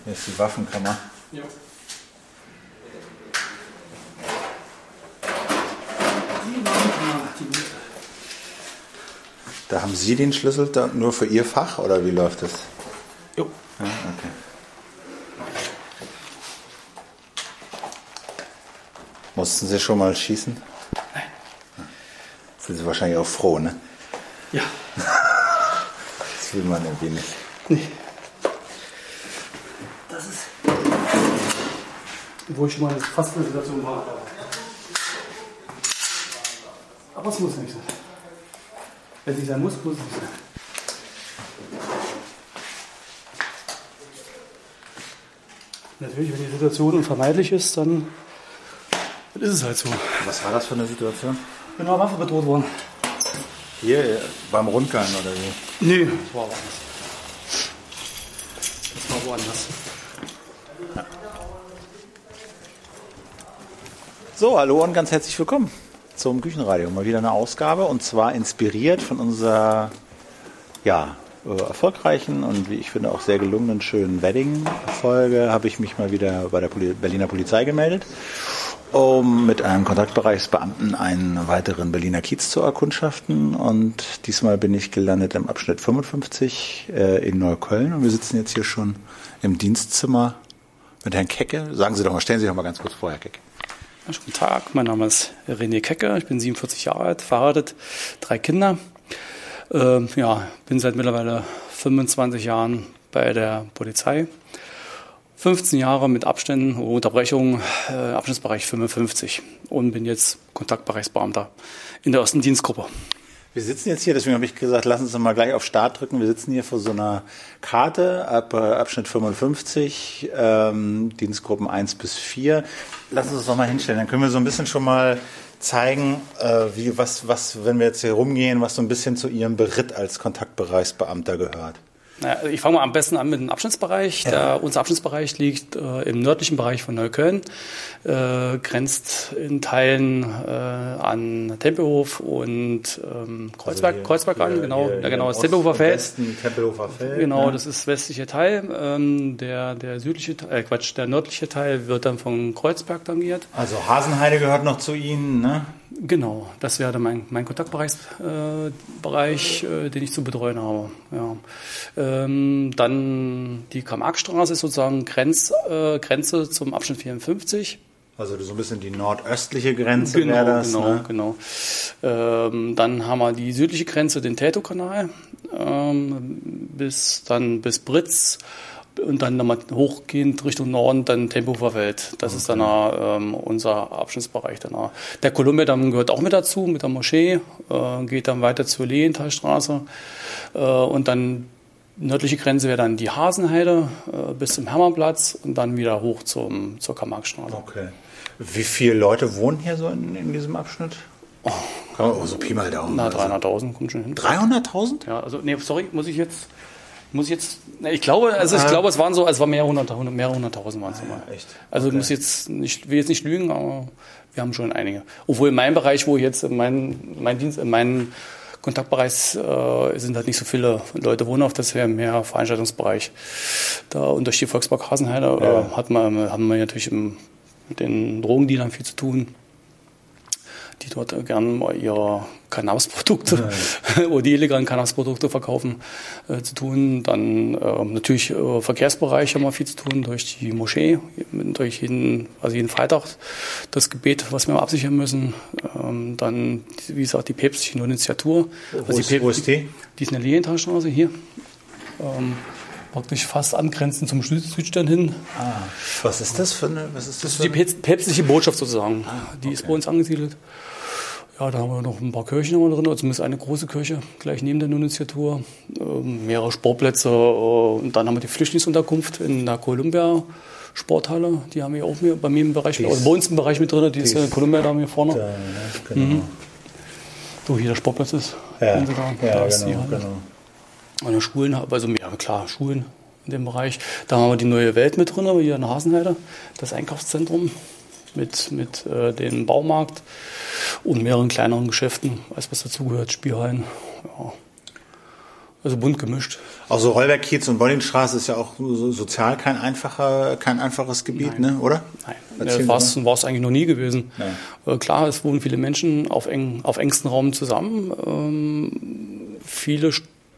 Hier ist die Waffenkammer. Ja. Da haben Sie den Schlüssel da nur für Ihr Fach oder wie läuft das? Jo. Ja, okay. Mussten Sie schon mal schießen? Nein. Sind Sie wahrscheinlich auch froh, ne? Ja. Das will man irgendwie nicht. Nee. Das ist. Wo ich schon mal fast in der Situation war. Aber es muss nicht sein. Wenn es nicht sein muss, muss es nicht sein. Natürlich, wenn die Situation unvermeidlich ist, dann ist es halt so. Was war das für eine Situation? Ich bin mit einer Waffe bedroht worden. Hier beim Rundgang oder wie? Nee, das war woanders. Das war woanders. Ja. So, hallo und ganz herzlich willkommen zum Küchenradio. Mal wieder eine Ausgabe und zwar inspiriert von unserer erfolgreichen und wie ich finde auch sehr gelungenen schönen Wedding-Folge habe ich mich mal wieder bei der Berliner Polizei gemeldet, um mit einem Kontaktbereichsbeamten einen weiteren Berliner Kiez zu erkundschaften. Und diesmal bin ich gelandet im Abschnitt 55 in Neukölln und wir sitzen jetzt hier schon im Dienstzimmer mit Herrn Kecke. Sagen Sie doch mal, stellen Sie sich doch mal ganz kurz vor, Herr Kecke. Ja, guten Tag, mein Name ist René Kecke, ich bin 47 Jahre alt, verheiratet, 3 Kinder. Bin seit mittlerweile 25 Jahren bei der Polizei. 15 Jahre mit Abständen, Unterbrechungen, Abschnittsbereich 55 und bin jetzt Kontaktbereichsbeamter in der ersten Dienstgruppe. Wir sitzen jetzt hier, deswegen habe ich gesagt, lassen Sie uns mal gleich auf Start drücken. Wir sitzen hier vor so einer Karte ab Abschnitt 55, Dienstgruppen 1 bis 4. Lassen Sie uns doch mal hinstellen, dann können wir so ein bisschen schon mal zeigen, wenn wir jetzt hier rumgehen, was so ein bisschen zu Ihrem Beritt als Kontaktbereichsbeamter gehört. Naja, ich fange mal am besten an mit dem Abschnittsbereich. Ja. Unser Abschnittsbereich liegt im nördlichen Bereich von Neukölln, grenzt in Teilen an Tempelhof und Kreuzberg an, genau. Das Tempelhofer Feld. Westen, Tempelhofer Feld. Genau, ja. Das ist der westliche Teil. Der nördliche Teil wird dann von Kreuzberg tangiert. Also Hasenheide gehört noch zu Ihnen, ne? Genau, das wäre dann mein Kontaktbereich, den ich zu betreuen habe. Ja. Dann die Karl-Marx-Straße ist sozusagen Grenze zum Abschnitt 54. Also so ein bisschen die nordöstliche Grenze wäre das. Genau. Dann haben wir die südliche Grenze, den Tätow-Kanal, bis Britz. Und dann nochmal hochgehend Richtung Norden, dann Tempelhofer Feld. Das ist dann unser Abschnittsbereich. Der Kolumbiadamm gehört auch mit dazu, mit der Moschee, geht dann weiter zur Lehenthalstraße. Und dann nördliche Grenze wäre dann die Hasenheide bis zum Hermannplatz und dann wieder hoch zur Karl-Marx-Straße. Okay. Wie viele Leute wohnen hier so in diesem Abschnitt? So Pi mal Daumen. Na, 300.000 kommt schon hin. 300.000? Ja, also, ich glaube, es waren mehrere hunderttausend waren es mal. Echt? Also okay. will jetzt nicht lügen, aber wir haben schon einige. Obwohl in meinem Bereich, wo ich jetzt in meinem Kontaktbereich sind halt nicht so viele Leute wohnhaft, das wäre mehr Veranstaltungsbereich. Da und durch die Volkspark Hasenheide haben wir natürlich mit den Drogendealern viel zu tun, die dort gern ihre Cannabisprodukte oder die illegalen Cannabisprodukte verkaufen, zu tun. Dann natürlich Verkehrsbereich haben wir viel zu tun durch die Moschee, durch jeden Freitag das Gebet, was wir absichern müssen. Dann, wie gesagt, die päpstliche Initiatur. Wo ist die? Die ist in der Lehenthalstraße hier. Praktisch fast angrenzend zum Südstern hin. Was ist das für eine? Das ist die päpstliche Botschaft sozusagen. Die ist bei uns angesiedelt. Ja, da haben wir noch ein paar Kirchen drin, also zumindest eine große Kirche gleich neben der Nunziatur, mehrere Sportplätze und dann haben wir die Flüchtlingsunterkunft in der Columbia-Sporthalle, die haben wir auch bei mir im Bereich, also bei uns im Bereich mit drin, die ist in Columbia da hier vorne. Da, genau. So, hier der Sportplatz ist. Ja, genau. Und die Schulen, also Schulen in dem Bereich. Da haben wir die neue Welt mit drin, hier in Hasenheide, das Einkaufszentrum mit dem Baumarkt und mehreren kleineren Geschäften, alles was dazugehört, Spielhallen. Ja. Also bunt gemischt. Also Rollberg-Kiez und Bollingstraße ist ja auch sozial kein einfaches Gebiet, Nein. ne? Oder? Nein, war es eigentlich noch nie gewesen. Klar, es wohnen viele Menschen auf engstem Raum zusammen. Viele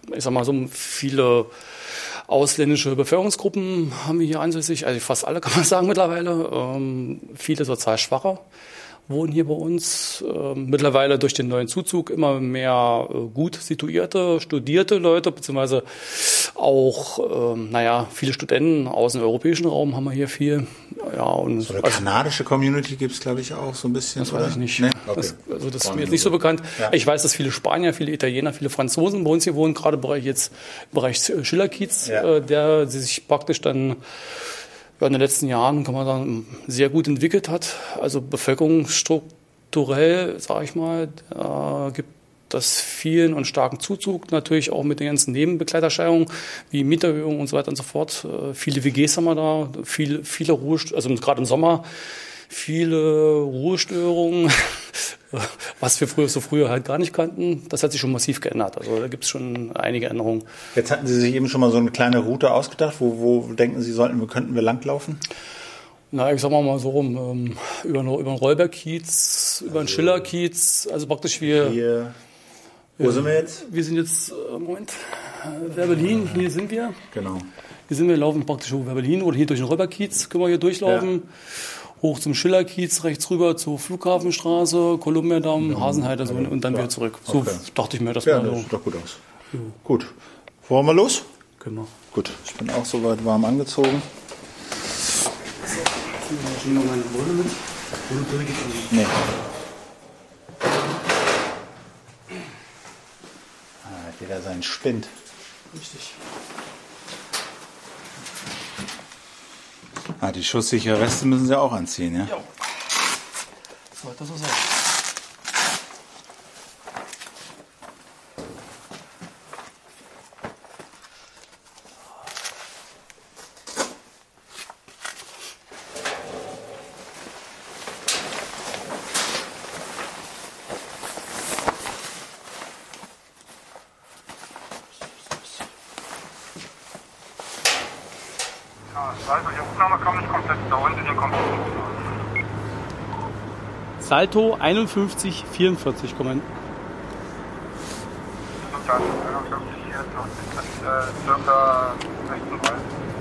ausländische Bevölkerungsgruppen haben wir hier ansässig, also fast alle kann man sagen mittlerweile. Viele sozial Schwache wohnen hier bei uns. Mittlerweile durch den neuen Zuzug immer mehr gut situierte, studierte Leute, beziehungsweise auch, viele Studenten aus dem europäischen Raum haben wir hier viel. Ja, und so eine kanadische Community gibt es, glaube ich, auch so ein bisschen. Das weiß ich nicht. Nee? Okay. Das ist mir jetzt nicht so bekannt. Ja. Ich weiß, dass viele Spanier, viele Italiener, viele Franzosen bei uns hier wohnen, gerade im Bereich Schillerkiez, der sich praktisch dann in den letzten Jahren, kann man sagen, sehr gut entwickelt hat. Also bevölkerungsstrukturell, sage ich mal, gibt das vielen und starken Zuzug, natürlich auch mit den ganzen Nebenbegleiterscheinungen wie Mieterhöhungen und so weiter und so fort. Viele WGs haben wir da, viele also gerade im Sommer viele Ruhestörungen, was wir früher halt gar nicht kannten. Das hat sich schon massiv geändert. Also da gibt es schon einige Änderungen. Jetzt hatten Sie sich eben schon mal so eine kleine Route ausgedacht. Wo denken Sie, könnten wir langlaufen? Na, ich sag mal so rum, über den Rollberg-Kiez, über den Schillerkiez, also praktisch Wo sind wir jetzt? Wir sind jetzt, Werbelin, hier sind wir. Genau. Wir laufen praktisch hoch Werbelin oder hier durch den Rollberg-Kiez, können wir hier durchlaufen. Ja. Hoch zum Schillerkiez, rechts rüber zur Flughafenstraße, Kolumbiadamm, Hasenheide und dann wieder zurück. So dachte ich mir, das das sieht doch gut aus. Ja. Gut. Wollen wir los? Können wir. Gut, ich bin auch soweit warm angezogen. Nee. Hat jeder seinen Spind. Richtig. Die schusssichere Weste müssen Sie auch anziehen, ja? Ja. Sollte das so sein. Die Aufnahme kam nicht komplett, da unten den Computer. Salto 5144 kommen. Und dann 51, circa 16,3.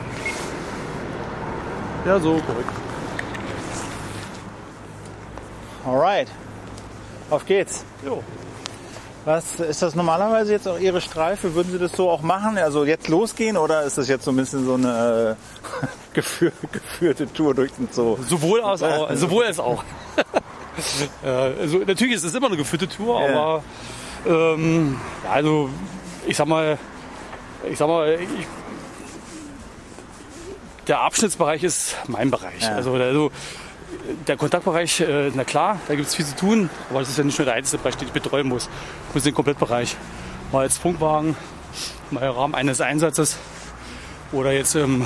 Ja, so, korrekt. Alright. Auf geht's. Jo. Was ist das normalerweise jetzt auch Ihre Streife? Würden Sie das so auch machen? Also jetzt losgehen oder ist das jetzt so ein bisschen so eine geführte Tour durch den Zoo? Sowohl als auch. Also natürlich ist es immer eine geführte Tour, aber ich sag mal, der Abschnittsbereich ist mein Bereich. Ja. Also der Kontaktbereich, na klar, da gibt es viel zu tun, aber das ist ja nicht nur der einzige Bereich, den ich betreuen muss. Ich muss den Komplettbereich mal als Funkwagen, mal im Rahmen eines Einsatzes oder jetzt in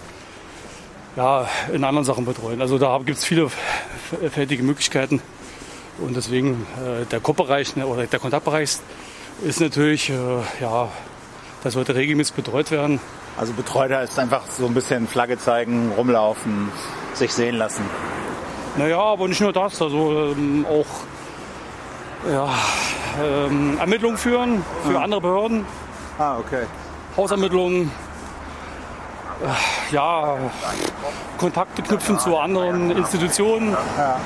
anderen Sachen betreuen. Also da gibt es viele vielfältige Möglichkeiten und deswegen der Kopfbereich oder der Kontaktbereich ist natürlich, das sollte regelmäßig betreut werden. Also Betreuter ist einfach so ein bisschen Flagge zeigen, rumlaufen, sich sehen lassen. Naja, aber nicht nur das, also auch Ermittlungen führen für andere Behörden. Ah, okay. Hausermittlungen, Kontakte knüpfen zu anderen Institutionen. Ja.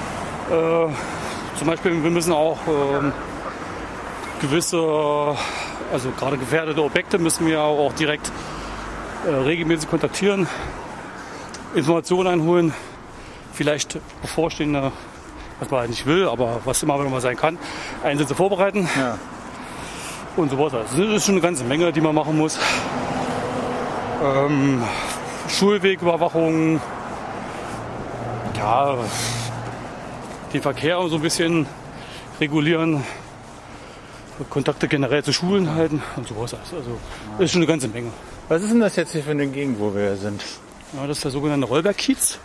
Zum Beispiel, wir müssen auch gewisse, also gerade gefährdete Objekte müssen wir auch direkt regelmäßig kontaktieren, Informationen einholen, vielleicht bevorstehende, was man halt nicht will, aber was immer mal sein kann, Einsätze vorbereiten und so weiter. Das ist schon eine ganze Menge, die man machen muss. Schulwegüberwachung, den Verkehr so ein bisschen regulieren, Kontakte generell zu Schulen halten und so weiter. Also das ist schon eine ganze Menge. Was ist denn das jetzt hier für eine Gegend, wo wir sind? Ja, das ist der sogenannte Rollberg-Kiez.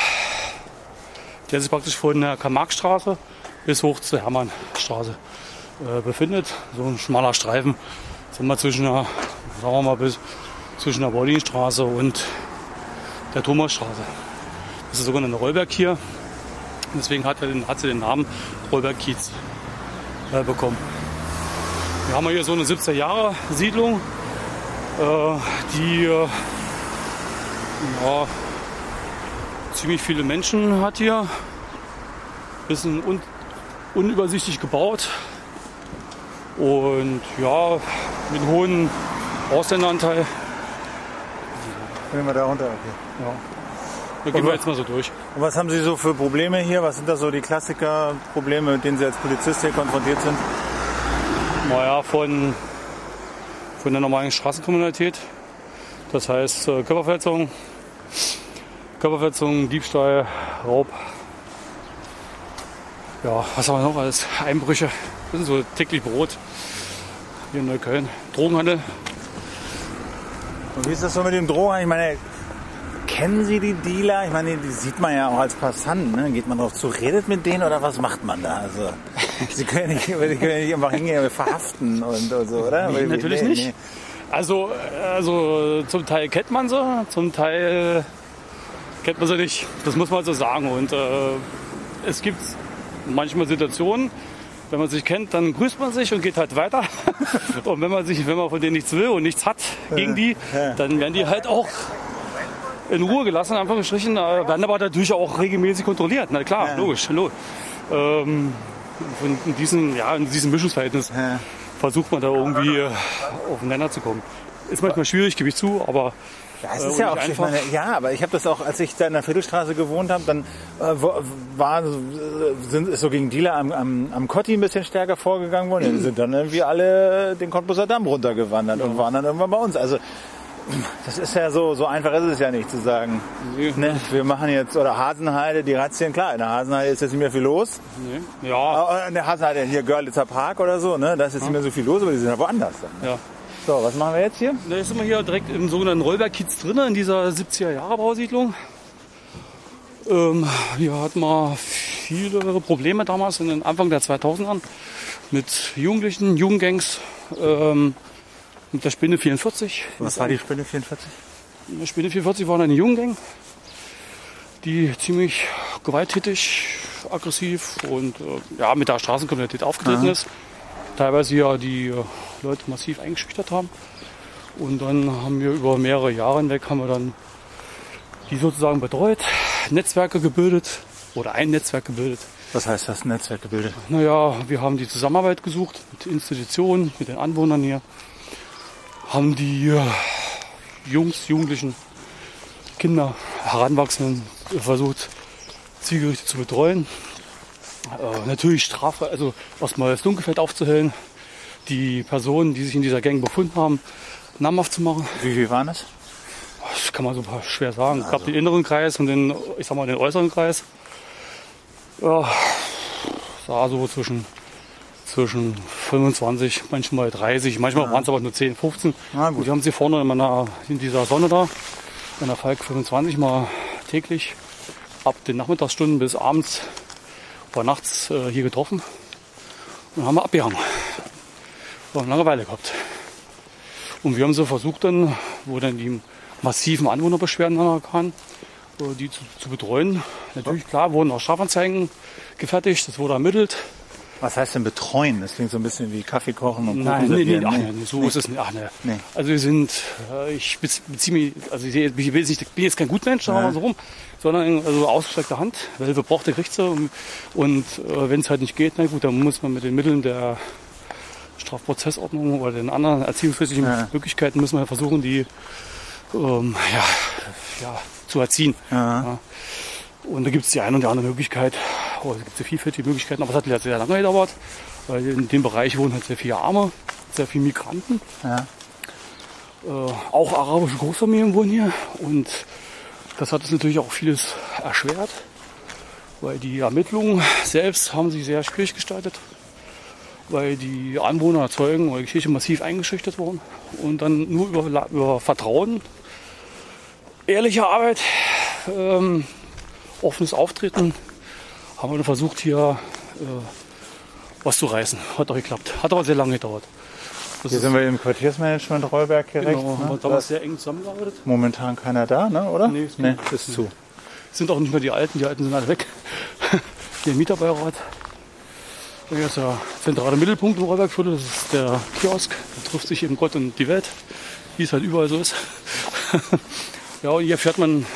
Der ist praktisch von der Karl-Marx-Straße bis hoch zur Hermannstraße. befindet. So ein schmaler Streifen, sagen wir mal zwischen der Baulinstraße und der Thomasstraße. Das ist sogar eine Rollberg hier. Deswegen hat sie den Namen Rollberg-Kiez bekommen. Wir haben hier so eine 70er-Jahre-Siedlung, die ziemlich viele Menschen hat hier. Bisschen unübersichtlich gebaut und ja, mit einem hohen Ausländeranteil. Gehen wir da runter, okay. Ja. Da gehen wir jetzt mal so durch. Und was haben Sie so für Probleme hier? Was sind da so die Klassiker-Probleme, mit denen Sie als Polizist hier konfrontiert sind? Naja, von der normalen Straßenkriminalität. Das heißt Körperverletzung, Diebstahl, Raub. Ja, was haben wir noch alles? Einbrüche. Das ist so täglich Brot hier in Neukölln. Drogenhandel. Und wie ist das so mit dem Drogen? Ich meine, kennen Sie die Dealer? Ich meine, die sieht man ja auch als Passant. Ne? Geht man drauf zu, redet mit denen oder was macht man da? Also, Sie können ja nicht einfach hingehen und verhaften und so, oder? Nee, natürlich nicht. Nee. Also zum Teil kennt man sie, zum Teil kennt man sie nicht. Das muss man so sagen. Und es gibt manchmal Situationen, wenn man sich kennt, dann grüßt man sich und geht halt weiter. Und wenn man von denen nichts will und nichts hat gegen die, dann werden die halt auch in Ruhe gelassen, in Anführungsstrichen, werden aber natürlich auch regelmäßig kontrolliert. Na klar, logisch. In diesem Mischungsverhältnis versucht man da irgendwie aufeinander zu kommen. Ist manchmal schwierig, gebe ich zu, aber ja, es ist ja auch einfach. Aber ich habe das auch, als ich da in der Viertelstraße gewohnt habe, dann ist so gegen Dealer am Kotti ein bisschen stärker vorgegangen worden. Die sind dann irgendwie alle den Cottbuser Damm runtergewandert und waren dann irgendwann bei uns. Also das ist ja so einfach ist es ja nicht zu sagen. Nee. Ne? Wir machen jetzt, oder Hasenheide, die Razzien, klar, in der Hasenheide ist jetzt nicht mehr viel los. Nee. Ja. In der Hasenheide, hier Görlitzer Park oder so, ne? Da ist jetzt nicht mehr so viel los, aber die sind ja woanders dann. Ne? Ja. So, was machen wir jetzt hier? Da sind wir hier direkt im sogenannten Rollberg-Kiez drin, in dieser 70er-Jahre-Bausiedlung. Hier hatten wir viele Probleme damals, in den Anfang der 2000ern, mit Jugendlichen, Jugendgangs, mit der Spinne 44. Was war die Spinne 44? Die Spinne 44 war eine Jugendgang, die ziemlich gewalttätig, aggressiv und mit der Straßenkriminalität aufgetreten ist. Teilweise ja die Leute massiv eingeschüchtert haben. Und dann haben wir über mehrere Jahre hinweg die sozusagen betreut, Netzwerke gebildet oder ein Netzwerk gebildet. Was heißt das, Netzwerk gebildet? Naja, wir haben die Zusammenarbeit gesucht mit Institutionen, mit den Anwohnern hier. Haben die Jungs, Jugendlichen, Kinder, Heranwachsenden versucht, zielgerichtet zu betreuen. Natürlich strafreich, also erstmal das Dunkelfeld aufzuhellen, die Personen, die sich in dieser Gang befunden haben, namhaft zu machen. Wie viel waren das? Das kann man so schwer sagen. Es gab den inneren Kreis und den äußeren Kreis. Ja, war so zwischen 25, manchmal 30, manchmal waren es aber nur 10, 15. Und die haben sie vorne in dieser Sonne da, in der Falk 25 mal täglich ab den Nachmittagsstunden bis abends oder nachts hier getroffen und haben wir abgehangen. Wir haben Langeweile gehabt. Und wir haben so versucht dann, wo dann die massiven Anwohnerbeschwerden dann kamen, die zu betreuen. Natürlich, klar, wurden auch Strafanzeigen gefertigt, das wurde ermittelt. Was heißt denn betreuen? Das klingt so ein bisschen wie Kaffee kochen und Nein, so ist es nicht. Nee. Also wir sind, ich beziehe mich, also ich bin jetzt kein Gutmensch, sagen wir mal so rum, sondern also ausgestreckte Hand, weil verbrauchte kriegt sie und wenn es halt nicht geht, na gut, dann muss man mit den Mitteln der Strafprozessordnung oder den anderen erziehungsrechtlichen Möglichkeiten müssen wir versuchen, die zu erziehen. Ja. Und da gibt es die eine und die andere Möglichkeit, es gibt sehr vielfältige Möglichkeiten, aber es hat sehr lange gedauert, weil in dem Bereich wohnen halt sehr viele Arme, sehr viele Migranten. Ja. Auch arabische Großfamilien wohnen hier und das hat es natürlich auch vieles erschwert, weil die Ermittlungen selbst haben sich sehr schwierig gestaltet, weil die Anwohner, Zeugen oder Kirche massiv eingeschüchtert wurden und dann nur über Vertrauen, ehrliche Arbeit, offenes Auftreten haben wir versucht hier was zu reißen. Hat auch geklappt. Hat aber sehr lange gedauert. Hier sind wir im Quartiersmanagement Rollberg hier rechts. Genau, haben wir damals sehr eng zusammengearbeitet. Momentan keiner da, ne? Oder? Nee, ist zu. Sind auch nicht mehr die Alten sind alle weg. Hier im Mieterbeirat. Hier ist der zentrale Mittelpunkt im Rollbergviertel, das ist der Kiosk. Da trifft sich eben Gott und die Welt, wie es halt überall so ist. Ja, und hier hat man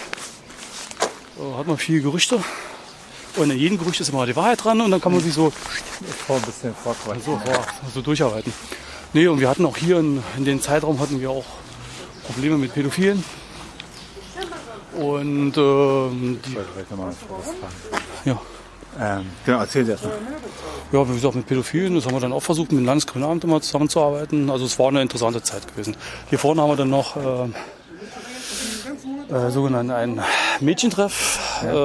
viele Gerüchte. Und in jedem Gerücht ist immer die Wahrheit dran und dann kann man sich so Ein bisschen vorquatschen. so durcharbeiten. Nee, und wir hatten auch hier in dem Zeitraum hatten wir auch Probleme mit Pädophilen. Und Ich wollte vielleicht nochmal was fragen. ja. Genau, erzähl dir erstmal. Ja, wie gesagt, mit Pädophilen, das haben wir dann auch versucht, mit dem Landeskriminalamt immer zusammenzuarbeiten. Also es war eine interessante Zeit gewesen. Hier vorne haben wir dann noch sogenannten einen Mädchentreff.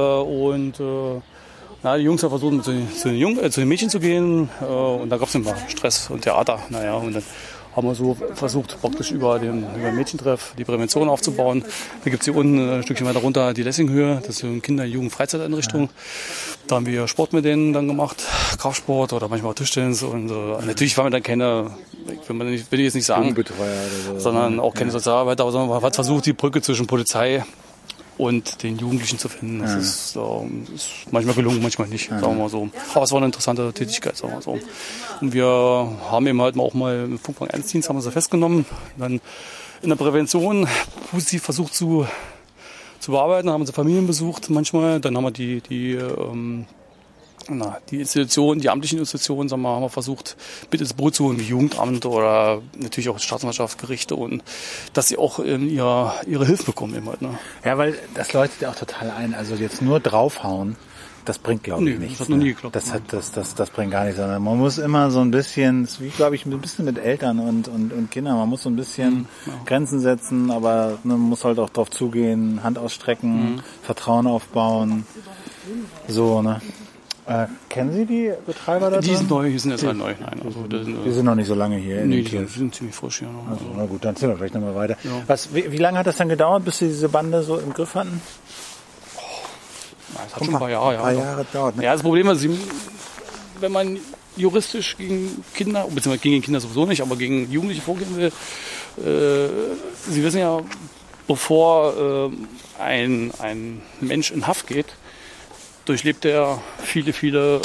Die Jungs haben versucht, zu den Mädchen zu gehen. Und da gab es immer Stress und Theater. Naja, und dann haben wir so versucht, praktisch über den Mädchentreff die Prävention aufzubauen. Da gibt es hier unten ein Stückchen weiter runter die Lessinghöhe, das ist eine Kinder-, Jugend-, Freizeiteinrichtung. Da haben wir Sport mit denen dann gemacht, Kraftsport oder manchmal auch Tischtennis. Und natürlich waren wir dann keine, will ich jetzt nicht sagen, Jugendbetreuer oder so. sondern auch keine Sozialarbeiter, sondern man hat versucht, die Brücke zwischen Polizei und den Jugendlichen zu finden. Das ist manchmal gelungen, manchmal nicht, sagen wir mal so. Aber es war eine interessante Tätigkeit, sagen wir mal so. Und wir haben eben halt auch mal im Funkbank 1-Dienst haben wir sie festgenommen, dann in der Prävention positiv versucht zu bearbeiten, haben unsere Familien besucht manchmal, dann haben wir die Institutionen, die amtlichen Institutionen, sagen wir, haben wir versucht, mit ins Boot zu holen, wie Jugendamt oder natürlich auch Staatsanwaltschaft, Gerichte und dass sie auch ihre Hilfe bekommen eben halt, ne? Ja, weil das leuchtet ja auch total ein. Also jetzt nur draufhauen, das bringt, glaube ich, nichts. Das hat noch nie geklappt. Das bringt gar nichts. Sondern man muss immer so ein bisschen, wie glaube ich, ein bisschen mit Eltern und Kindern, man muss so ein bisschen Grenzen setzen, aber man muss halt auch drauf zugehen, Hand ausstrecken, Vertrauen aufbauen. So, ne? Kennen Sie die Betreiber da drin? Die sind neu, die sind jetzt alle neu. Nein, also die sind noch nicht so lange hier. Nee, die sind ziemlich frisch hier noch. Also, na gut, dann ziehen wir vielleicht nochmal weiter. Ja. Wie lange hat das dann gedauert, bis Sie diese Bande so im Griff hatten? Das hat schon ein paar Jahre. Ein paar Jahre gedauert, ne? Ja, das Problem ist, wenn man juristisch gegen Kinder, beziehungsweise gegen Kinder sowieso nicht, aber gegen Jugendliche vorgehen will, Sie wissen ja, bevor ein Mensch in Haft geht, durchlebt er viele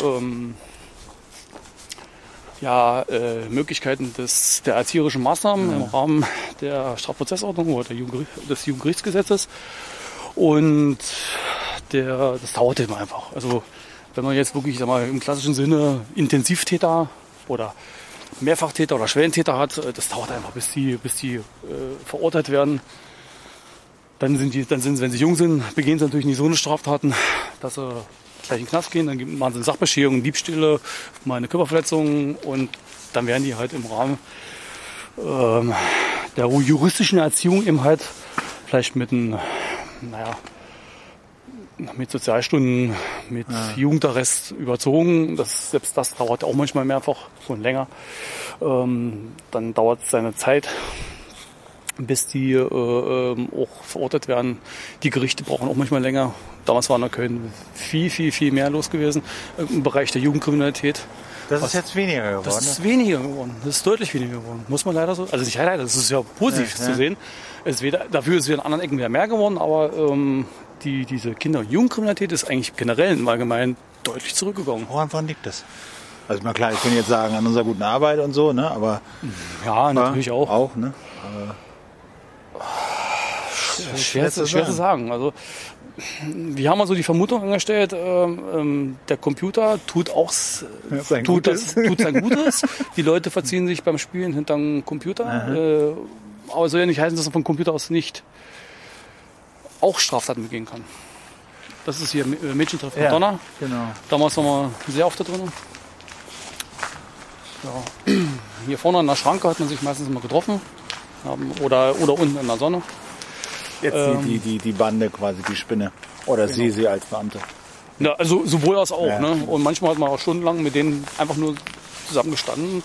Möglichkeiten der erzieherischen Maßnahmen im Rahmen der Strafprozessordnung oder des Jugendgerichtsgesetzes. Und das dauert eben einfach. Also wenn man jetzt wirklich, sag mal, im klassischen Sinne Intensivtäter oder Mehrfachtäter oder Schwellentäter hat, das dauert einfach, bis die verurteilt werden. Dann sind sie, wenn sie jung sind, begehen sie natürlich nicht so eine Straftaten, dass sie gleich in den Knast gehen. Dann machen sie eine Sachbeschädigung, Diebstähle, mal eine Körperverletzung und dann werden die halt im Rahmen der juristischen Erziehung eben halt vielleicht mit Sozialstunden, mit Jugendarrest überzogen. Selbst das dauert auch manchmal mehrfach, schon länger. Dann dauert es seine Zeit, bis die auch verurteilt werden. Die Gerichte brauchen auch manchmal länger. Damals war in Köln viel mehr los gewesen im Bereich der Jugendkriminalität. Das ist jetzt weniger geworden. Das ist weniger geworden. Das ist deutlich weniger geworden. Muss man leider so. Also nicht leider, das ist ja positiv zu sehen. Dafür ist es wieder an anderen Ecken wieder mehr geworden, aber diese Kinder- und Jugendkriminalität ist eigentlich generell im Allgemeinen deutlich zurückgegangen. Woran liegt das? Also mal klar, ich kann jetzt sagen, an unserer guten Arbeit und so, ne? Aber ja, natürlich auch. Auch, ne? Schwer zu sagen. Also wir haben also die Vermutung angestellt, der Computer tut sein Gutes. Die Leute verziehen sich beim Spielen hinterm Computer. Aber es soll ja nicht heißen, dass man vom Computer aus nicht auch Straftaten begehen kann. Das ist hier Mädchentreff mit Donner. Genau. Damals waren wir sehr oft da drin. Ja. Hier vorne an der Schranke hat man sich meistens immer getroffen. Oder unten in der Sonne. Jetzt die Bande quasi, die Spinne. Oder genau. Sie als Beamte. Ja, also sowohl als auch. Ja. Ne? Und manchmal hat man auch stundenlang mit denen einfach nur zusammengestanden,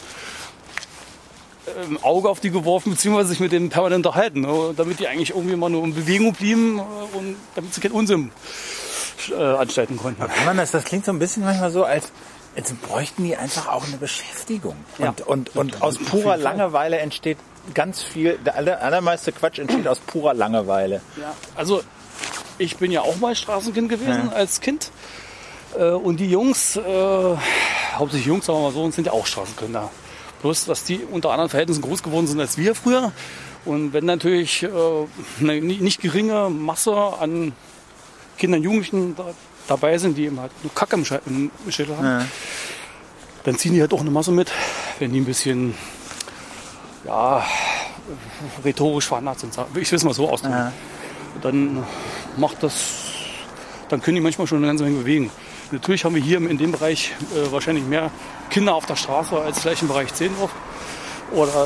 ein Auge auf die geworfen, beziehungsweise sich mit denen permanent unterhalten, ne? Damit die eigentlich irgendwie mal nur in Bewegung blieben und damit sie keinen Unsinn anstalten konnten. Aber das klingt so ein bisschen manchmal so, als Jetzt bräuchten die einfach auch eine Beschäftigung. Ja. Und aus purer Langeweile entsteht ganz viel, der allermeiste Quatsch entsteht aus purer Langeweile. Ja, also ich bin ja auch mal Straßenkind gewesen als Kind. Und die Jungs, hauptsächlich Jungs, sagen wir mal so, sind ja auch Straßenkinder. Bloß, dass die unter anderen Verhältnissen groß geworden sind als wir früher. Und wenn natürlich eine nicht geringe Masse an Kindern und Jugendlichen dabei sind, die eben halt nur Kacke im Schädel haben, dann ziehen die halt auch eine Masse mit, wenn die ein bisschen rhetorisch veranlagt sind. Ich will es mal so ausdrücken. Dann dann können die manchmal schon eine ganze Menge bewegen. Natürlich haben wir hier in dem Bereich wahrscheinlich mehr Kinder auf der Straße als vielleicht im Bereich Zehlendorf oder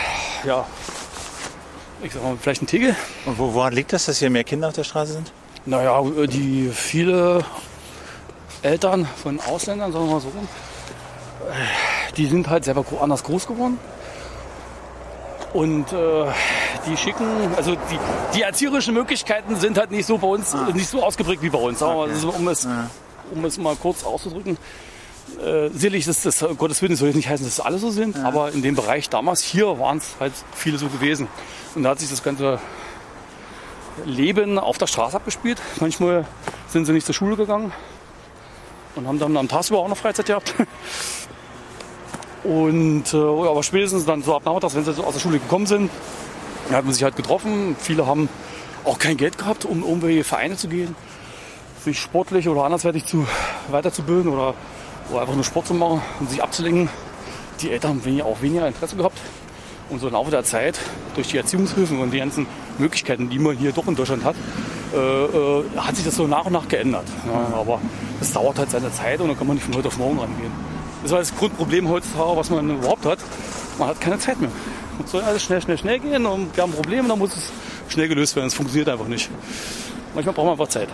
ich sag mal, vielleicht ein Tegel. Und woran liegt das, dass hier mehr Kinder auf der Straße sind? Naja, die viele Eltern von Ausländern, sagen wir mal so, die sind halt selber anders groß geworden. Und die schicken, also die erzieherischen Möglichkeiten sind halt nicht so bei uns, nicht so ausgeprägt wie bei uns. Sagen wir mal, also, um es mal kurz auszudrücken. Sicherlich ist das, Gottes Willen, soll jetzt nicht heißen, dass alle so sind, aber in dem Bereich damals hier waren es halt viele so gewesen. Und da hat sich das ganze Leben auf der Straße abgespielt. Manchmal sind sie nicht zur Schule gegangen und haben dann am Tag über auch noch Freizeit gehabt. Und aber spätestens dann so ab Nachmittags, wenn sie so aus der Schule gekommen sind, hat man sich halt getroffen. Viele haben auch kein Geld gehabt, um irgendwelche Vereine zu gehen, sich sportlich oder anderswertig weiterzubilden oder einfach nur Sport zu machen und sich abzulenken. Die Eltern haben auch weniger Interesse gehabt. Und so im Laufe der Zeit, durch die Erziehungshilfen und die ganzen Möglichkeiten, die man hier doch in Deutschland hat, hat sich das so nach und nach geändert. Ja, aber es dauert halt seine Zeit und da kann man nicht von heute auf morgen rangehen. Das war das Grundproblem heutzutage, was man überhaupt hat. Man hat keine Zeit mehr. Es soll alles schnell gehen und wir haben Probleme, dann muss es schnell gelöst werden. Es funktioniert einfach nicht. Manchmal braucht man einfach Zeit.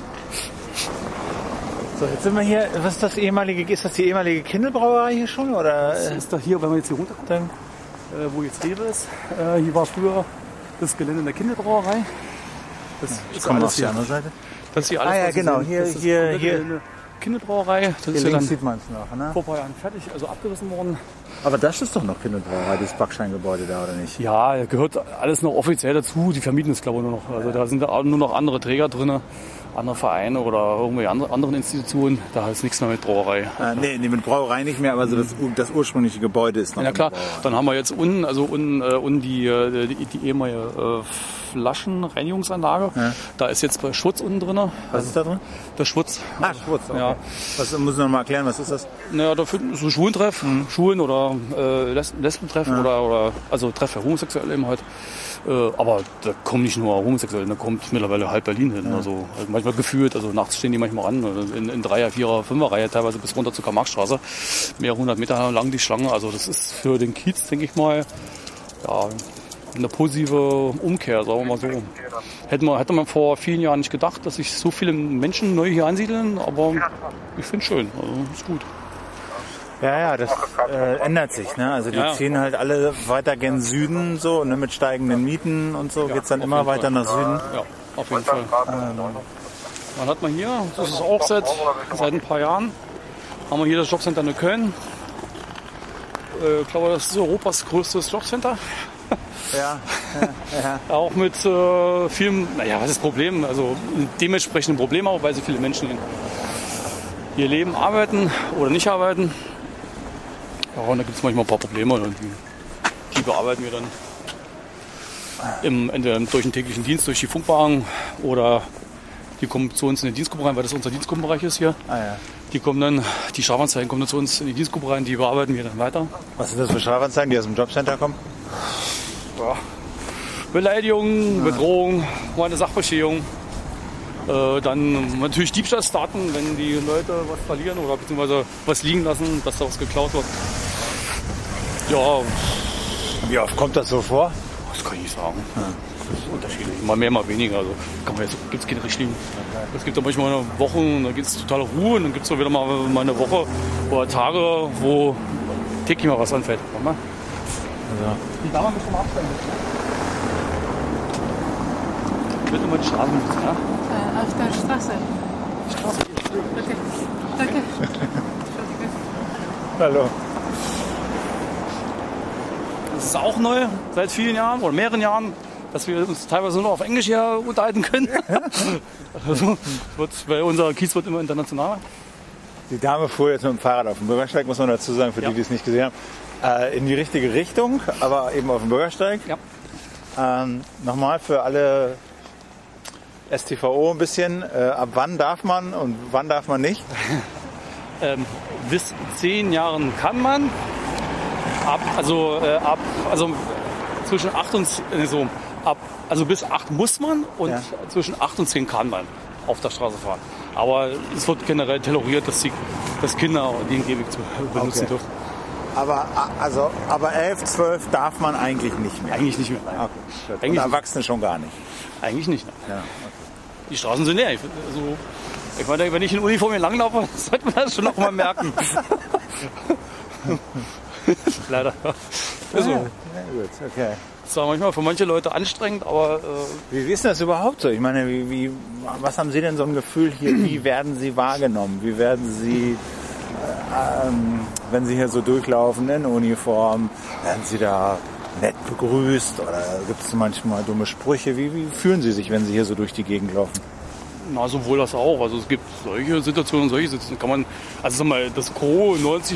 So, jetzt sind wir hier. Was ist das ehemalige? Ist das die ehemalige Kindelbrauerei hier schon? Oder? Das ist da hier, wenn man jetzt hier runterkommt, wo jetzt Rewe ist. Hier war früher das Gelände der Kindelbrauerei. Das ist kommen alles auf die andere Seite. Das ist hier alles. Ah ja, was Sie genau. sehen. Hier. Kindelbrauerei. Das Hier ist ja links dann sieht man es noch, ne? vor ein paar Jahren fertig, also abgerissen worden. Aber das ist doch noch Kindelbrauerei, das Backsteingebäude da, oder nicht? Ja, gehört alles noch offiziell dazu. Die vermieten es, glaube ich, nur noch. Also da sind nur noch andere Träger drin, andere Vereine oder irgendwelche anderen Institutionen. Da ist nichts mehr mit Brauerei. Nee, mit Brauerei nicht mehr, aber so das ursprüngliche Gebäude ist noch. Ja klar, dann haben wir jetzt unten die ehemalige Flaschenreinigungsanlage. Ja. Da ist jetzt bei Schwutz unten drin. Was ist da drin? Der Schwutz. Ah, Schwutz, okay. Ja. Was muss ich noch mal erklären, was ist das? Naja, da finden so Schwulentreff, Schulen oder Lesbentreff oder also Treff für Homosexuelle eben halt. Aber da kommen nicht nur Homosexuelle, da kommt mittlerweile halb Berlin hin. Ja. Also manchmal gefühlt, also nachts stehen die manchmal an, in 3er, 4er, 5er Reihe, teilweise bis runter zur Karl-Marx-Straße. Mehrere hundert Meter lang die Schlange. Also das ist für den Kiez, denke ich mal, ja, eine positive Umkehr, sagen wir mal so. Hätte man vor vielen Jahren nicht gedacht, dass sich so viele Menschen neu hier ansiedeln, aber ich finde es schön, also ist gut. Ja, das ändert sich, ne? Also die ziehen halt alle weiter gen Süden, so, ne? Mit steigenden Mieten und so geht's dann immer weiter nach Süden. Ja, auf jeden Fall. Dann hat man hier, das ist auch seit ein paar Jahren, haben wir hier das Jobcenter in Köln. Ich glaube, das ist Europas größtes Jobcenter. Ja. Auch mit vielen, was ist das Problem? Also dementsprechend ein Problem auch, weil so viele Menschen hier leben, arbeiten oder nicht arbeiten. Ja, und da gibt es manchmal ein paar Probleme und die bearbeiten wir dann entweder durch den täglichen Dienst, durch die Funkwagen oder die kommen zu uns in den Dienstgruppe rein, weil das unser Dienstgruppenbereich ist hier. Ah, ja. Die Strafanzeigen kommen dann zu uns in die Dienstgruppe rein, die bearbeiten wir dann weiter. Was sind das für Strafanzeigen, die aus dem Jobcenter kommen? Ja. Beleidigung, Bedrohung, mal eine Sachbeschädigung. Dann natürlich Diebstahlsdaten, wenn die Leute was verlieren oder beziehungsweise was liegen lassen, dass da was geklaut wird. Ja. Wie oft kommt das so vor? Das kann ich nicht sagen. Ja. Das ist unterschiedlich. Mal mehr, mal weniger. Also gibt es keine Richtlinien. Es gibt da manchmal eine Woche, da geht es totale Ruhe und dann gibt es wieder mal eine Woche oder Tage, wo täglich mal was anfällt. Ja. Die Dame muss schon mal absteigen. Ich will immer die Straße nutzen, ja? Auf der Straße. Die Straße. Okay. Danke. Entschuldigung. Hallo. Das ist auch neu, seit vielen Jahren oder mehreren Jahren, dass wir uns teilweise nur noch auf Englisch hier unterhalten können. Also, weil unser Kiez wird immer internationaler. Die Dame fuhr jetzt mit dem Fahrrad auf dem Bürgersteig, muss man dazu sagen, für die, die es nicht gesehen haben, in die richtige Richtung, aber eben auf dem Bürgersteig. Ja. Nochmal für alle STVO ein bisschen, ab wann darf man und wann darf man nicht? Bis 10 Jahren kann man, zwischen 8 und also bis 8 muss man und zwischen 8 und 10 kann man auf der Straße fahren. Aber es wird generell toleriert, dass Kinder den Gehweg benutzen dürfen. Aber 11, 12 darf man eigentlich nicht mehr? Eigentlich nicht mehr. Nein. Okay. Und Erwachsene schon gar nicht? Eigentlich nicht. Nein. Ja, okay. Die Straßen sind leer. Ich meine, wenn ich in Uniform hier langlaufe, sollte man das schon noch mal merken. Leider. Also, ja, gut, okay. Das war manchmal für manche Leute anstrengend, aber... Wie ist das überhaupt so? Ich meine, was haben Sie denn so ein Gefühl hier? Wie werden Sie wahrgenommen? Wie werden Sie, wenn Sie hier so durchlaufen in Uniform, werden Sie da nett begrüßt? Oder gibt es manchmal dumme Sprüche? Wie fühlen Sie sich, wenn Sie hier so durch die Gegend laufen? Na, sowohl das auch. Also es gibt solche Situationen und solche Situationen. Kann man, also sag mal, das Gros, 90%,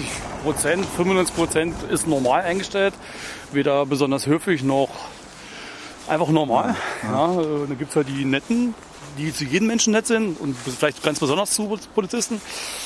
95% ist normal eingestellt. Weder besonders höflich noch einfach normal. Ja, da gibt es halt die Netten, die zu jedem Menschen nett sind und vielleicht ganz besonders zu Polizisten.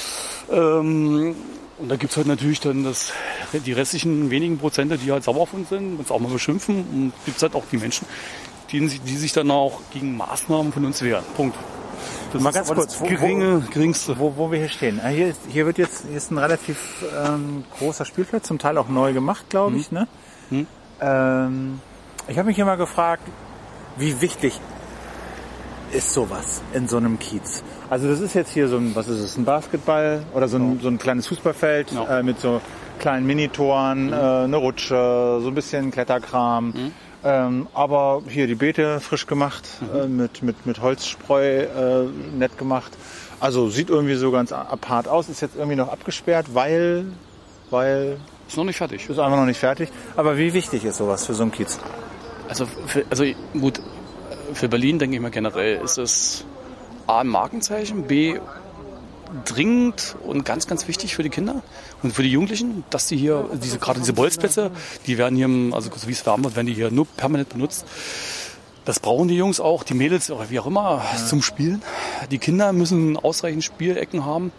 Und da gibt es halt natürlich dann die restlichen wenigen Prozente, die halt sauer auf uns sind, uns auch mal beschimpfen. Und gibt es halt auch die Menschen, die sich dann auch gegen Maßnahmen von uns wehren. Punkt. Das mal ganz kurz, geringste. Wo wir hier stehen. Hier ist ein relativ großer Spielplatz, zum Teil auch neu gemacht, glaube ich. Ne? Ich habe mich immer gefragt, wie wichtig ist sowas in so einem Kiez? Also das ist jetzt hier ein Basketball oder so ein kleines Fußballfeld mit so kleinen Minitoren, eine Rutsche, so ein bisschen Kletterkram. Aber hier die Beete frisch gemacht, mit Holzspreu nett gemacht. Also sieht irgendwie so ganz apart aus. Ist jetzt irgendwie noch abgesperrt, weil ist noch nicht fertig. Ist einfach noch nicht fertig. Aber wie wichtig ist sowas für so einen Kiez? Also gut, für Berlin denke ich mal generell ist es A, ein Markenzeichen, B, dringend und ganz, ganz wichtig für die Kinder und für die Jugendlichen, dass die hier, gerade diese Bolzplätze, die werden hier, also so wie es warm wird, werden die hier nur permanent benutzt. Das brauchen die Jungs auch, die Mädels oder wie auch immer, zum Spielen. Die Kinder müssen ausreichend Spielecken haben.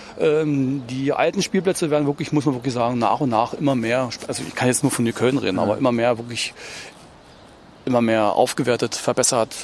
Die alten Spielplätze werden wirklich, muss man wirklich sagen, nach und nach immer mehr, also ich kann jetzt nur von Neukölln reden, aber immer mehr aufgewertet, verbessert,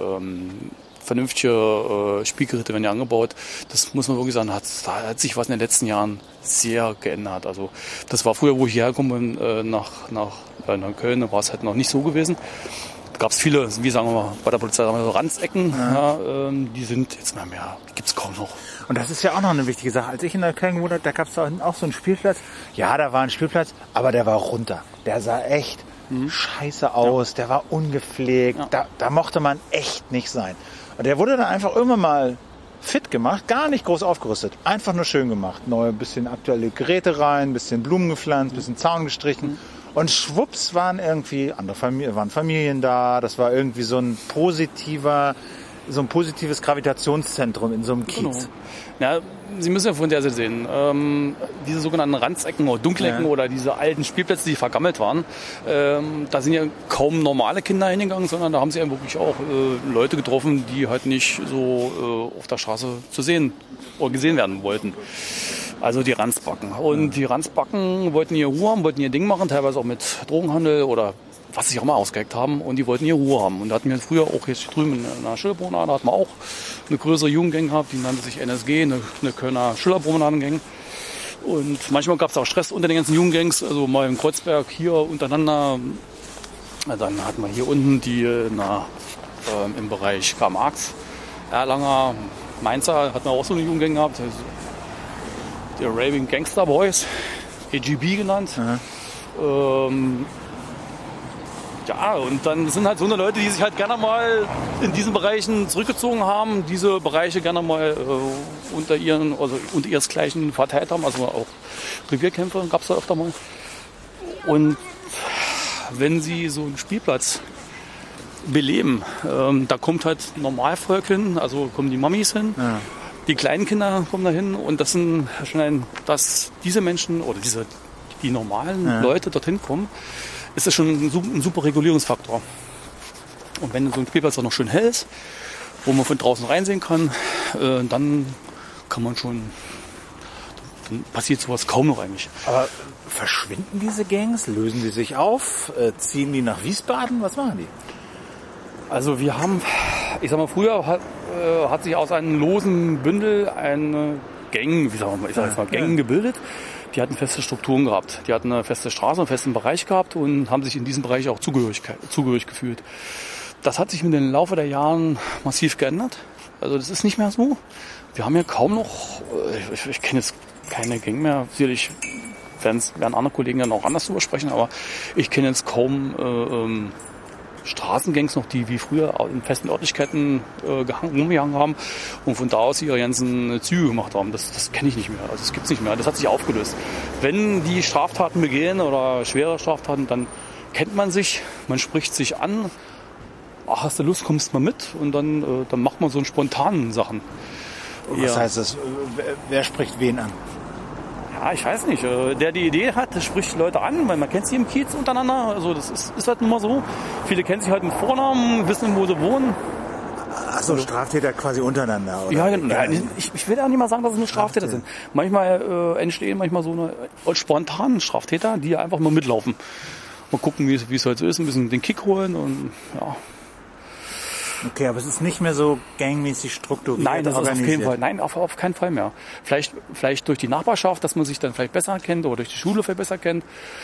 vernünftige Spielgeräte werden ja angebaut. Das muss man wirklich sagen, da hat sich was in den letzten Jahren sehr geändert. Also das war früher, wo ich hierher komme, nach Köln, da war es halt noch nicht so gewesen. Da gab es viele, wie sagen wir mal, bei der Polizei sagen wir so Randsecken, die sind jetzt mal mehr, die gibt es kaum noch. Und das ist ja auch noch eine wichtige Sache. Als ich in der Köln gewohnt habe, da gab es auch so einen Spielplatz. Ja, da war ein Spielplatz, aber der war runter. Der sah echt scheiße aus, der war ungepflegt, da mochte man echt nicht sein. Und der wurde dann einfach irgendwann mal fit gemacht, gar nicht groß aufgerüstet, einfach nur schön gemacht. Neue, bisschen aktuelle Geräte rein, bisschen Blumen gepflanzt, bisschen Zaun gestrichen. Und schwupps waren irgendwie waren Familien da, das war irgendwie so ein positives Gravitationszentrum in so einem Kiez. Genau. Ja, Sie müssen ja von der Seite sehen, diese sogenannten Randsecken oder Dunklecken oder diese alten Spielplätze, die vergammelt waren, da sind ja kaum normale Kinder hingegangen, sondern da haben sie ja wirklich auch Leute getroffen, die halt nicht so auf der Straße zu sehen oder gesehen werden wollten. Also die Ranzbacken. Und die Ranzbacken wollten hier Ruhe haben, wollten ihr Ding machen, teilweise auch mit Drogenhandel oder was sich auch mal ausgeheckt haben, und die wollten hier Ruhe haben. Und da hatten wir früher auch jetzt drüben in der Schillerpromenade, da hatten wir auch eine größere Jugendgang gehabt, die nannte sich NSG, eine Kölner Schillerpromenadengang. Und manchmal gab es auch Stress unter den ganzen Jugendgangs, also mal in Kreuzberg hier untereinander. Dann hatten wir hier unten die im Bereich Karl Marx, Erlanger, Mainzer, hatten wir auch so eine Jugendgang gehabt, die Raving Gangster Boys, AGB genannt. Ja, und dann sind halt so eine Leute, die sich halt gerne mal in diesen Bereichen zurückgezogen haben, diese Bereiche gerne mal unter ihresgleichen verteilt haben, also auch Revierkämpfe gab es da öfter mal. Und wenn sie so einen Spielplatz beleben, da kommt halt Normalvolk hin, also kommen die Mamis hin, die kleinen Kinder kommen da hin und das sind schon dass diese Menschen oder die normalen Leute dorthin kommen, ist das schon ein super Regulierungsfaktor. Und wenn so ein Spielplatz auch noch schön hell ist, wo man von draußen reinsehen kann, dann kann man schon, dann passiert sowas kaum noch eigentlich. Aber verschwinden diese Gangs? Lösen die sich auf? Ziehen die nach Wiesbaden? Was machen die? Also wir haben, ich sag mal, früher hat sich aus einem losen Bündel eine Gang, Gang gebildet. Die hatten feste Strukturen gehabt. Die hatten eine feste Straße, einen festen Bereich gehabt und haben sich in diesem Bereich auch zugehörig gefühlt. Das hat sich mit dem Laufe der Jahren massiv geändert. Also das ist nicht mehr so. Wir haben ja kaum noch, ich kenne jetzt keine Gang mehr, sicherlich werden andere Kollegen dann auch anders drüber sprechen, aber ich kenne jetzt kaum Straßengangs noch, die wie früher in festen Örtlichkeiten rumgehangen haben und von da aus ihre ganzen Züge gemacht haben. Das kenne ich nicht mehr. Also das gibt's nicht mehr. Das hat sich aufgelöst. Wenn die Straftaten begehen oder schwere Straftaten, dann kennt man sich, man spricht sich an. Ach, hast du Lust, kommst mal mit und dann macht man so einen spontanen Sachen. Was heißt das? Wer spricht wen an? Ja, ich weiß nicht. Der die Idee hat, der spricht Leute an, weil man kennt sie im Kiez untereinander. Also das ist halt nun mal so. Viele kennen sich halt mit Vornamen, wissen, wo sie wohnen. Achso, Straftäter quasi untereinander, oder? Ja, genau. Ich will auch nicht mal sagen, dass es nur Straftäter sind. Manchmal entstehen so eine spontanen Straftäter, die einfach mal mitlaufen. Mal gucken, wie es halt so ist, ein bisschen den Kick holen und ja. Okay, aber es ist nicht mehr so gangmäßig strukturiert. Nein, das ist auf keinen Fall. Nein, auf keinen Fall mehr. Vielleicht durch die Nachbarschaft, dass man sich dann vielleicht besser kennt oder durch die Schule vielleicht besser kennt.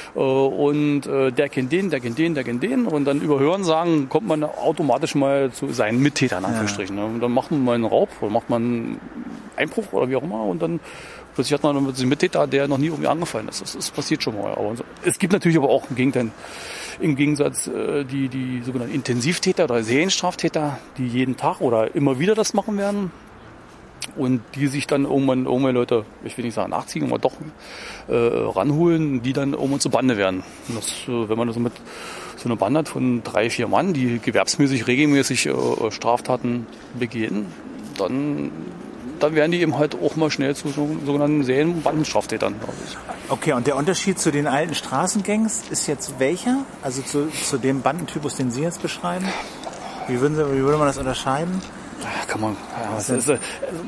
Und der kennt den, der kennt den, der kennt den. Und dann über Hören sagen, kommt man automatisch mal zu seinen Mittätern, in Anführungsstrichen. Und dann macht man mal einen Raub oder macht man einen Einbruch oder wie auch immer. Und dann plötzlich hat man einen Mittäter, der noch nie irgendwie angefallen ist. Das passiert schon mal. Aber es gibt natürlich aber auch im Gegensatz die sogenannten Intensivtäter oder Serienstraftäter, die jeden Tag oder immer wieder das machen werden und die sich dann irgendwann Leute, ich will nicht sagen nachziehen, aber doch ranholen, die dann irgendwann zur Bande werden. Und das, wenn man das mit so einer Bande hat von 3-4 Mann, die gewerbsmäßig regelmäßig Straftaten begehen, dann werden die eben halt auch mal schnell zu sogenannten Serienbandenstraftätern. Okay, und der Unterschied zu den alten Straßengangs ist jetzt welcher? Also zu dem Bandentypus, den Sie jetzt beschreiben? Wie würde man das unterscheiden? Kann man. Ja,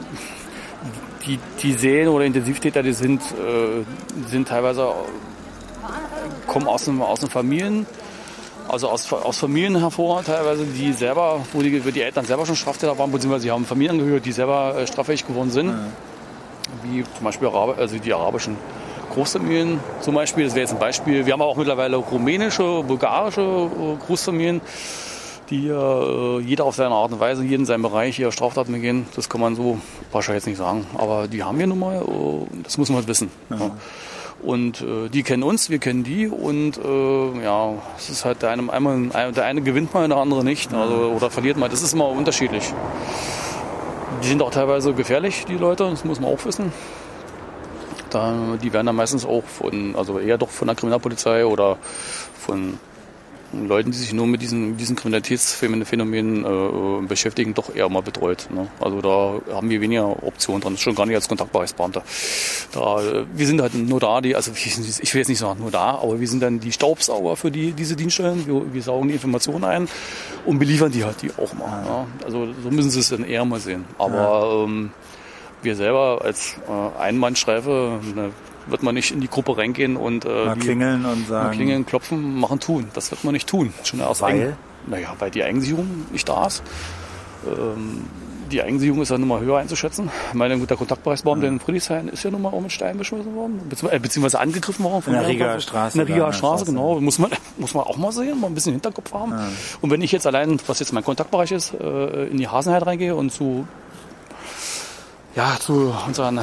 die Serien- oder Intensivtäter, die sind teilweise kommen aus den Familien. Also aus Familien hervor, teilweise, wo die Eltern selber schon Straftäter waren, beziehungsweise sie haben Familienangehörige, die selber straffähig geworden sind. Wie zum Beispiel die arabischen Großfamilien zum Beispiel. Das wäre jetzt ein Beispiel. Wir haben auch mittlerweile rumänische, bulgarische Großfamilien, die jeder auf seine Art und Weise, jeden in seinem Bereich hier Straftaten begehen. Das kann man so wahrscheinlich jetzt nicht sagen. Aber die haben wir nun mal, das muss man halt wissen. Ja. Und die kennen uns, wir kennen die und es ist halt der eine gewinnt mal, der andere nicht, also, oder verliert mal. Das ist immer unterschiedlich. Die sind auch teilweise gefährlich, die Leute, das muss man auch wissen. Die werden dann meistens auch eher doch von der Kriminalpolizei oder von Leuten, die sich nur mit diesen Kriminalitätsphänomenen beschäftigen, doch eher mal betreut. Ne? Also da haben wir weniger Optionen dran. Das ist schon gar nicht als Kontaktbereichsbeamter. Wir sind halt nur da, ich will jetzt nicht sagen nur da, aber wir sind dann die Staubsauger für diese Dienststellen. Wir saugen die Informationen ein und beliefern die auch mal. Ja? Also so müssen Sie es dann eher mal sehen. Aber wir selber als Einmannstreife wird man nicht in die Gruppe reingehen und klingeln und sagen. Klingeln, klopfen, machen, tun. Das wird man nicht tun. Schon erst weil die Eigensicherung nicht da ist. Die Eigensicherung ist ja nun mal höher einzuschätzen. Ich meine, der Kontaktbereichsbeamte in Friedrichshain ist ja nun mal auch mit Steinen beschmissen worden, beziehungsweise angegriffen worden. In der Rigaer Straße. In der Rigaer Straße, genau. Muss man auch mal sehen, mal ein bisschen Hinterkopf haben. Ja. Und wenn ich jetzt allein, was jetzt mein Kontaktbereich ist, in die Hasenheit reingehe und zu unseren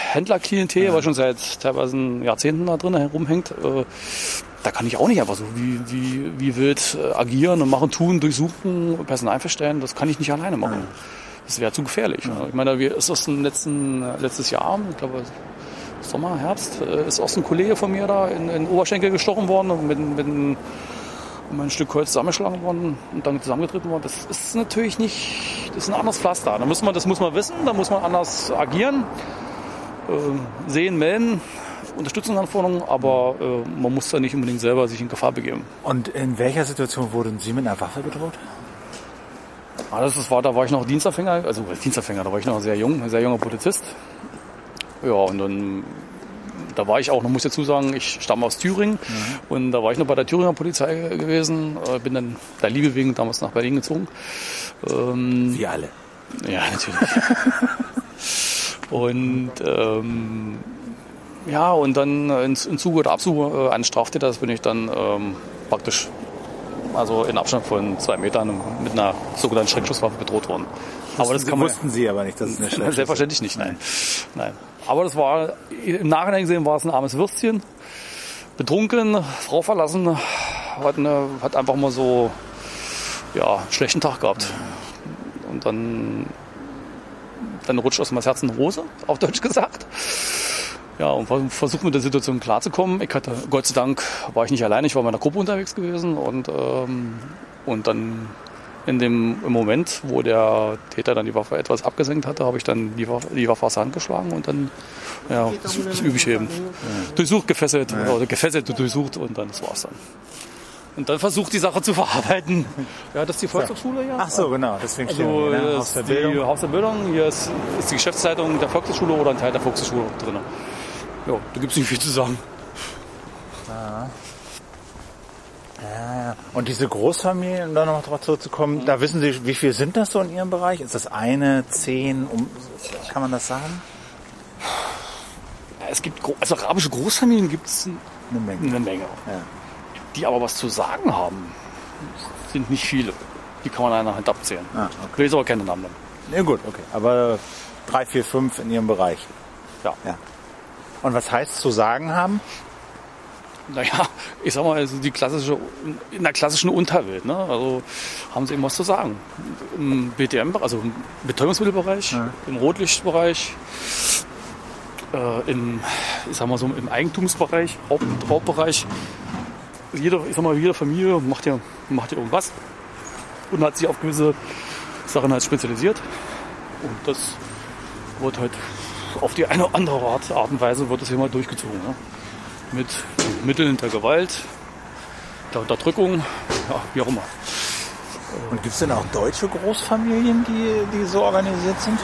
Händlerklientel, was schon seit teilweise Jahrzehnten da drin herumhängt. Da kann ich auch nicht einfach so wie wild agieren und machen, tun, durchsuchen, Personal verstellen. Das kann ich nicht alleine machen. Das wäre zu gefährlich. Ja. Ich meine, es ist letztes Jahr, ich glaube Sommer, Herbst, ist auch ein Kollege von mir da in den Oberschenkel gestochen worden und mit ein Stück Holz zusammengeschlagen worden und dann zusammengetreten worden. Das ist natürlich nicht, das ist ein anderes Pflaster. Das muss man wissen, da muss man anders agieren, sehen, melden, Unterstützungsanforderungen, aber man muss da nicht unbedingt selber sich in Gefahr begeben. Und in welcher Situation wurden Sie mit einer Waffe bedroht? Da war ich noch Dienstanfänger, da war ich noch ein sehr junger Polizist. Ja, und dann, da war ich auch noch, muss ich dazu sagen, ich stamme aus Thüringen und da war ich noch bei der Thüringer Polizei gewesen, bin dann der Liebe wegen damals nach Berlin gezogen. Wie alle. Ja, natürlich. Und und dann im Zuge der Absuche eines Straftäters bin ich dann praktisch in Abstand von 2 Metern mit einer sogenannten Schreckschusswaffe bedroht worden. Wussten Sie aber nicht, dass es eine Schreckschusswaffe ist? Selbstverständlich nicht, nein. Aber das war, im Nachhinein gesehen, war es ein armes Würstchen. Betrunken, Frau verlassen, hat einfach mal so, schlechten Tag gehabt. Und dann rutscht aus dem Herz in die Hose, auf Deutsch gesagt. Ja, und versucht mit der Situation klarzukommen. Gott sei Dank war ich nicht alleine, ich war in meiner Gruppe unterwegs gewesen und dann im Moment, wo der Täter dann die Waffe etwas abgesenkt hatte, habe ich dann die Waffe aus der Hand geschlagen und dann das übliche eben durchsucht, gefesselt, oder gefesselt und durchsucht und dann das war's dann. Und dann versucht die Sache zu verarbeiten. Ja, das ist die Volkshochschule hier. Ach so, genau. Deswegen Haus der Bildung. Haus der Bildung. Hier ist die Geschäftszeitung der Volkshochschule oder ein Teil der Volkshochschule drin. Ja, da gibt es nicht viel zu sagen. Ja. Und diese Großfamilien, um da noch drauf zurückzukommen, da wissen Sie, wie viel sind das so in Ihrem Bereich? Ist das 1, 10? Kann man das sagen? Es gibt, arabische Großfamilien gibt es eine Menge. Ja. Die aber was zu sagen haben, sind nicht viele. Die kann man an einer Hand abzählen. Okay. Ich will jetzt aber keine Namen nennen. Ja gut, okay. Aber 3, 4, 5 in Ihrem Bereich. Ja. Und was heißt zu sagen haben? Naja, ich sag mal, in der klassischen Unterwelt, ne? Also haben sie eben was zu sagen. Im BTM, also im Betäubungsmittelbereich, im Rotlichtbereich, im Eigentumsbereich, Raubbereich. Jede Familie macht ja irgendwas und hat sich auf gewisse Sachen halt spezialisiert. Und das wird halt auf die eine oder andere Art und Weise wird das hier mal durchgezogen. Ne? Mit Mitteln der Gewalt, der Unterdrückung, wie auch immer. Und gibt es denn auch deutsche Großfamilien, die so organisiert sind?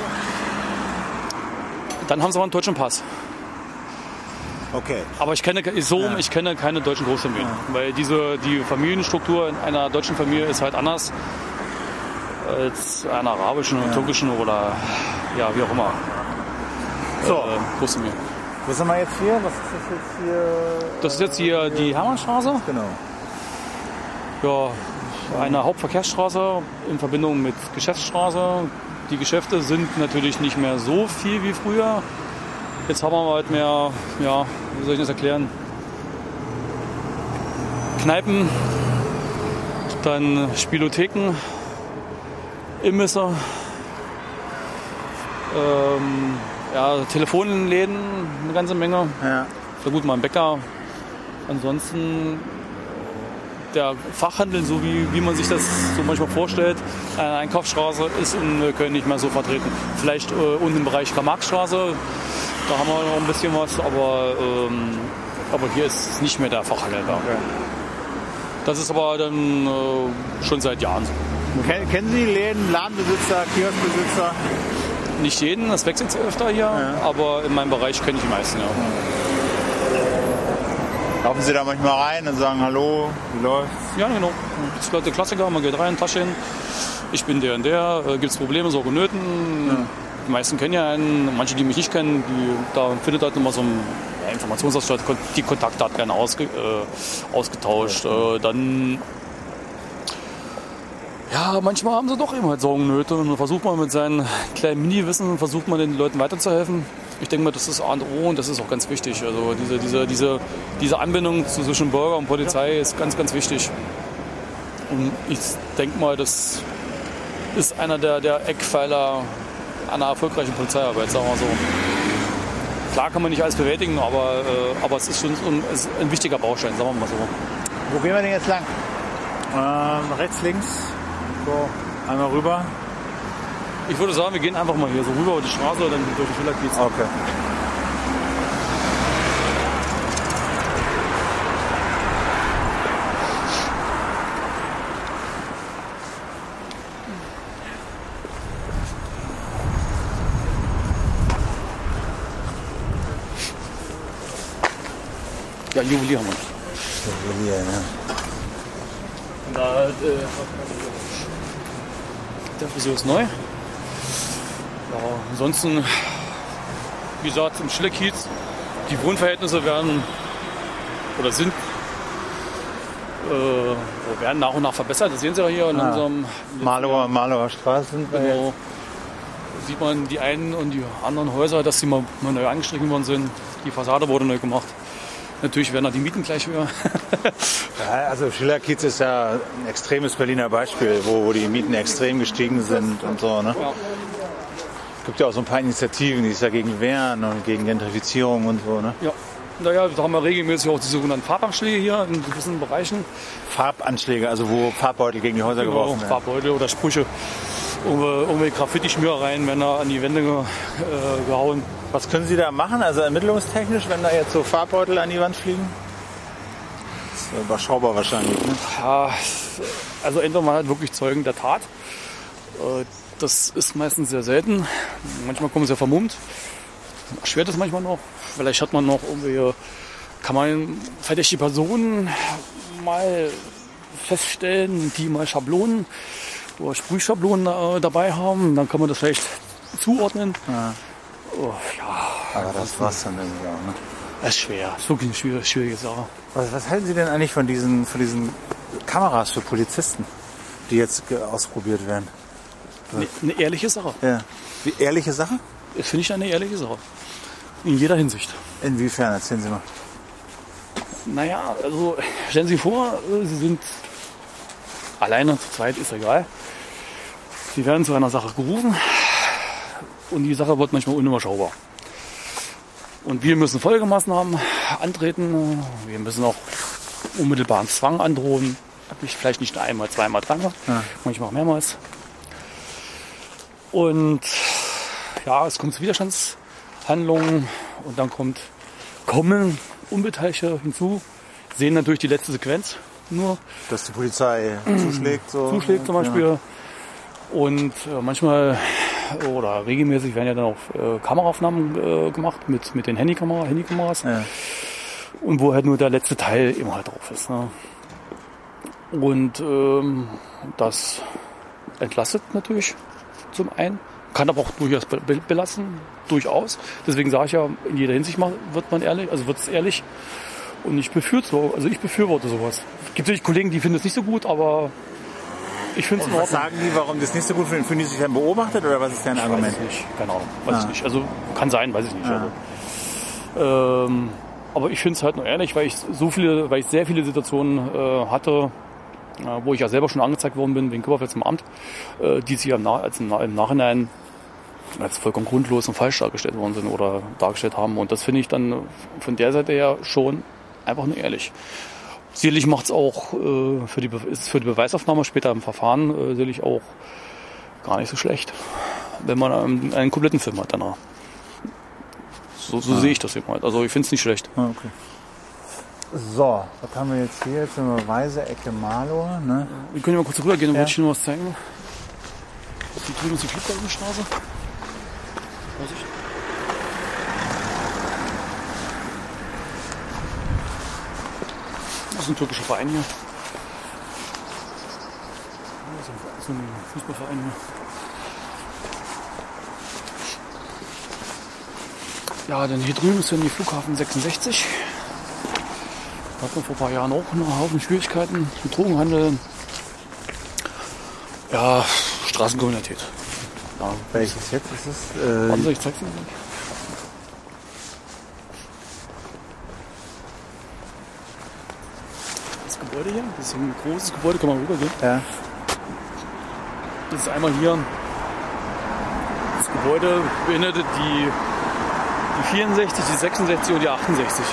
Dann haben sie aber einen deutschen Pass. Okay. Aber ich kenne keine deutschen Großfamilien, weil die Familienstruktur in einer deutschen Familie ist halt anders als einer arabischen oder türkischen oder wie auch immer. Großfamilie. Wo sind wir jetzt hier? Was ist das jetzt hier? Das ist jetzt hier die Hermannstraße. Genau. Ja, eine Hauptverkehrsstraße in Verbindung mit Geschäftsstraße. Die Geschäfte sind natürlich nicht mehr so viel wie früher. Jetzt haben wir halt mehr, wie soll ich das erklären? Kneipen, dann Spielotheken, Imbisse, Telefonläden, eine ganze Menge. Ja. So gut, mal ein Bäcker. Ansonsten der Fachhandel, so wie man sich das so manchmal vorstellt, eine Einkaufsstraße ist in Köln nicht mehr so vertreten. Vielleicht unten im Bereich Karl-Marx-Straße, da haben wir noch ein bisschen was, aber hier ist nicht mehr der Fachhandel da. Okay. Das ist aber dann schon seit Jahren so. Kennen Sie Läden, Ladenbesitzer, Kioskbesitzer? Nicht jeden, das wechselt öfter hier, aber in meinem Bereich kenne ich die meisten, ja. Laufen Sie da manchmal rein und sagen Hallo, wie läuft's? Ja, genau. Das ist der Klassiker, man geht rein, Tasche hin. Ich bin der und der, gibt's Probleme, Sorgen und Nöten. Ja. Die meisten kennen ja einen, manche, die mich nicht kennen, da findet halt immer so ein Informationsaustausch, die Kontaktdaten werden ausgetauscht. Dann manchmal haben sie doch eben halt Sorgen und Nöte und dann versucht man mit seinem kleinen Mini-Wissen, den Leuten weiterzuhelfen. Ich denke mal, das ist A und O und das ist auch ganz wichtig. Also diese Anbindung zwischen Bürger und Polizei ist ganz, ganz wichtig. Und ich denke mal, das ist einer der Eckpfeiler einer erfolgreichen Polizeiarbeit, sagen wir so. Klar kann man nicht alles bewältigen, aber es ist schon ein wichtiger Baustein, sagen wir mal so. Wo gehen wir denn jetzt lang? Rechts, links, so einmal rüber. Ich würde sagen, wir gehen einfach mal hier so rüber über die Straße, dann durch die Villa Kiez. Okay. Ja, Juwelier haben wir. Juwelier, ja. Der Friseur ist neu. Ja, ansonsten, wie gesagt, im Schillerkiez, die Wohnverhältnisse werden nach und nach verbessert. Das sehen Sie ja hier in unserem Malower Straße sind wir genau, sieht man die einen und die anderen Häuser, dass sie mal neu angestrichen worden sind. Die Fassade wurde neu gemacht. Natürlich werden auch die Mieten gleich höher. Ja, also Schillerkiez ist ja ein extremes Berliner Beispiel, wo die Mieten extrem gestiegen sind und so. Ne? Ja. Es gibt ja auch so ein paar Initiativen, die sich dagegen wehren und gegen Gentrifizierung und so. Ne? Ja. Naja, da haben wir regelmäßig auch die sogenannten Farbanschläge hier in gewissen Bereichen. Farbanschläge, also wo Farbbeutel gegen die Häuser geworfen werden. Farbbeutel oder Sprüche. Irgendwelche Graffiti-Schmierereien werden da an die Wände gehauen. Was können Sie da machen, also ermittlungstechnisch, wenn da jetzt so Farbbeutel an die Wand fliegen? Das ist überschaubar wahrscheinlich, ne? Ja, also entweder man hat wirklich Zeugen der Tat. Das ist meistens sehr selten. Manchmal kommen sie ja vermummt. Erschwert es manchmal noch. Vielleicht hat man noch kann man verdächtige Personen mal feststellen, die mal Schablonen oder Sprühschablonen dabei haben. Dann kann man das vielleicht zuordnen. Ja. Oh, ja. Aber das war's dann irgendwie auch, ne? Das ist schwer. Das ist wirklich eine schwierige Sache. Was halten Sie denn eigentlich von diesen Kameras für Polizisten, die jetzt ausprobiert werden? Eine ehrliche Sache. Ja. Die ehrliche Sache? Das finde ich eine ehrliche Sache. In jeder Hinsicht. Inwiefern? Erzählen Sie mal. Naja, also stellen Sie sich vor, Sie sind alleine, zu zweit, ist egal. Sie werden zu einer Sache gerufen und die Sache wird manchmal unüberschaubar. Und wir müssen Folgemaßnahmen antreten. Wir müssen auch unmittelbaren Zwang androhen. Vielleicht nicht nur einmal, zweimal, dreimal, manchmal auch mehrmals. Und ja, es kommt zu Widerstandshandlungen und dann kommen Unbeteiligte hinzu, sehen natürlich die letzte Sequenz nur. Dass die Polizei zuschlägt. Zuschlägt zum Beispiel. Ja. Und manchmal oder regelmäßig werden ja dann auch Kameraaufnahmen gemacht mit den Handykameras. Ja. Und wo halt nur der letzte Teil immer halt drauf ist. Ne? Und das entlastet natürlich zum einen. Kann aber auch durchaus belasten, durchaus. Deswegen sage ich ja, in jeder Hinsicht wird es ehrlich. Und ich befürworte sowas. Es gibt natürlich Kollegen, die finden es nicht so gut, aber ich finde es in Ordnung. Was sagen die, warum das nicht so gut finden? Fühlen die sich dann beobachtet oder was ist dein Argument? Weiß ich nicht, keine Ahnung, weiß ich nicht. Also kann sein, weiß ich nicht. Aber ich finde es halt nur ehrlich, weil ich sehr viele Situationen hatte, wo ich ja selber schon angezeigt worden bin wegen Körperverletzung im Amt, die sich im Nachhinein als vollkommen grundlos und falsch dargestellt worden sind oder dargestellt haben. Und das finde ich dann von der Seite her schon einfach nur ehrlich. Sicherlich macht es auch für die Beweisaufnahme später im Verfahren sicherlich auch gar nicht so schlecht, wenn man einen kompletten Film hat danach. So sehe ich das eben halt. Also ich finde es nicht schlecht. Okay. So, was haben wir jetzt hier? Jetzt sind wir Weise, Ecke Malow. Ne? Wir können ja mal kurz rübergehen, dann wollte ich Ihnen was zeigen. Die drüben ist die Flugzeugstraße. Vorsicht. Das ist ein türkischer Verein hier. Das ist ein Fußballverein hier. Ja, dann hier drüben ist dann die Flughafen 66. Da hatten wir vor ein paar Jahren auch einen Haufen Schwierigkeiten mit Drogenhandel. Ja, Straßenkriminalität. Ja. Welches jetzt ist es? Warte, ich zeig's Ihnen. Gebäude hier. Das ist ein großes Gebäude, kann man rübergehen. Ja. Das ist einmal hier. Das Gebäude beinhaltet die 64, die 66 und die 68.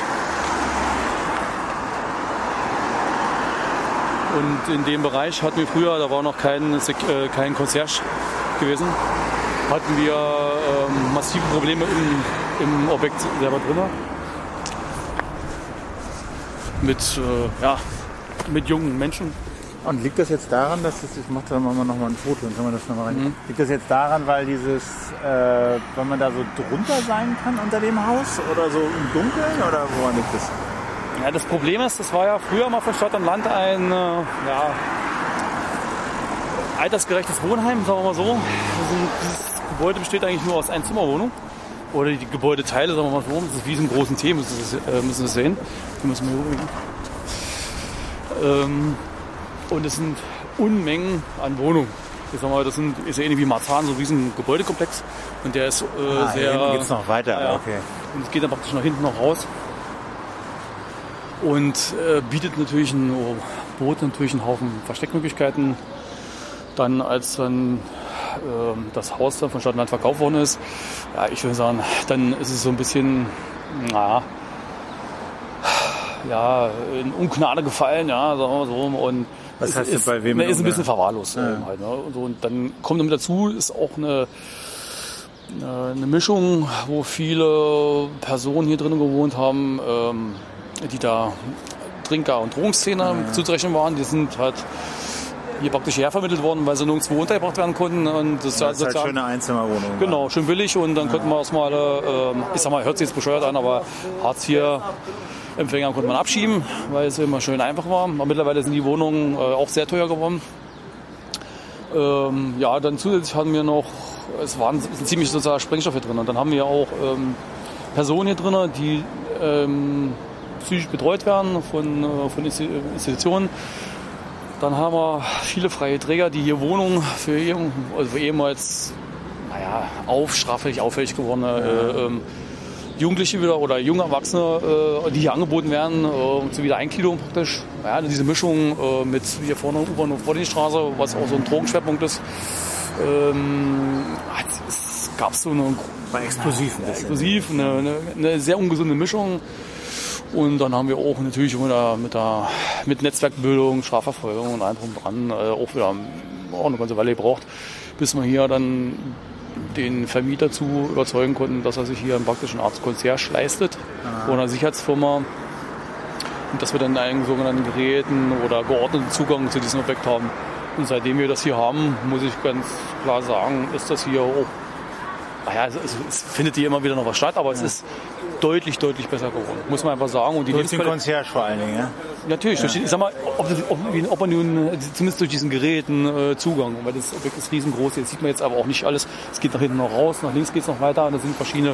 Und in dem Bereich hatten wir früher, da war noch kein Concierge gewesen, hatten wir massive Probleme im Objekt selber drin. Mit jungen Menschen. Und liegt das jetzt daran, dass ich mache da mal noch mal ein Foto, dann kann man das noch mal rein. Liegt das jetzt daran, weil weil man da so drunter sein kann unter dem Haus oder so im Dunkeln oder woran liegt das? Ja, das Problem ist, das war ja früher mal von Stadt und Land ein altersgerechtes Wohnheim, sagen wir mal so. Dieses Gebäude besteht eigentlich nur aus Einzimmerwohnungen. Oder die Gebäudeteile, sagen wir mal so. Das ist wie so ein großen T, müssen Sie das sehen. Die müssen wir überlegen. Und es sind Unmengen an Wohnungen. Ich sag mal, das ist ja ähnlich wie Marzahn, so ein riesen Gebäudekomplex. Und der ist sehr... Hier geht's noch weiter, ja, okay. Und es geht dann praktisch nach hinten noch raus. Und bietet natürlich einen Haufen Versteckmöglichkeiten. Dann, als das Haus dann von Stadt und Land verkauft worden ist, ja, ich würde sagen, dann ist es so ein bisschen, in Ungnade gefallen, ja, sagen wir mal so. Und was heißt denn bei wem? Ist ein bisschen verwahrlost. Ja. Halt, ne? Und dann kommt damit dazu, ist auch eine Mischung, wo viele Personen hier drinnen gewohnt haben, die da Trinker- und Drogenszene zuzurechnen waren. Die sind halt hier praktisch hervermittelt worden, weil sie nirgendwo untergebracht werden konnten. Und das ist halt schöne Einzimmerwohnung. Genau, schön billig. Und dann konnten wir erstmal, ich sag mal, hört sich jetzt bescheuert an, aber Hartz-IV-Empfänger konnte man abschieben, weil es immer schön einfach war. Aber mittlerweile sind die Wohnungen auch sehr teuer geworden. Dann zusätzlich hatten wir noch, es waren ziemlich sozialer Sprengstoff hier drin. Und dann haben wir auch Personen hier drin, die psychisch betreut werden von Institutionen. Dann haben wir viele freie Träger, die hier Wohnungen für ehemals straffällig auffällig gewordene Jugendliche wieder oder junge Erwachsene, die hier angeboten werden zur Wiedereingliederung praktisch. Ja, diese Mischung mit hier vorne U-Bahn und Vordienststraße, was auch so ein Drogenschwerpunkt ist. Es gab so eine... War explosiv. Eine sehr ungesunde Mischung. Und dann haben wir auch natürlich mit Netzwerkbildung, Strafverfolgung und allem drum dran auch eine ganze Weile gebraucht, bis wir hier dann den Vermieter zu überzeugen konnten, dass er sich hier einen praktischen Art Concierge leistet von einer Sicherheitsfirma. Und dass wir dann einen sogenannten Geräten oder geordneten Zugang zu diesem Objekt haben. Und seitdem wir das hier haben, muss ich ganz klar sagen, ist das hier auch, es findet hier immer wieder noch was statt, aber es ist deutlich besser geworden, muss man einfach sagen. Und durch den Concierge vor allen Dingen, ja? Natürlich, ich sag mal, ob man nun, zumindest durch diesen Geräten Zugang, weil das Objekt ist riesengroß, jetzt sieht man jetzt aber auch nicht alles, es geht nach hinten noch raus, nach links geht es noch weiter, und da sind verschiedene,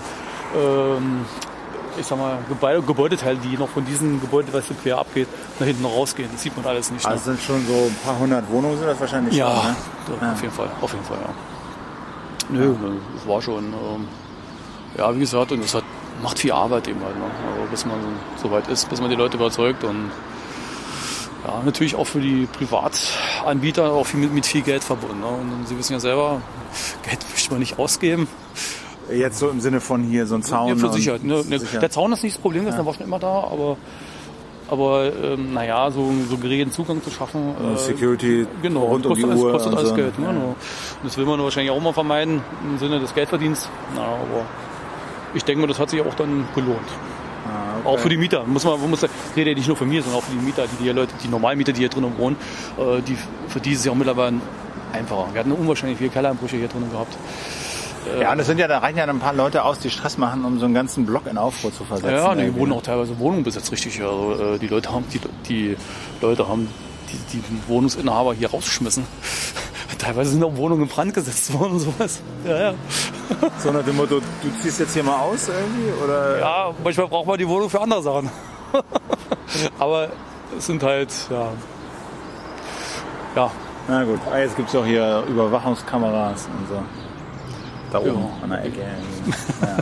Gebäudeteile, die noch von diesem Gebäude, was so quer abgeht, nach hinten noch rausgehen, das sieht man alles nicht. Also sind schon so ein paar hundert Wohnungen, sind das wahrscheinlich schon, ne? Ja, auf jeden Fall, ja. Nö, das war schon, wie gesagt, und das macht viel Arbeit eben halt, ne? Also, bis man so weit ist, bis man die Leute überzeugt, und ja, natürlich auch für die Privatanbieter auch mit viel Geld verbunden, ne? Und Sie wissen ja selber, Geld möchte man nicht ausgeben. Jetzt so im Sinne von hier so ein Zaun? Ja, für Sicherheit. Ne? Der Zaun ist nicht das Problem, der war schon immer da, aber so geregelten Zugang zu schaffen. Security rund um die Uhr. Kostet alles so. Geld. Ne? Ja. Und das will man wahrscheinlich auch mal vermeiden im Sinne des Geldverdienst. Aber ich denke mal, das hat sich auch dann gelohnt. Okay. Auch für die Mieter. Ich rede ja nicht nur für mich, sondern auch für die Mieter, die normalen Mieter, die hier drinnen wohnen, für die ist es ja auch mittlerweile einfacher. Wir hatten unwahrscheinlich viele Kellereinbrüche hier drinnen gehabt. Ja, und da reichen ja ein paar Leute aus, die Stress machen, um so einen ganzen Block in Aufruhr zu versetzen. Ja, die wurden auch teilweise Wohnungen besetzt, richtig. Also, die Leute haben die Wohnungsinhaber hier rausgeschmissen. Teilweise sind auch Wohnungen in Brand gesetzt worden und sowas. Ja. So nach dem Motto, du ziehst jetzt hier mal aus irgendwie? Oder? Ja, manchmal braucht man die Wohnung für andere Sachen. Aber es sind halt, ja. Na gut, jetzt gibt es auch hier Überwachungskameras und so. Da oben an der Ecke. Ja,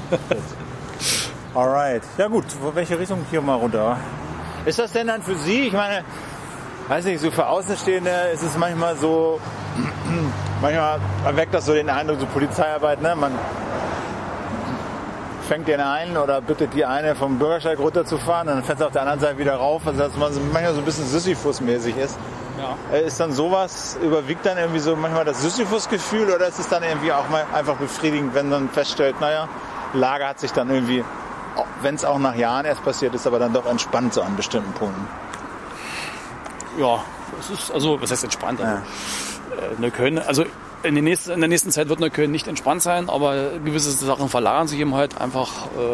alright. Ja gut, welche Richtung hier mal runter? Ist das denn dann für Sie? Ich meine, weiß nicht, so für Außenstehende ist es manchmal so, manchmal erweckt das so den Eindruck, so Polizeiarbeit, ne? Man fängt den einen oder bittet die eine vom Bürgersteig runterzufahren, dann fährt sie auf der anderen Seite wieder rauf, also dass man so manchmal so ein bisschen Sisyphus-mäßig ist. Ja. Ist dann sowas, überwiegt dann irgendwie so manchmal das Sisyphus-Gefühl oder ist es dann irgendwie auch mal einfach befriedigend, wenn man feststellt, naja, Lage hat sich dann irgendwie, wenn es auch nach Jahren erst passiert ist, aber dann doch entspannt so an bestimmten Punkten. Ja, es ist, also, was heißt entspannt? Also, Neukölln, also in der nächsten Zeit wird Neukölln nicht entspannt sein, aber gewisse Sachen verlagern sich eben halt einfach.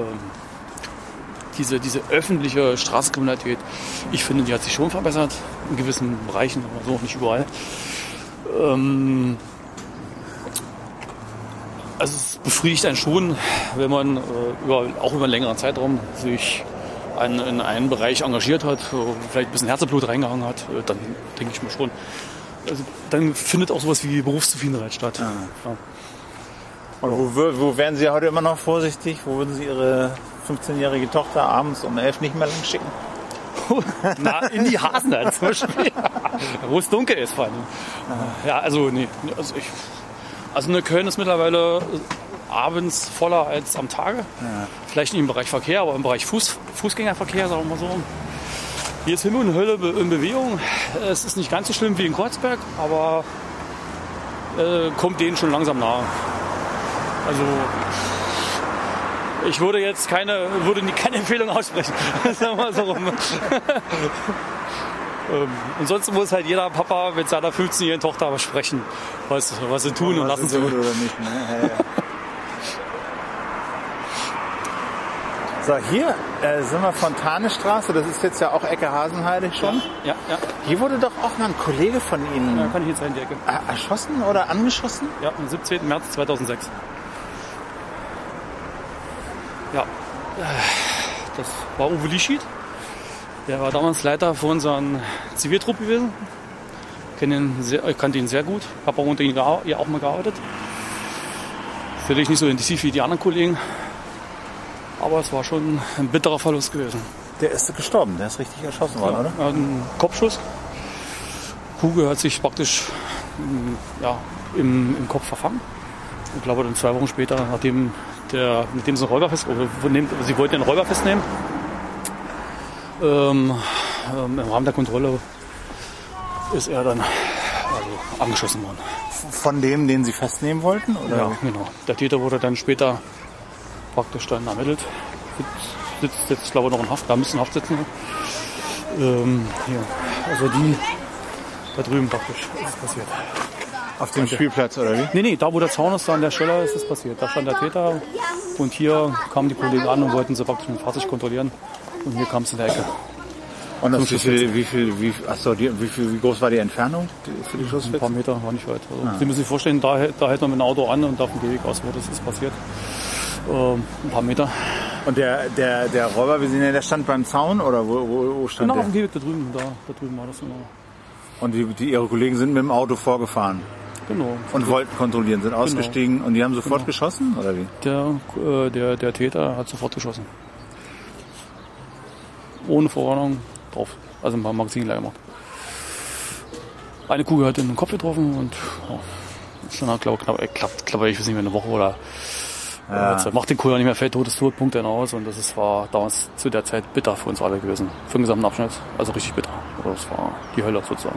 Diese öffentliche Straßenkriminalität, ich finde, die hat sich schon verbessert in gewissen Bereichen, aber so auch nicht überall. Also es befriedigt einen schon, wenn man auch über einen längeren Zeitraum sich in einen Bereich engagiert hat, vielleicht ein bisschen Herzblut reingehangen hat, dann denke ich mir schon. Also dann findet auch sowas wie Berufszufriedenheit statt. Ja. Und wo wären Sie heute immer noch vorsichtig? Wo würden Sie Ihre 15-jährige Tochter abends um 11 nicht mehr lang schicken? Na, in die Hasenheim zum Beispiel. Wo es dunkel ist vor allem. Ja, also nee. Also Neukölln ist mittlerweile abends voller als am Tage. Ja. Vielleicht nicht im Bereich Verkehr, aber im Bereich Fußgängerverkehr, sagen wir mal so. Hier ist Himmel und Hölle in Bewegung. Es ist nicht ganz so schlimm wie in Kreuzberg, aber kommt denen schon langsam nahe. Also ich würde jetzt keine Empfehlung aussprechen. Sagen wir mal so rum. Ansonsten muss halt jeder Papa mit seiner 15-jährigen Tochter aber sprechen, was sie tun und lassen tun. Oder nicht, ne? Ja. So, hier sind wir Fontanestraße, das ist jetzt ja auch Ecke Hasenheide schon. Ja. Hier wurde doch auch mal ein Kollege von Ihnen kann ich jetzt in die Ecke. Erschossen oder angeschossen? Ja, am 17. März 2006. Ja, das war Uwe Lieschied. Der war damals Leiter für unseren Ziviltrupp gewesen. Ich kannte ihn sehr gut, habe auch unter ihm auch mal gearbeitet. Natürlich nicht so intensiv wie die anderen Kollegen, aber es war schon ein bitterer Verlust gewesen. Der ist gestorben, der ist richtig erschossen worden, oder? Er hat einen Kopfschuss. Kugel hat sich praktisch im Kopf verfangen. Ich glaube, dann 2 Wochen später, mit dem sie einen Räuber sie wollten den Räuber festnehmen. Im Rahmen der Kontrolle ist er dann angeschossen worden. Von dem, den Sie festnehmen wollten? Oder? Ja, genau. Der Täter wurde dann später praktisch dann ermittelt. Sitzt jetzt, glaube ich, noch in Haft. Da müssen Haft sitzen. Hier. Also die da drüben praktisch ist es passiert. Auf dem Spielplatz, oder wie? Nee, da wo der Zaun ist, da an der Stelle ist es passiert. Da stand der Täter und hier kamen die Kollegen an und wollten sie praktisch mit dem Fahrzeug kontrollieren. Und hier kam es in der Ecke. Und das wie groß war die Entfernung für die Schusswitze? Ein paar Meter, war nicht weit. Also Sie müssen sich vorstellen, da hält man mit dem Auto an und da vom Gehweg aus, wo das ist passiert. Ein paar Meter. Und der Räuber, wie Sie nennen, der stand beim Zaun oder wo stand genau, der? auf dem Gehweg da drüben war das immer. Und Ihre Kollegen sind mit dem Auto vorgefahren? Genau. Und wollten kontrollieren, sind ausgestiegen und die haben sofort geschossen, oder wie? Der Täter hat sofort geschossen. Ohne Vorwarnung drauf. Also ein paar Magazin gleich gemacht. Eine Kugel hat in den Kopf getroffen und schon hat, glaube ich, weiß nicht mehr, eine Woche oder macht den Kohl nicht mehr, fällt Todestod, dann aus. Und das war damals zu der Zeit bitter für uns alle gewesen. Für den gesamten Abschnitt. Also richtig bitter. Das war die Hölle sozusagen.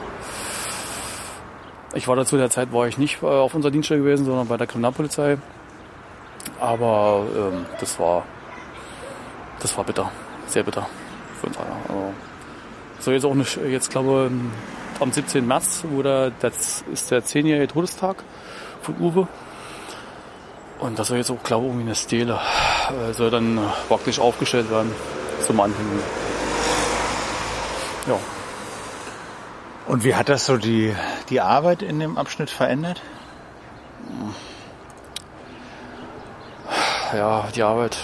Ich war zu der Zeit war ich nicht auf unserer Dienststelle gewesen, sondern bei der Kriminalpolizei. Aber das war bitter. Sehr bitter für uns alle. Also, so jetzt auch nicht, jetzt glaube am 17. März, das ist der 10-jährige Todestag von Uwe. Und das soll jetzt auch, glaube ich, irgendwie eine Stele soll dann praktisch aufgestellt werden zum Anhängen. Ja. Und wie hat das so die Arbeit in dem Abschnitt verändert? Ja, die Arbeit.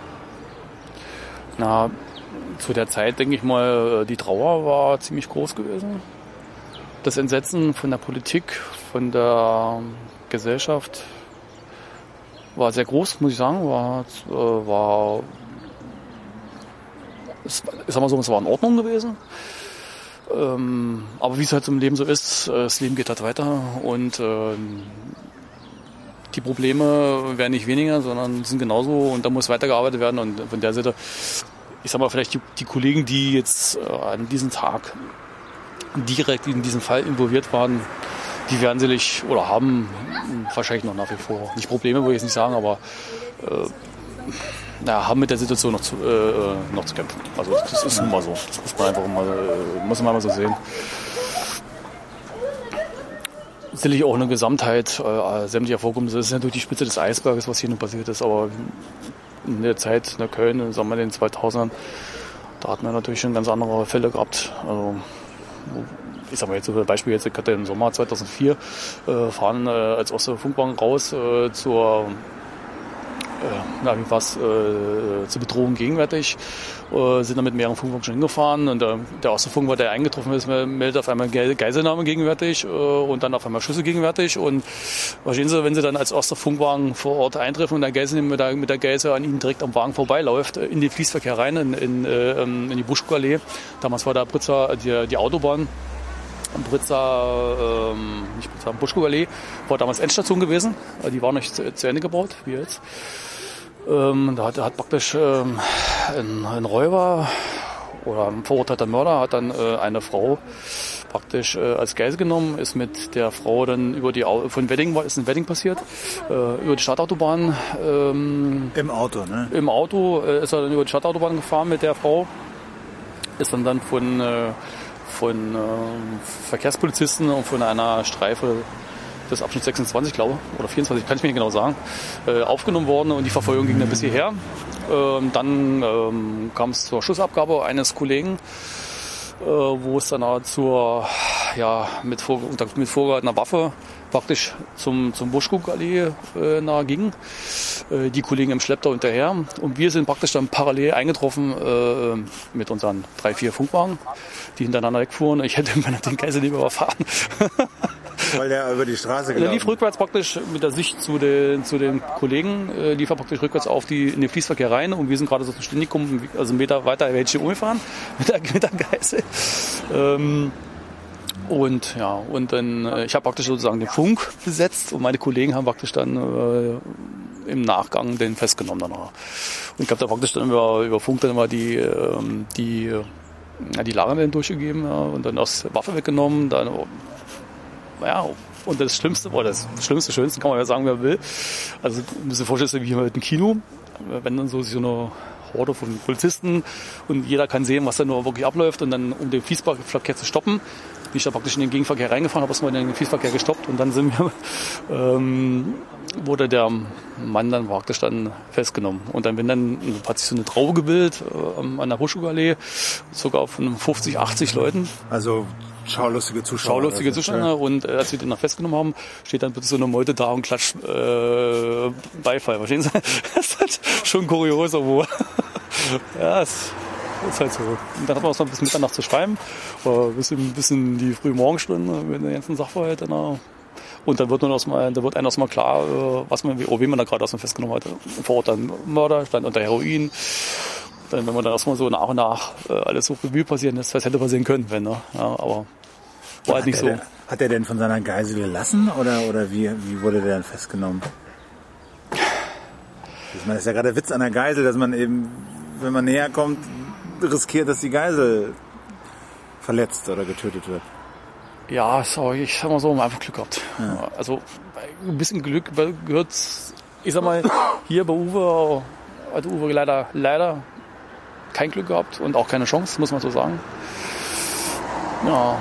Zu der Zeit, denke ich mal, die Trauer war ziemlich groß gewesen. Das Entsetzen von der Politik, von der Gesellschaft war sehr groß, muss ich sagen. Es war in Ordnung gewesen. Aber wie es halt im Leben so ist, das Leben geht halt weiter und die Probleme werden nicht weniger, sondern sind genauso und da muss weitergearbeitet werden und von der Seite, ich sag mal, vielleicht die Kollegen, die jetzt an diesem Tag direkt in diesem Fall involviert waren, die werden sicherlich oder haben wahrscheinlich noch nach wie vor, nicht Probleme, würde ich jetzt nicht sagen, aber haben mit der Situation noch zu kämpfen. Also das ist nun mal so. Das muss man einfach mal so sehen. Sicherlich auch eine Gesamtheit sämtlicher Vorkommnisse. Das ist natürlich die Spitze des Eisberges, was hier nun passiert ist. Aber in der Zeit in Köln, sagen wir in den 2000ern, da hat man natürlich schon ganz andere Fälle gehabt. Also, ich sag mal jetzt zum Beispiel, ich hatte im Sommer 2004 fahren als Ostseefunkwagen raus zur zur Bedrohung gegenwärtig, sind dann mit mehreren Funkwagen schon hingefahren und der Ostseefunkwagen, der eingetroffen ist, meldet auf einmal Geiselnahme gegenwärtig und dann auf einmal Schüsse gegenwärtig und verstehen Sie, wenn Sie dann als Ostseefunkwagen vor Ort eintreffen und der Geisel mit der Geisel an Ihnen direkt am Wagen vorbeiläuft, in den Fließverkehr rein, in die Buschkuallee, damals war da Britzer, die Autobahn, Buschkuallee war damals Endstation gewesen, die war nicht zu Ende gebaut, wie jetzt. Da hat praktisch ein Räuber oder ein verurteilter Mörder hat dann eine Frau praktisch als Geisel genommen, ist mit der Frau dann von Wedding, ist in Wedding passiert, über die Stadtautobahn. Im Auto, ne? Im Auto ist er dann über die Stadtautobahn gefahren mit der Frau, ist dann von Verkehrspolizisten und von einer Streife des Abschnitt 26, glaube ich, oder 24, kann ich mir nicht genau sagen, aufgenommen worden und die Verfolgung ging dann bis hierher. Dann kam es zur Schussabgabe eines Kollegen, wo es dann mit vorgehaltener Waffe praktisch zum Buschkuallee nahe ging. Die Kollegen im Schlepptau hinterher. Und wir sind praktisch dann parallel eingetroffen mit unseren 3-4 Funkwagen, die hintereinander wegfuhren. Ich hätte den Geisel lieber überfahren. Weil der über die Straße gelaufen ist. Der lief rückwärts praktisch mit der Sicht zu den Kollegen, lief er praktisch rückwärts in den Fließverkehr rein und wir sind gerade so zum Ständikum, also einen Meter weiter hätte ich hier umgefahren mit der Geisel. Und dann, ich habe praktisch sozusagen den Funk besetzt und meine Kollegen haben praktisch dann im Nachgang den festgenommen danach. Und ich habe da praktisch dann über Funk dann immer die Lage dann durchgegeben und dann aus Waffe weggenommen, dann und das Schlimmste, Schönste kann man ja sagen, wer will. Also ein bisschen vorstellen, wie mit dem Kino, wenn dann so eine Horde von Polizisten und jeder kann sehen, was da nur wirklich abläuft und dann, um den Fließverkehr zu stoppen, bin ich da praktisch in den Gegenverkehr reingefahren, habe erstmal in den Fließverkehr gestoppt und dann wurde der Mann dann praktisch dann festgenommen. Und dann hat sich so eine Traube gebildet an der Buschkuallee, sogar von 50, 80 Leuten. Also schaulustige Zuschauer. Und als wir den noch festgenommen haben, steht dann plötzlich so eine Meute da und klatscht Beifall. Verstehen Sie? Das ist halt schon kurios, wo es ist halt so. Und dann hat man es noch bis Mitternacht zu schreiben, bis in die frühen Morgenstunden mit den ganzen Sachverhalt. Und dann wird einem erstmal klar, wen man da gerade festgenommen hat. Vor Ort dann Mörder, stand unter Heroin. Dann, wenn man dann erstmal so nach und nach alles so Revue passieren lässt, was hätte passieren können, aber war halt nicht so. Hat er denn von seiner Geisel gelassen oder wie wurde der dann festgenommen? Ich meine, das ist ja gerade der Witz an der Geisel, dass man eben, wenn man näher kommt, riskiert, dass die Geisel verletzt oder getötet wird. Ja, ich sag mal so, einfach Glück gehabt. Ja. Also ein bisschen Glück gehört, ich sag mal, hier bei Uwe hat Uwe leider kein Glück gehabt und auch keine Chance, muss man so sagen. Ja,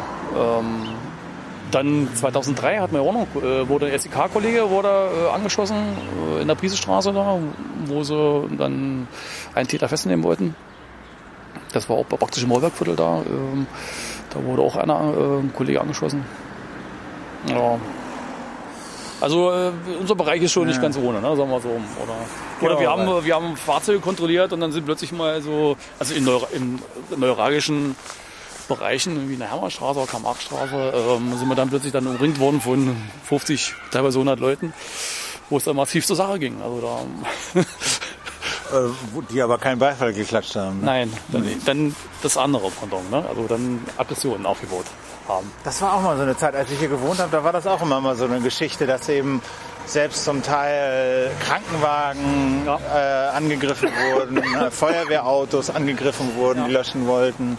dann 2003 hat man ja auch noch, wurde ein SEK-Kollege angeschossen in der Priesestraße da, wo sie dann einen Täter festnehmen wollten. Das war auch praktisch im Mollbergviertel da. Da wurde auch ein Kollege angeschossen. Ja. Also unser Bereich ist schon nicht ganz ohne, ne? Sagen wir so. Oder wir haben Fahrzeuge kontrolliert und dann sind plötzlich mal so, also in neuralgischen Bereichen wie in der Hermannstraße oder Karl-Marx-Straße sind wir dann plötzlich umringt worden von 50, teilweise 100 Leuten, wo es dann massiv zur Sache ging. Also da Die aber keinen Beifall geklatscht haben. Ne? Nein, dann das andere Pendant, ne? Also dann Aggressionen aufgebaut haben. Das war auch mal so eine Zeit, als ich hier gewohnt habe, da war das auch immer mal so eine Geschichte, dass eben selbst zum Teil Krankenwagen angegriffen wurden, Feuerwehrautos angegriffen wurden, die löschen wollten.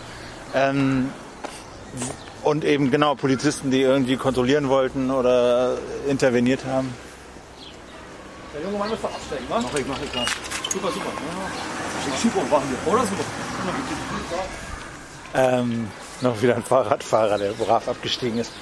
Und eben genau Polizisten, die irgendwie kontrollieren wollten oder interveniert haben. Der junge Mann muss doch absteigen, wa? Mach ich klar. Super. Ja. Super, machen wir. Oder super. Noch wieder ein Fahrradfahrer, der brav abgestiegen ist.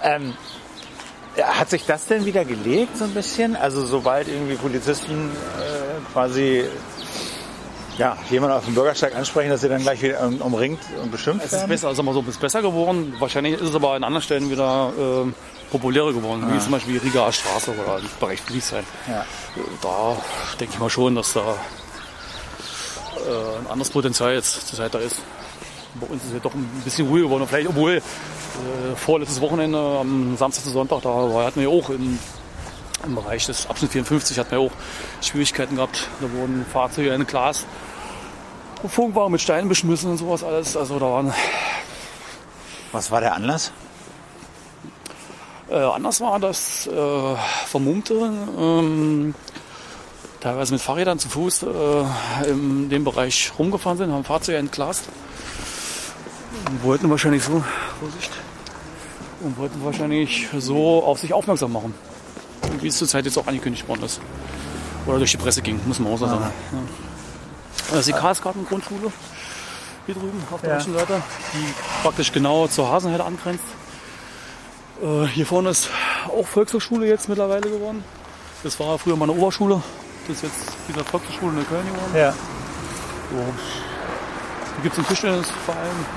Hat sich das denn wieder gelegt, so ein bisschen? Also sobald irgendwie Polizisten quasi jemand auf dem Bürgersteig ansprechen, dass sie dann gleich wieder umringt und beschimpft werden? Es ist besser, also so ein bisschen besser geworden. Wahrscheinlich ist es aber an anderen Stellen wieder populärer geworden, wie zum Beispiel Rigaer Straße oder im Bereich Friedrichshain. Ja. Da denke ich mal schon, dass da ein anderes Potenzial jetzt zur Zeit da ist. Bei uns ist es ja doch ein bisschen ruhiger geworden. Vielleicht, obwohl vorletztes Wochenende am Samstag zu Sonntag, hatten wir auch im Bereich des Abschnitt 54 hatten wir auch Schwierigkeiten gehabt. Da wurden Fahrzeuge in Glas und Funkwagen mit Steinen beschmissen und sowas alles. Also da waren. Was war der Anlass? Anders war, dass Vermummte teilweise mit Fahrrädern zu Fuß in dem Bereich rumgefahren sind, haben Fahrzeuge entglast und wollten wahrscheinlich so auf sich aufmerksam machen. Wie es zurzeit jetzt auch angekündigt worden ist. Oder durch die Presse ging, muss man auch so sagen. Ja. Das ist die Karlsgarten-Grundschule hier drüben auf der rechten Seite, die praktisch genau zur Hasenheide angrenzt. Hier vorne ist auch Volkshochschule jetzt mittlerweile geworden. Das war früher mal eine Oberschule. Das ist jetzt wieder Volkshochschule in Köln geworden. Ja. So. Hier gibt es einen Tischtennisverein.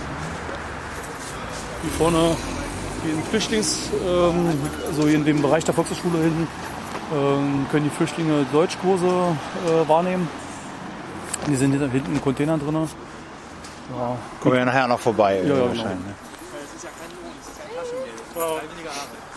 Hier vorne in also in dem Bereich der Volkshochschule hinten, können die Flüchtlinge Deutschkurse wahrnehmen. Die sind hinten in Containern drin. Ja. Kommen wir nachher noch vorbei. Ja, wahrscheinlich. Genau. Es ist ja kein Lohn, es ist ja Taschengeld. Freiwillige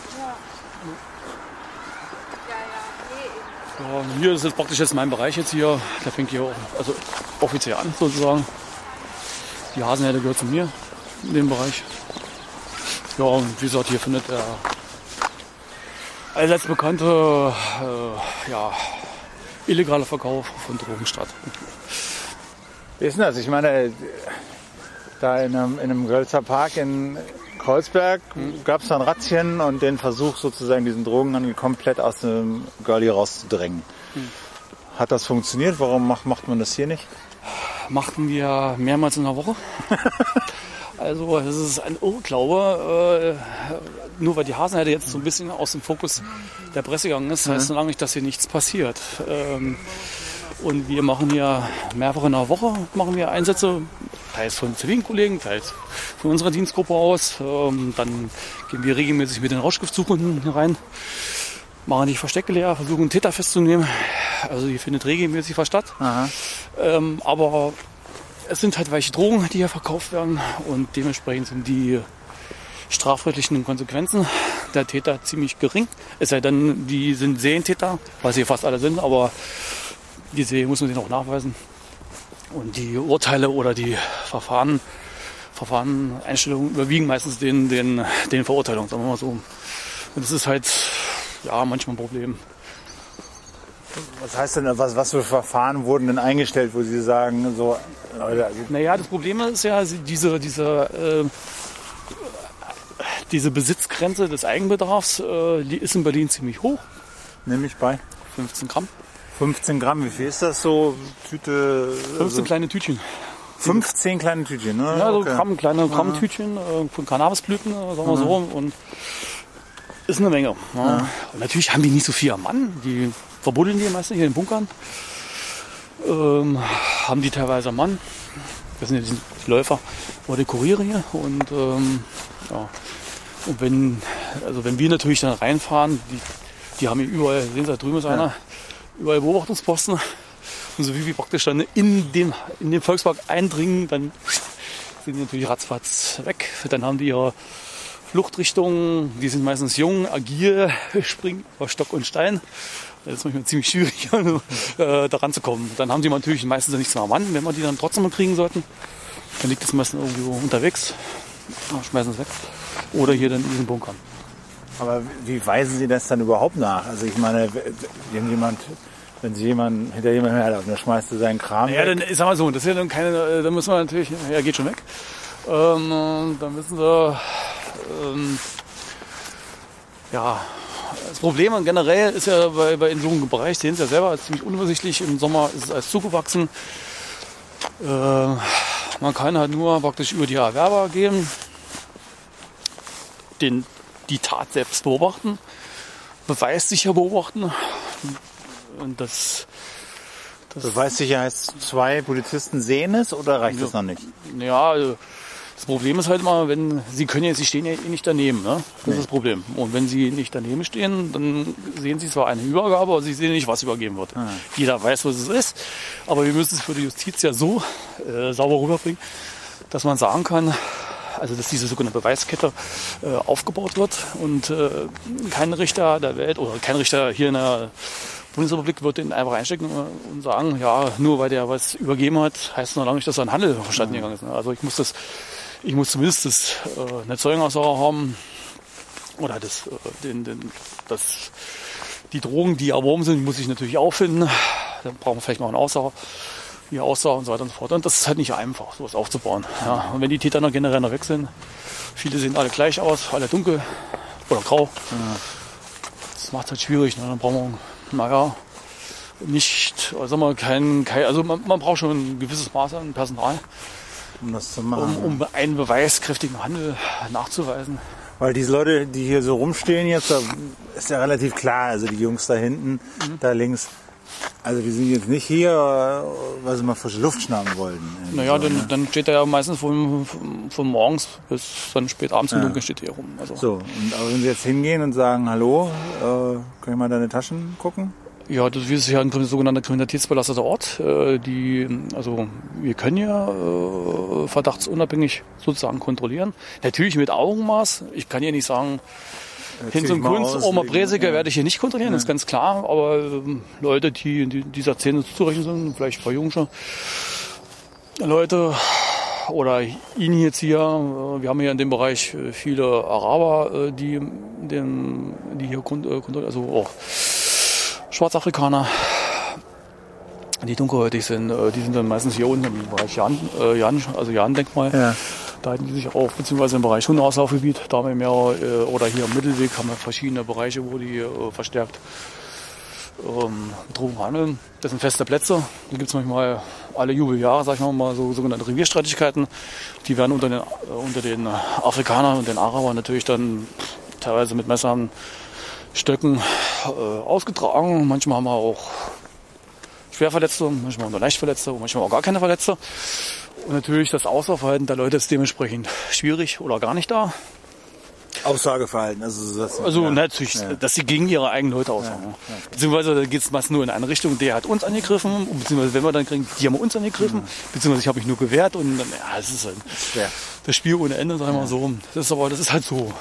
Arbeit. Ja, hier ist jetzt praktisch mein Bereich jetzt hier. Der fängt hier also offiziell an sozusagen. Die Hasenheide gehört zu mir in dem Bereich. Ja, und wie gesagt, hier findet der allseits bekannte illegale Verkauf von Drogen statt. Wie ist denn das? Ich meine, da in einem Gölzer Park in Kreuzberg gab es dann Razzien und den Versuch sozusagen diesen Drogenhandel komplett aus dem Girlie rauszudrängen. Hat das funktioniert? Warum macht man das hier nicht? Machten wir mehrmals in der Woche. Also es ist ein Irrglaube, nur weil die Hasenheide jetzt so ein bisschen aus dem Fokus der Presse gegangen ist, heißt noch lange nicht, dass hier nichts passiert. Und wir machen hier mehrfach in der Woche Einsätze, teils von zivilen Kollegen, teils von unserer Dienstgruppe aus. Dann gehen wir regelmäßig mit den Rauschgiftsuchenden rein, machen die Verstecke leer, versuchen einen Täter festzunehmen. Also hier findet regelmäßig was statt. Aber es sind halt weiche Drogen, die hier verkauft werden und dementsprechend sind die strafrechtlichen Konsequenzen der Täter ziemlich gering. Es sei denn, die sind Serientäter, was hier fast alle sind, aber die Serie muss man sich noch nachweisen. Und die Urteile oder die Einstellungen überwiegen meistens den Verurteilungen, sagen wir mal so. Und das ist halt manchmal ein Problem. Was heißt denn, was für Verfahren wurden denn eingestellt, wo Sie sagen, so, Leute? Naja, das Problem ist ja, diese Besitzgrenze des Eigenbedarfs, die ist in Berlin ziemlich hoch. Nämlich bei? 15 Gramm. 15 Gramm, wie viel ist das so? Tüte? 15 kleine Tütchen. 15 kleine Tütchen, ne? Ja, so okay. kleine Grammtütchen von Cannabisblüten, sagen wir so. Und ist eine Menge. Ja. Und natürlich haben die nicht so viel am Mann. Die verbuddeln die meistens hier in den Bunkern. Haben die teilweise am Mann. Das sind ja die Läufer oder die Kuriere hier. Und und wenn wir natürlich dann reinfahren, die haben hier überall, sehen Sie, da drüben ist einer, überall Beobachtungsposten. Und so wie wir praktisch dann in den Volkspark eindringen, dann sind die natürlich ratzfatz weg. Dann haben die ihre Fluchtrichtungen, die sind meistens jung, agil, springen über Stock und Stein. Das ist manchmal ziemlich schwierig, da ranzukommen. Dann haben die natürlich meistens nichts mehr am Mann. Wenn wir die dann trotzdem mal kriegen sollten, dann liegt das meistens irgendwo unterwegs, schmeißen es weg. Oder hier dann in diesen Bunkern. Aber wie weisen Sie das dann überhaupt nach? Also ich meine, wenn Sie hinter jemandem herlaufen, dann schmeißt er seinen Kram Ja, weg. dann ist mal so, das ist ja dann keine, da müssen wir natürlich, ja, geht schon weg. Dann müssen wir, ja, das Problem generell ist ja bei in so einem Bereich, sehen Sie ja selber, ist ziemlich unübersichtlich. Im Sommer ist es alles zugewachsen. Man kann halt nur praktisch über die Erwerber gehen, die Tat selbst beobachten, beweissicher beobachten. Und das Beweissicher heißt, 2 Polizisten sehen es oder reicht das noch nicht? Ja, das Problem ist halt mal, Sie stehen ja eh nicht daneben, ne? Das ist das Problem. Und wenn Sie nicht daneben stehen, dann sehen Sie zwar eine Übergabe, aber Sie sehen nicht, was übergeben wird. Jeder weiß, was es ist, aber wir müssen es für die Justiz ja so sauber rüberbringen, dass man sagen kann, also dass diese sogenannte Beweiskette aufgebaut wird und kein Richter der Welt oder kein Richter hier in der Bundesrepublik wird den einfach einstecken und sagen, ja, nur weil der was übergeben hat, heißt noch lange nicht, dass er ein Handel verstanden gegangen ist. Also ich muss zumindest eine Zeugenaussage haben oder die Drogen, die erworben sind, muss ich natürlich auffinden. Dann brauchen wir vielleicht noch eine Aussage, und so weiter und so fort. Und das ist halt nicht einfach, sowas aufzubauen. Ja. Und wenn die Täter noch generell noch weg sind, viele sehen alle gleich aus, alle dunkel oder grau. Das macht es halt schwierig. Ne? Dann brauchen wir, nicht, also man braucht schon ein gewisses Maß an Personal, Um das zu machen. um einen beweiskräftigen Handel nachzuweisen. Weil diese Leute, die hier so rumstehen jetzt, da ist ja relativ klar, also die Jungs da hinten, da links, also die sind jetzt nicht hier, weil sie mal frische Luft schnappen wollten. Naja, dann steht er ja meistens von morgens bis dann spät abends im Dunkeln steht hier rum. Also. So, aber wenn sie jetzt hingehen und sagen, hallo, kann ich mal deine Taschen gucken? Ja, das ist ja ein sogenannter kriminalitätsbelasteter Ort. Wir können ja verdachtsunabhängig sozusagen kontrollieren. Natürlich mit Augenmaß. Ich kann hier nicht sagen, Hinz und Kunst, Oma Breseke werde ich hier nicht kontrollieren, das ist ganz klar. Aber Leute, die in dieser Szene zuzurechnen sind, vielleicht ein paar jüngere Leute oder ihn jetzt hier, wir haben hier in dem Bereich viele Araber, die hier kontrollieren, also auch Schwarzafrikaner, die dunkelhäutig sind, die sind dann meistens hier unten im Bereich Jahn-Denkmal. Ja. Da halten die sich auf, beziehungsweise im Bereich Hundeauslaufgebiet, da haben wir mehr, oder hier am Mittelweg haben wir verschiedene Bereiche, wo die verstärkt Drogen handeln. Das sind feste Plätze. Da gibt es manchmal alle Jubeljahre, sag ich mal, so sogenannte Revierstreitigkeiten. Die werden unter den Afrikanern und den Arabern natürlich dann teilweise mit Messern, Stöcken ausgetragen. Manchmal haben wir auch Schwerverletzte, manchmal auch nur Leichtverletzte, manchmal auch gar keine Verletzte. Und natürlich das Auslaufverhalten der Leute ist dementsprechend schwierig oder gar nicht da. Aussageverhalten, natürlich, dass sie gegen ihre eigenen Leute aussagen. Ja. Beziehungsweise da geht es meist nur in eine Richtung, der hat uns angegriffen, beziehungsweise wenn wir dann kriegen, die haben uns angegriffen, beziehungsweise ich habe mich nur gewehrt und dann, es ist halt das Spiel ohne Ende, sagen wir mal so. Das ist halt so.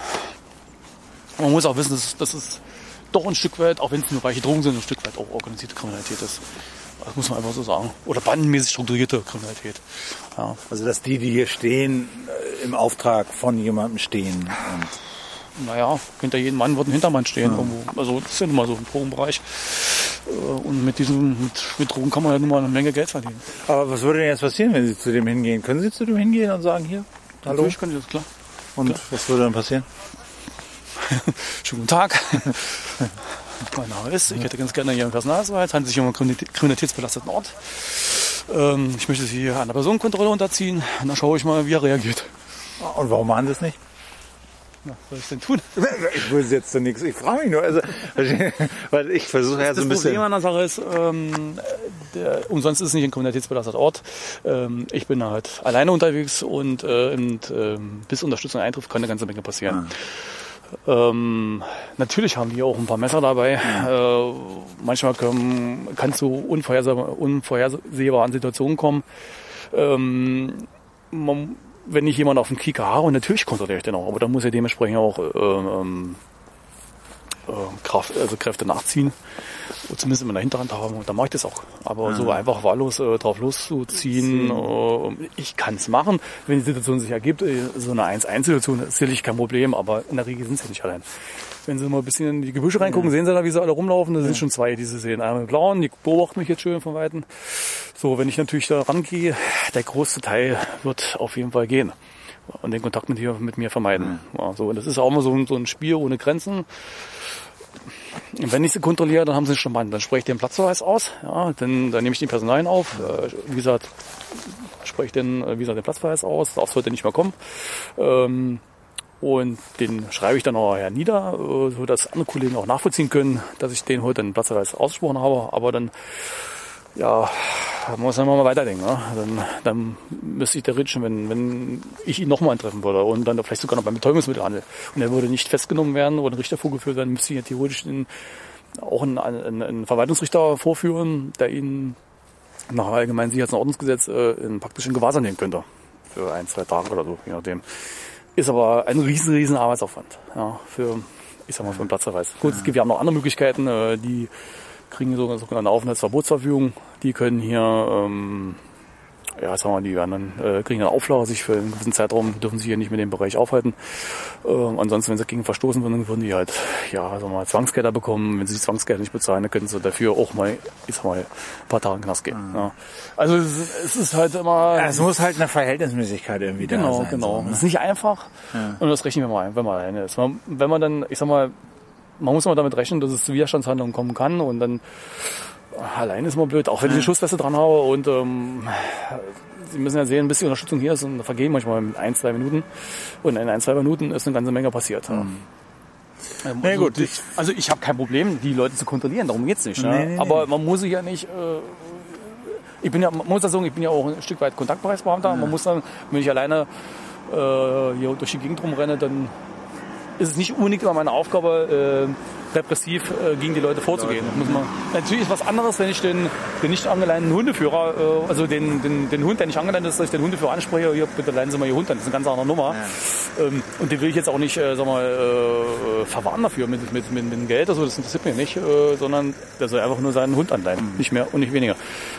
Man muss auch wissen, dass es doch ein Stück weit, auch wenn es nur weiche Drogen sind, ein Stück weit auch organisierte Kriminalität ist. Das muss man einfach so sagen. Oder bandenmäßig strukturierte Kriminalität. Ja. Also dass die hier stehen, im Auftrag von jemandem stehen. Naja, hinter jedem Mann wird ein Hintermann stehen. Ja. Also das ist ja nun mal so ein Drogenbereich. Und mit Drogen kann man ja nun mal eine Menge Geld verdienen. Aber was würde denn jetzt passieren, wenn Sie zu dem hingehen? Können Sie zu dem hingehen und sagen, hier, hallo? Natürlich können Sie das, klar. Und klar. Was würde dann passieren? Schönen guten Tag. Mein Name ist, ich hätte ganz gerne Ihren Personalausweis, handelt sich um einen kriminalitätsbelasteten Ort. Ich möchte Sie einer Personenkontrolle unterziehen und dann schaue ich mal, wie er reagiert. Und warum machen Sie es nicht? Na, was soll ich denn tun? Ich will jetzt so nichts. Ich frage mich nur, weil ich versuche ja so ein bisschen. Das Problem an der Sache ist, umsonst ist es nicht ein kriminalitätsbelasteter Ort. Ich bin halt alleine unterwegs und bis Unterstützung eintrifft, kann eine ganze Menge passieren. Natürlich haben die auch ein paar Messer dabei. Manchmal kann es zu unvorhersehbaren Situationen kommen. wenn ich jemanden auf dem Kieker habe, und natürlich kontrolliere ich den auch, aber dann muss er dementsprechend auch Kräfte nachziehen, oder zumindest in der Hinterhand haben, und dann mache ich das auch. Aber so einfach wahllos drauf loszuziehen, ich kann es machen, wenn die Situation sich ergibt, so eine 1-1-Situation ist sicherlich kein Problem, aber in der Regel sind sie nicht allein. Wenn Sie mal ein bisschen in die Gebüsche reingucken, sehen Sie da, wie sie alle rumlaufen. Da sind schon zwei, die Sie sehen. Einer mit blauen, die beobachten mich jetzt schön von Weitem. So, wenn ich natürlich da rangehe, der größte Teil wird auf jeden Fall gehen und den Kontakt mit mir vermeiden. Ja, so, und das ist auch immer so ein Spiel ohne Grenzen. Und wenn ich sie kontrolliere, dann haben sie schon mal, dann spreche ich den Platzverweis aus. Ja, dann nehme ich den Personalien auf. Wie gesagt, spreche ich den Platzverweis aus. Darf heute nicht mehr kommen. Und den schreibe ich dann auch nieder, so dass andere Kollegen auch nachvollziehen können, dass ich den heute einen Platzverweis ausgesprochen habe. Aber dann, ja, muss man mal weiterdenken. Ne? Dann müsste ich theoretisch, wenn ich ihn nochmal antreffen würde und dann vielleicht sogar noch beim Betäubungsmittelhandel und er würde nicht festgenommen werden oder ein Richter vorgeführt werden, müsste ich ja theoretisch auch einen Verwaltungsrichter vorführen, der ihn nach allgemeinen Sicherheits- und Ordnungsgesetz praktisch in Gewahrsam nehmen könnte. Für 1-2 Tage oder so, je nachdem. Ist aber ein riesen Arbeitsaufwand, ja, für einen Platzverweis. Gut, wir haben noch andere Möglichkeiten, die kriegen so eine sogenannte Aufenthaltsverbotsverfügung. Die können hier, die werden dann, kriegen eine Auflage, sich für einen gewissen Zeitraum dürfen sie hier nicht mehr in dem Bereich aufhalten. Ansonsten, wenn sie dagegen verstoßen würden, dann würden die halt, Zwangsgelder bekommen. Wenn sie die Zwangsgelder nicht bezahlen, dann können sie dafür auch mal, ein paar Tage in den Knast gehen. Ja. Also, es ist halt immer... Es muss halt eine Verhältnismäßigkeit irgendwie da sein. Genau. So, ne? Es ist nicht einfach. Ja. Und das rechnen wir mal ein, wenn man alleine ist. Wenn man dann, man muss mal damit rechnen, dass es zu Widerstandshandlungen kommen kann und dann allein ist mal blöd, auch wenn ich eine Schussweste dran habe und Sie müssen ja sehen, ein bisschen Unterstützung hier ist und da vergehen manchmal 1-2 Minuten und in 1-2 Minuten ist eine ganze Menge passiert. Ja. Gut. Ich habe kein Problem, die Leute zu kontrollieren, darum geht's nicht. Nee. Aber man muss sich ja nicht... ich bin ja auch ein Stück weit Kontaktbereichsbeamter. Man muss dann, wenn ich alleine hier durch die Gegend rumrenne, dann ist es nicht unbedingt immer meine Aufgabe, repressiv gegen die Leute vorzugehen. Natürlich ist was anderes, wenn ich den nicht angeleinten Hundeführer, den Hund, der nicht angeleint ist, dass ich den Hundeführer anspreche, hier, bitte leiten Sie mal Ihr Hund an, das ist eine ganz andere Nummer. Ja. Und den will ich jetzt auch nicht, verwarnen dafür mit Geld, also das interessiert mich nicht, sondern der soll einfach nur seinen Hund anleihen, nicht mehr und nicht weniger.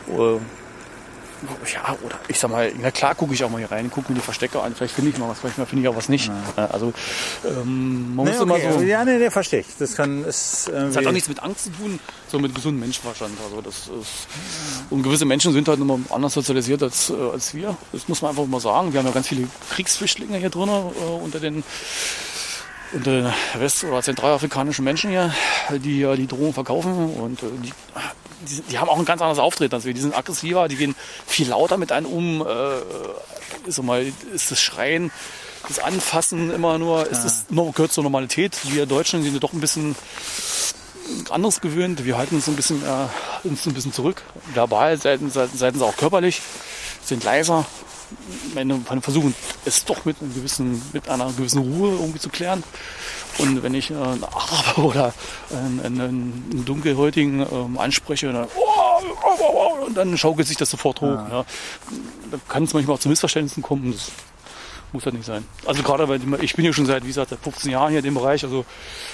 Ja, oder ich sag mal, na klar gucke ich auch mal hier rein, gucke mir die Verstecke an, vielleicht finde ich mal was, vielleicht finde ich auch was nicht. Ja. Also man muss immer so... Ja, verstehe ich. Das hat auch nichts mit Angst zu tun, sondern mit gesundem Menschenverstand. Also das ist, und gewisse Menschen sind halt immer anders sozialisiert als wir. Das muss man einfach mal sagen. Wir haben ja ganz viele Kriegsflüchtlinge hier drin unter den west- oder zentralafrikanischen Menschen hier, die die Drogen verkaufen und die haben auch ein ganz anderes Auftreten als wir. Die sind aggressiver, die gehen viel lauter mit einem um. Ist das Schreien, das Anfassen immer nur, gehört zur Normalität. Wir Deutschen sind doch ein bisschen anderes gewöhnt. Wir halten uns ein bisschen zurück. Verbal, seitens auch körperlich, sind leiser. Wir versuchen es doch mit einer gewissen Ruhe irgendwie zu klären. Und wenn ich einen Araber oder einen Dunkelhäutigen anspreche, und dann schaukelt sich das sofort hoch. Ja. Da kann es manchmal auch zu Missverständnissen kommen. Das muss halt nicht sein. Also gerade, weil ich bin ja schon seit 15 Jahren hier in dem Bereich. Also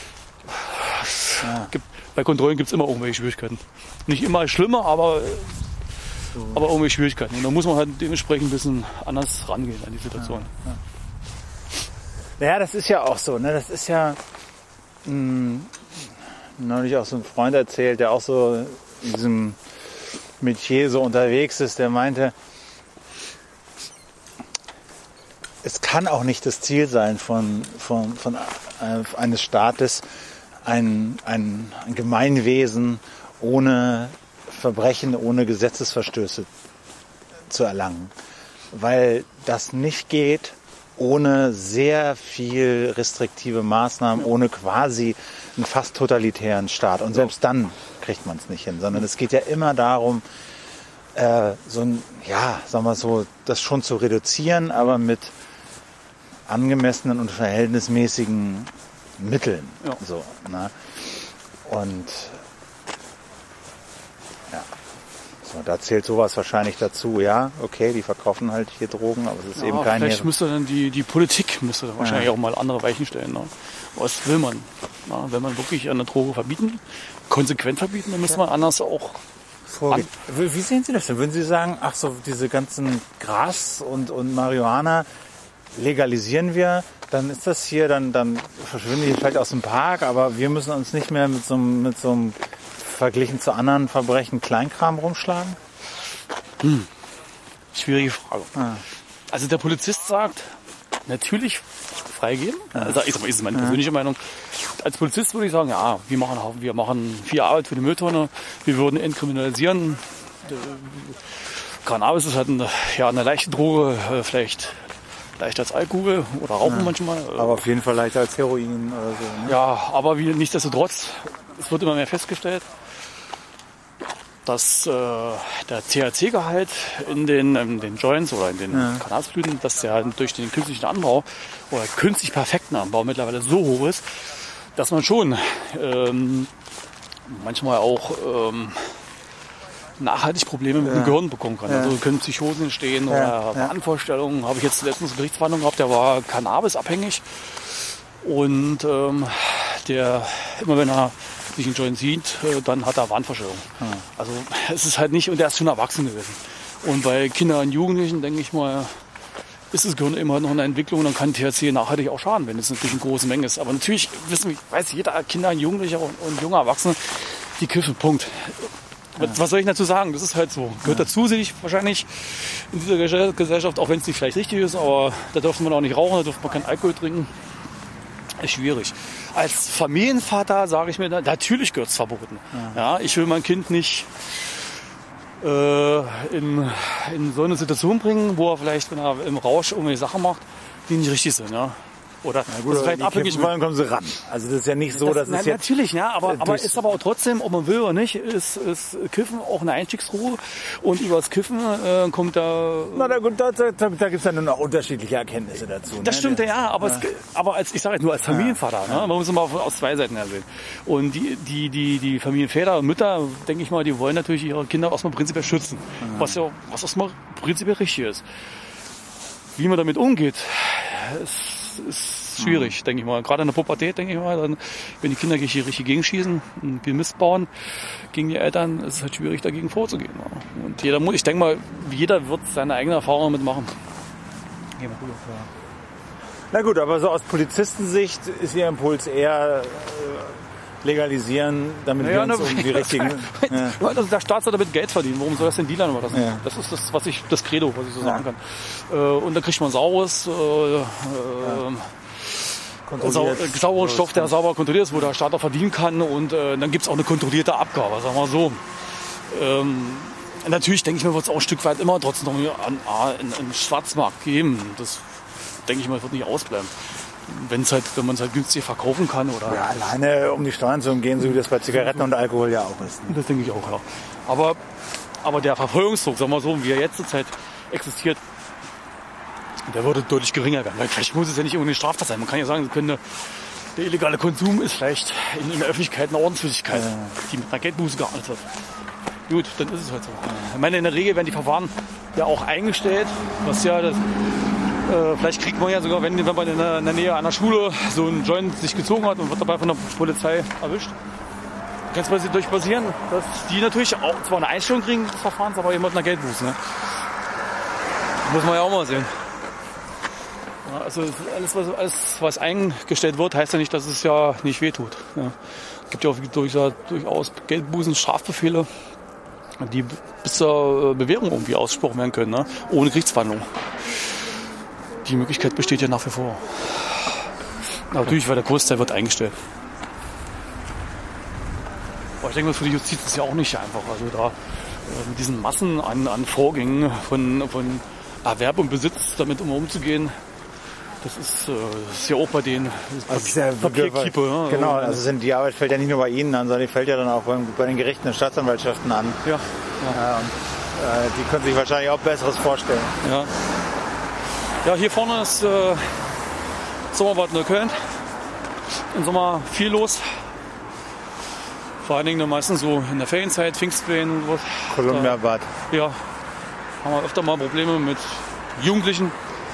bei Kontrollen gibt es immer irgendwelche Schwierigkeiten. Nicht immer schlimmer, aber irgendwelche Schwierigkeiten. Und da muss man halt dementsprechend ein bisschen anders rangehen an die Situation. Ja, das ist ja auch so. Ne? Das ist ja neulich auch so ein Freund erzählt, der auch so in diesem Metier so unterwegs ist, der meinte, es kann auch nicht das Ziel sein von eines Staates, ein Gemeinwesen ohne Verbrechen, ohne Gesetzesverstöße zu erlangen. Weil das nicht geht ohne sehr viel restriktive Maßnahmen, ohne quasi einen fast totalitären Staat. Und selbst dann kriegt man es nicht hin, sondern es geht ja immer darum, das schon zu reduzieren, aber mit angemessenen und verhältnismäßigen Mitteln. Ja. So, ne? Und So, da zählt sowas wahrscheinlich dazu, ja, okay, die verkaufen halt hier Drogen, aber es ist eben keine... Vielleicht müsste dann die Politik wahrscheinlich auch mal andere Weichen stellen. Ne? Was will man? Na, wenn man wirklich eine Droge konsequent verbieten, dann müsste man anders auch vorgeht. Wie sehen Sie das denn? Würden Sie sagen, ach so, diese ganzen Gras und Marihuana legalisieren wir, dann ist das hier, dann verschwinden die vielleicht aus dem Park, aber wir müssen uns nicht mehr mit so einem verglichen zu anderen Verbrechen Kleinkram rumschlagen? Schwierige Frage. Also der Polizist sagt, natürlich freigeben. Also ist meine persönliche Meinung. Als Polizist würde ich sagen, ja, wir machen viel Arbeit für die Mülltonne, wir würden entkriminalisieren. Cannabis ist halt eine leichte Droge, vielleicht leichter als Alkohol oder Rauchen manchmal. Aber auf jeden Fall leichter als Heroin oder so. Ne? Ja, aber nichtsdestotrotz, es wird immer mehr festgestellt, dass der THC-Gehalt in den Joints oder in den Cannabisblüten, dass der durch den künstlichen Anbau oder künstlich perfekten Anbau mittlerweile so hoch ist, dass man schon manchmal auch nachhaltig Probleme mit dem Gehirn bekommen kann. Also können Psychosen entstehen oder Wahnvorstellungen. Habe ich jetzt letztens eine Gerichtsverhandlung gehabt, der war cannabisabhängig und immer wenn er sich einen Joint sieht, dann hat er Wahnvorstellungen. Also es ist halt nicht, und der ist schon erwachsen gewesen. Und bei Kindern und Jugendlichen, denke ich mal, ist das Gehirn immer noch in der Entwicklung, dann kann THC nachhaltig auch schaden, wenn es natürlich in großen Mengen ist. Aber natürlich weiß jeder Kinder und Jugendlicher und junge Erwachsene, die kiffen, Punkt. Was soll ich dazu sagen? Das ist halt so. Gehört dazu, sehe ich wahrscheinlich in dieser Gesellschaft, auch wenn es nicht vielleicht richtig ist, aber da dürfte man auch nicht rauchen, da dürfte man keinen Alkohol trinken. Ist schwierig. Als Familienvater sage ich mir, natürlich gehört es verboten. Ja, ich will mein Kind nicht in so eine Situation bringen, wo er vielleicht, wenn er im Rausch irgendwelche Sachen macht, die nicht richtig sind. Ja. Oder gut, vielleicht abhängig wollen, kommen sie ran. Also das ist ja nicht so, dass es jetzt... Natürlich, ja, aber ist aber auch trotzdem, ob man will oder nicht, ist Kiffen auch eine Einstiegsdroge. Und über das Kiffen kommt da... Na gut, da gibt es ja nun auch unterschiedliche Erkenntnisse dazu. Das stimmt ja, aber ich sage nur als Familienvater, ne? Man muss es mal aus zwei Seiten sehen. Und die Familienväter und Mütter, denke ich mal, die wollen natürlich ihre Kinder erstmal prinzipiell schützen. Was erstmal prinzipiell richtig ist. Wie man damit umgeht, ist schwierig, denke ich mal. Gerade in der Pubertät, denke ich mal, dann, wenn die Kinder richtig gegenschießen und viel Mist bauen gegen die Eltern, ist es halt schwierig, dagegen vorzugehen. Ja. Und ich denke mal, jeder wird seine eigene Erfahrung damit machen. Gehen wir rüber. Na gut, aber so aus Polizistensicht ist Ihr Impuls eher legalisieren, damit wir uns um die richtigen... Also der Staat soll damit Geld verdienen. Warum soll das den Dealern überlassen? Ja. Das ist das Credo, was ich so sagen kann. Und dann kriegt man saures Stoff, der sauber kontrolliert ist, wo der Staat auch verdienen kann. Und dann gibt es auch eine kontrollierte Abgabe, sagen wir so. Natürlich, denke ich mal, wird es auch ein Stück weit immer trotzdem noch einen Schwarzmarkt geben. Das, denke ich mal, wird nicht ausbleiben. Wenn man es halt günstig verkaufen kann. Oder ja, alleine um die Steuern zu umgehen, so wie das bei Zigaretten und Alkohol ja auch ist. Das denke ich auch, ja. Aber der Verfolgungsdruck, sagen wir so, wie er jetzt zur Zeit existiert, der würde deutlich geringer werden. Weil vielleicht muss es ja nicht irgendwie eine Straftat sein. Man kann ja sagen, der illegale Konsum ist vielleicht in der Öffentlichkeit eine Ordnungswidrigkeit, die mit einer Geldbuße geahndet wird. Gut, dann ist es halt so. Ich meine, in der Regel werden die Verfahren ja auch eingestellt, was ja das... Vielleicht kriegt man ja sogar, wenn man in der Nähe einer Schule so einen Joint sich gezogen hat und wird dabei von der Polizei erwischt. Kann es dadurch passieren, dass die natürlich auch zwar eine Einstellung kriegen des Verfahrens, aber eben mit einer Geldbuße. Ne? Muss man ja auch mal sehen. Ja, also alles, was eingestellt wird, heißt ja nicht, dass es ja nicht wehtut. Ja. Es gibt ja auch durchaus Geldbußen, Strafbefehle, die bis zur Bewährung irgendwie ausgesprochen werden können, ne? Ohne Gerichtsverhandlung. Die Möglichkeit besteht ja nach wie vor. Aber natürlich, weil der Großteil wird eingestellt. Aber ich denke, für die Justiz ist ja auch nicht einfach. Also da mit diesen Massen an Vorgängen von Erwerb und Besitz damit umzugehen, das ist ja auch bei den Papierkiepe. Ja. Genau, also die Arbeit fällt ja nicht nur bei Ihnen an, sondern die fällt ja dann auch bei den Gerichten und Staatsanwaltschaften an. Ja. Und die können sich wahrscheinlich auch Besseres vorstellen. Ja. Ja, hier vorne ist Sommerbad Neukölln. Im Sommer viel los. Vor allen Dingen dann meistens so in der Ferienzeit, Pfingstferien und was. Columbia-Bad. Ja, haben wir öfter mal Probleme mit Jugendlichen,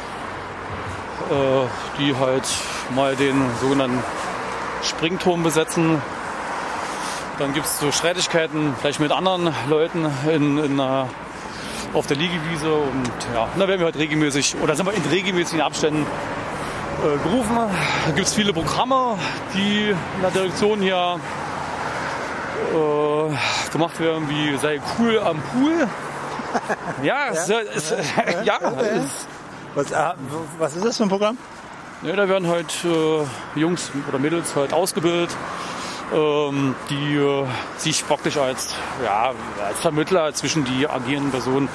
die halt mal den sogenannten Springturm besetzen. Dann gibt es so Streitigkeiten, vielleicht mit anderen Leuten auf der Liegewiese. Und ja, da werden wir halt regelmäßig, oder sind wir in regelmäßigen Abständen gerufen. Da gibt es viele Programme, die in der Direktion hier gemacht werden, wie sei cool am Pool. Ja, Was ist das für ein Programm? Ja, da werden halt Jungs oder Mädels halt ausgebildet, die sich praktisch als Vermittler zwischen die agierenden Personen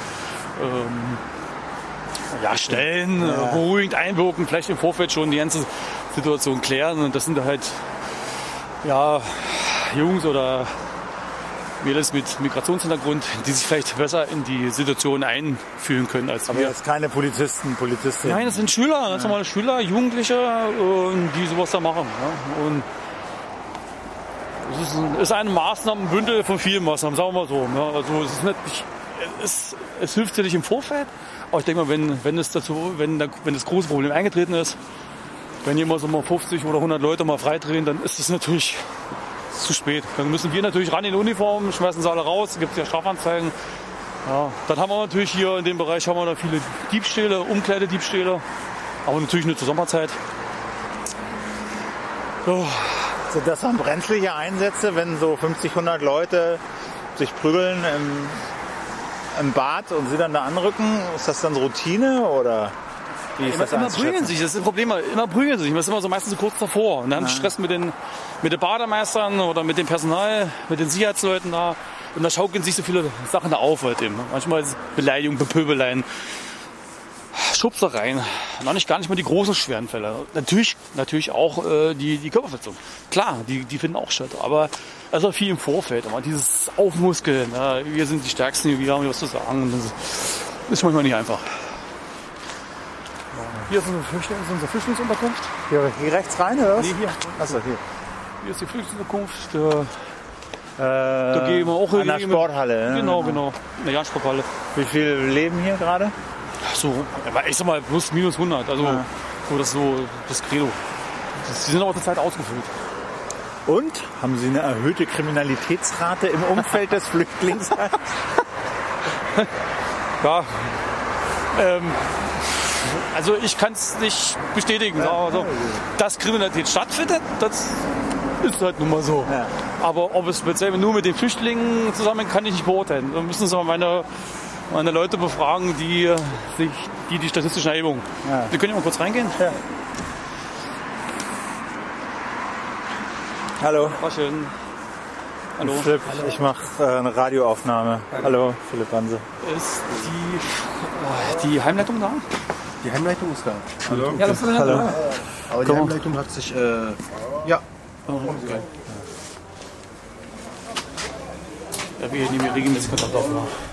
stellen, beruhigend einwirken, vielleicht im Vorfeld schon die ganze Situation klären. Und das sind halt Jungs oder Mädels mit Migrationshintergrund, die sich vielleicht besser in die Situation einfühlen können als Aber wir. jetzt keine Polizistinnen. Nein, das sind Schüler, ganz normale Schüler, Jugendliche, die sowas da machen. Ja. Und es ist ein Maßnahmenbündel von vielen Maßnahmen, sagen wir mal so. Ja. Also es hilft ja nicht im Vorfeld, aber ich denke mal, wenn das große Problem eingetreten ist, wenn jemand so mal 50 oder 100 Leute mal freidrehen, dann ist das natürlich zu spät. Dann müssen wir natürlich ran in die Uniform, schmeißen sie alle raus, gibt es ja Strafanzeigen. Ja, dann haben wir natürlich hier in dem Bereich da viele Diebstähle, Umkleidediebstähle, aber natürlich nur zur Sommerzeit. So. Sind das dann brenzliche Einsätze, wenn so 50, 100 Leute sich prügeln im Bad und sie dann da anrücken? Ist das dann Routine oder wie ist das immer prügeln sich, das ist ein Problem. Immer prügeln sich. Das ist immer so meistens so kurz davor. Und dann Stress mit den Bademeistern oder mit dem Personal, mit den Sicherheitsleuten da. Und da schaukeln sich so viele Sachen da auf halt eben. Manchmal ist Beleidigung, Bepöbeleien, Schubsereien. Gar nicht mal die großen, schweren Fälle. Natürlich auch die Körperverletzung. Klar, die finden auch statt. Aber also viel im Vorfeld. Aber dieses Aufmuskeln, wir sind die Stärksten, wir haben was zu sagen. Das ist manchmal nicht einfach. Hier ist unsere Flüchtlingsunterkunft. Hier rechts rein, oder was? Nee, hier. Achso, hier. Hier ist die Flüchtlingsunterkunft. Da gehen wir auch an der Sporthalle. Genau. In der Jahn-Sporthalle. Wie viele leben hier gerade? So, ich sag mal, plus minus 100. Also so das Credo. Die sind aber zur Zeit ausgefüllt. Und? Haben Sie eine erhöhte Kriminalitätsrate im Umfeld des Flüchtlingsheims? Ja. Also ich kann es nicht bestätigen. Also, dass Kriminalität stattfindet, das ist halt nun mal so. Ja. Aber ob es speziell nur mit den Flüchtlingen zusammen, kann ich nicht beurteilen. Da müssen Sie mal meine Leute befragen, die statistischen Erhebungen. Ja. Wir können ja mal kurz reingehen. Ja. Hallo. War schön. Hallo. Philipp, ich mache eine Radioaufnahme. Hallo, Philipp Banse. Ist die Heimleitung da? Die Heimleitung ist da. Hallo. Ja, das ist Hallo. Aber die Heimleitung hat sich, Ja, wir nehmen regelmäßig Kontakt auf.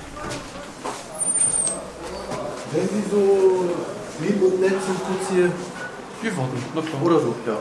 Wenn Sie so lieb und nett sind, kurz hier. Wir warten, na klar. Oder so, ja.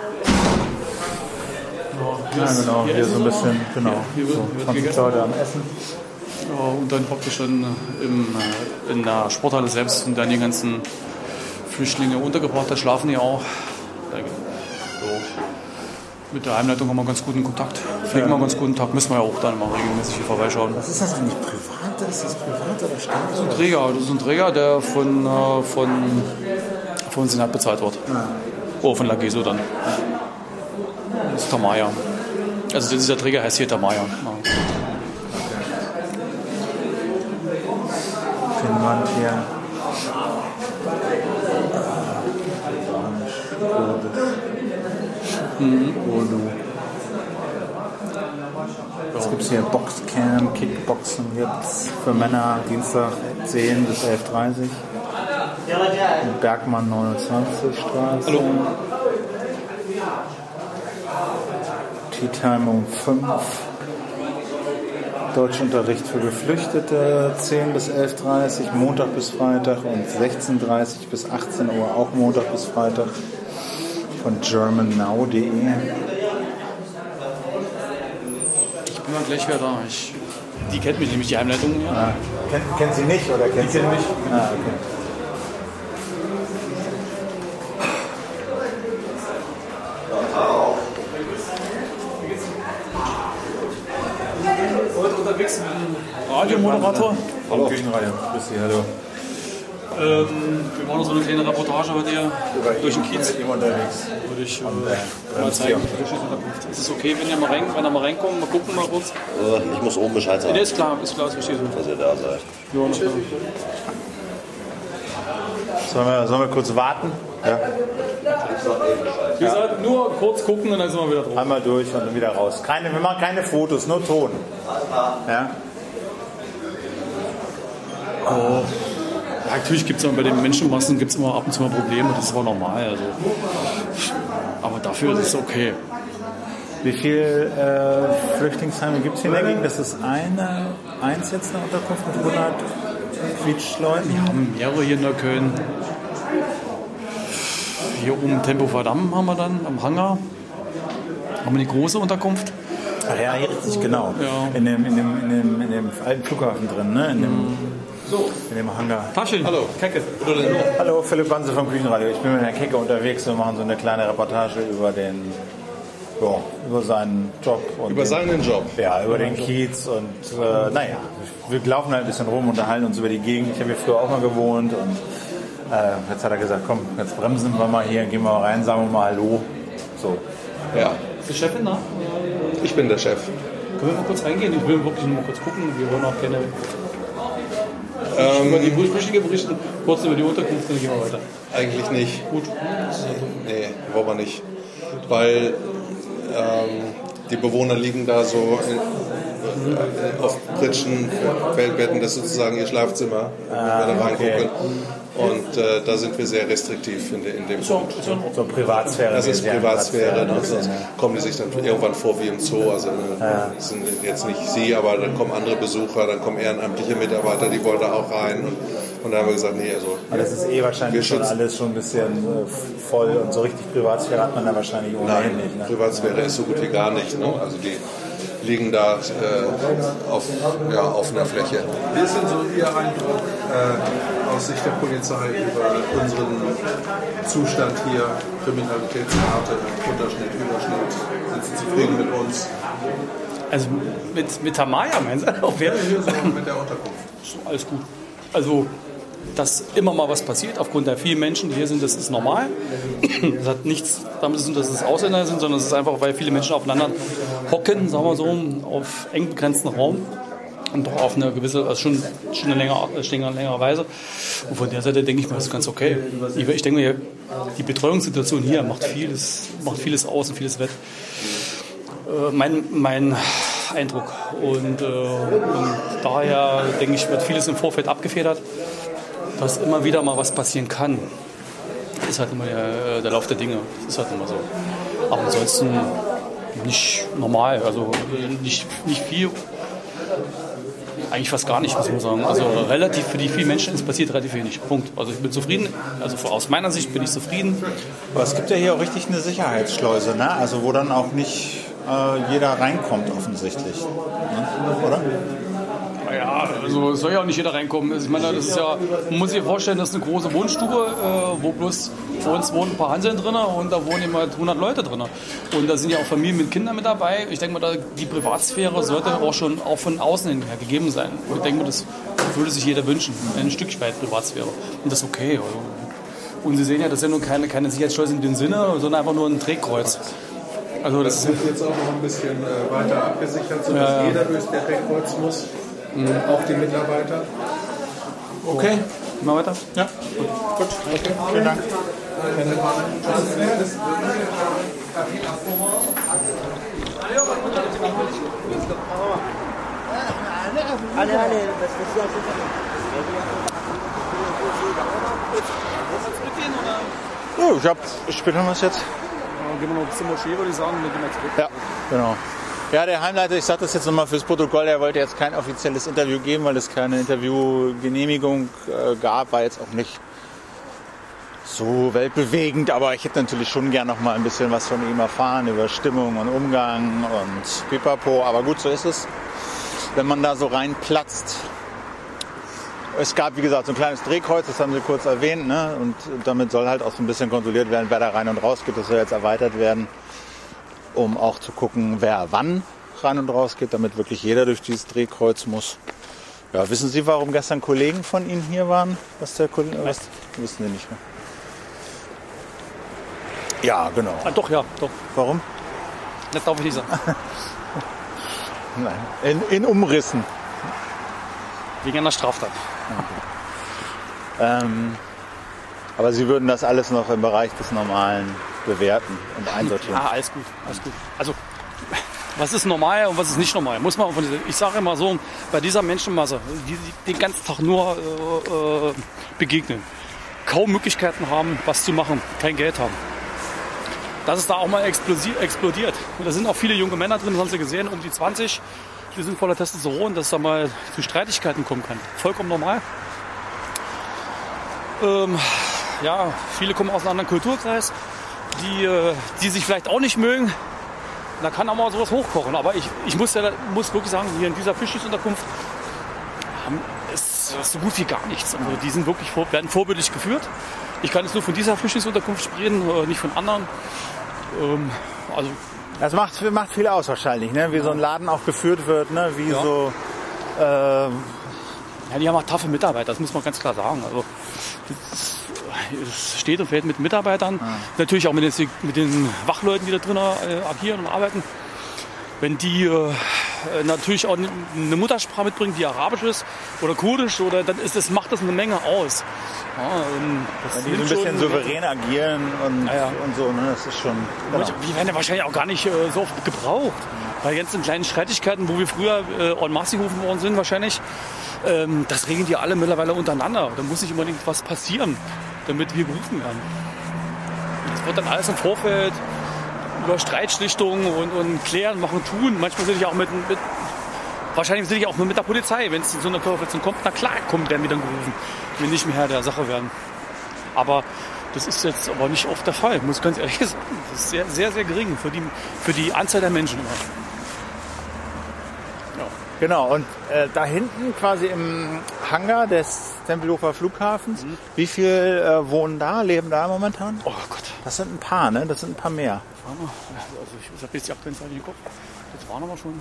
Genau, hier so ein bisschen, Hier wird 20 Leute am Essen. Ja, und dann praktisch dann in der Sporthalle selbst sind dann die ganzen Flüchtlinge untergebracht, da schlafen die auch. So. Mit der Heimleitung haben wir ganz guten Kontakt. Pflegen wir ganz guten Kontakt, müssen wir ja auch dann mal regelmäßig hier vorbeischauen. Was ist das eigentlich? Privat? Ist das privat oder staatlich? Das ist ein Träger, der von Senat bezahlt wird. Oder von Lageso dann. Das ist Tamaya. Also dieser Träger heißt hier Tamaya. Ja. Finnland hier. Was gibt es hier? Boxcamp, Kickboxen gibt's für Männer Dienstag 10 bis 11:30 in Bergmann 29 Straße. Hallo. Tea Time um 5. Deutschunterricht für Geflüchtete 10 bis 11:30 Montag bis Freitag und 16:30 bis 18 Uhr auch Montag bis Freitag von germannow.de. wir gleich wieder da. Die kennt mich nämlich, die Heimleitung. Ja. Ah. Kennt sie nicht oder kennt sie mich? Ah, okay. Heute unterwegs mit dem Radiomoderator. Hallo. Küchenradio. Grüß Sie, hallo. Wir machen so eine kleine Reportage heute hier durch den Kiez. Unterwegs. Würde ich mal zeigen. Ist es okay, wenn ihr mal reinkommt? Mal gucken, mal kurz. Ich muss oben Bescheid sagen, Nee, ist klar, ist verstehe so. dass ihr da seid. Ja, na klar. Sollen wir kurz warten? Ja. Wie gesagt, nur kurz gucken und dann sind wir wieder drauf. Einmal durch und dann wieder raus. Wir machen keine Fotos, nur Ton. Ja. Ja, natürlich gibt es bei den Menschenmassen immer ab und zu mal Probleme, das ist aber normal. Also. Aber dafür ist es okay. Wie viele Flüchtlingsheime gibt es hier in der Gegend? Das ist eins jetzt eine Unterkunft mit 100 Quietschleuten? Wir haben mehrere hier in Neukölln. Hier oben Tempelhofer Damm haben wir dann, am Hangar. Haben wir die große Unterkunft. Ach ja, hier richtig, genau. Ja. In dem alten Flughafen drin, ne? In dem Hangar. Taschen. Hallo. Kecke. Hallo, Philipp Banse vom Küchenradio. Ich bin mit Herrn Kecke unterwegs und machen so eine kleine Reportage über über seinen Job. Und Über seinen Job? Ja, über den Kiez und wir laufen halt ein bisschen rum, unterhalten uns über die Gegend. Ich habe hier früher auch mal gewohnt und jetzt hat er gesagt, komm, jetzt bremsen wir mal hier, gehen wir mal rein, sagen wir mal Hallo. So. Ja, Ist die Chefin da? ich bin der Chef. Können wir mal kurz reingehen? Ich will wirklich nur mal kurz gucken. Wir wollen auch gerne über die Flüchtlinge berichten, kurz über die Unterkunft, dann gehen wir weiter. Eigentlich nicht. Gut. Nee, wollen wir nicht. Weil die Bewohner liegen da so auf Pritschen, Feldbetten, das ist sozusagen ihr Schlafzimmer, wo wir da reingucken. Und da sind wir sehr restriktiv in dem Punkt. So Privatsphäre. Das ist Privatsphäre, ne? Sonst kommen die sich dann irgendwann vor wie im Zoo. Also das sind jetzt nicht sie, aber dann kommen andere Besucher, dann kommen ehrenamtliche Mitarbeiter, die wollen da auch rein. Und da haben wir gesagt, nee, also... Aber das ist wahrscheinlich schon alles schon ein bisschen voll und so richtig Privatsphäre hat man da wahrscheinlich ohnehin nicht. Ne? Privatsphäre ist so gut wie gar nicht. Ne? Also die liegen da auf offener Fläche. Wie ist denn so Ihr Eindruck aus Sicht der Polizei über unseren Zustand hier, Kriminalitätsrate, Unterschnitt, Überschnitt? Sind Sie zufrieden mit uns? Also mit Tamaya, meinst du? Auch Hier so mit der Unterkunft. alles gut. Also, dass immer mal was passiert, aufgrund der vielen Menschen, die hier sind, das ist normal. Das hat nichts damit zu tun, dass es Ausländer sind, sondern es ist einfach, weil viele Menschen aufeinander hocken, sagen wir so, auf eng begrenzten Raum. Und doch auf eine gewisse, also schon eine längere Weise. Und von der Seite denke ich mal, das ist ganz okay. Ich denke mir, die Betreuungssituation hier macht vieles aus und vieles wett. Mein Eindruck. Und daher, denke ich, wird vieles im Vorfeld abgefedert, dass immer wieder mal was passieren kann. Das ist halt immer der Lauf der Dinge. Das ist halt immer so. Aber ansonsten nicht normal. Also nicht viel. Eigentlich fast gar nicht, muss man sagen. Also relativ für die vielen Menschen ist passiert relativ wenig. Punkt. Also ich bin zufrieden. Also aus meiner Sicht bin ich zufrieden. Aber es gibt ja hier auch richtig eine Sicherheitsschleuse, ne? Also wo dann auch nicht jeder reinkommt offensichtlich. Ne? Oder? Ja, also es soll ja auch nicht jeder reinkommen. Ich meine, das ist ja, man muss sich vorstellen, das ist eine große Wohnstube, wo bloß vor uns wohnen ein paar Hanseln drin und da wohnen immer 100 Leute drin. Und da sind ja auch Familien mit Kindern mit dabei. Ich denke mal, die Privatsphäre sollte auch schon auch von außen her gegeben sein. Und ich denke mal, das würde sich jeder wünschen, ein Stück weit Privatsphäre. Und das ist okay. Also. Und Sie sehen ja, das ist ja nur keine Sicherheitsschleuse in dem Sinne, sondern einfach nur ein Drehkreuz. Also das wird jetzt auch noch ein bisschen weiter abgesichert, sodass jeder durch der Drehkreuz muss. Auch die Mitarbeiter. Okay, mal weiter. Ja, gut. Okay. Vielen Dank. Ich spiele was jetzt. Gehen wir noch zum Moschee, würde ich sagen, dann gehen wir zurück. Ja, genau. Ja, der Heimleiter, ich sage das jetzt nochmal fürs Protokoll, der wollte jetzt kein offizielles Interview geben, weil es keine Interviewgenehmigung gab, war jetzt auch nicht so weltbewegend, aber ich hätte natürlich schon gern noch mal ein bisschen was von ihm erfahren über Stimmung und Umgang und Pipapo. Aber gut, so ist es, wenn man da so reinplatzt. Es gab, wie gesagt, so ein kleines Drehkreuz, das haben Sie kurz erwähnt, ne? Und damit soll halt auch so ein bisschen kontrolliert werden, wer da rein und raus geht. Das soll jetzt erweitert werden, um auch zu gucken, wer wann rein und raus geht, damit wirklich jeder durch dieses Drehkreuz muss. Ja, wissen Sie, warum gestern Kollegen von Ihnen hier waren? Was wissen Sie nicht mehr? Ja, genau. Ah, doch, ja, doch. Warum? Das darf ich nicht sagen. Nein, in Umrissen. Wegen einer Straftat. Aber Sie würden das alles noch im Bereich des Normalen bewerten und einsortieren? Ja, alles gut, alles gut. Also, was ist normal und was ist nicht normal? Muss man ich sage immer so, bei dieser Menschenmasse, die den ganzen Tag nur begegnen, kaum Möglichkeiten haben, was zu machen, kein Geld haben. Dass es da auch mal explodiert. Und da sind auch viele junge Männer drin, das haben Sie gesehen, um die 20. Die sind voller Testosteron, dass da mal zu Streitigkeiten kommen kann. Vollkommen normal. Ja, viele kommen aus einem anderen Kulturkreis, die sich vielleicht auch nicht mögen. Da kann auch mal sowas hochkochen. Aber ich muss wirklich sagen, hier in dieser Flüchtlingsunterkunft ist so gut wie gar nichts. Also die sind wirklich werden vorbildlich geführt. Ich kann jetzt nur von dieser Flüchtlingsunterkunft sprechen, nicht von anderen. Also das macht viel aus wahrscheinlich, ne? Wie so ein Laden auch geführt wird, ne? Wie so. Ja, die haben auch taffe Mitarbeiter, das muss man ganz klar sagen. Also es steht und fällt mit Mitarbeitern, natürlich auch mit den Wachleuten, die da drin agieren und arbeiten. Wenn die natürlich auch eine Muttersprache mitbringen, die Arabisch ist oder Kurdisch, dann macht das eine Menge aus. Ja, die so ein bisschen souverän agieren und so, ne? Das ist schon. Genau. Die werden ja wahrscheinlich auch gar nicht so oft gebraucht. Bei ganzen kleinen Streitigkeiten, wo wir früher en masse gerufen worden sind, wahrscheinlich, das regeln die alle mittlerweile untereinander. Da muss nicht unbedingt was passieren, damit wir gerufen werden. Das wird dann alles im Vorfeld über Streitschlichtung und klären, machen, tun. Manchmal sind ich auch wahrscheinlich sind ich auch mit der Polizei, wenn es zu so einer Körperverletzung kommt. Na klar, werden wir dann gerufen, wenn wir nicht mehr Herr der Sache werden. Aber das ist jetzt aber nicht oft der Fall, muss ich ganz ehrlich sagen. Das ist sehr, sehr, sehr gering für die Anzahl der Menschen immer. Ja. Genau, und da hinten quasi im Hangar des Tempelhofer Flughafens, wie viel wohnen da, leben da momentan? Oh Gott. Das sind ein paar, ne? Das sind ein paar mehr. Also ich habe jetzt die aktuellen Zahlen nicht im Kopf. Das waren aber schon.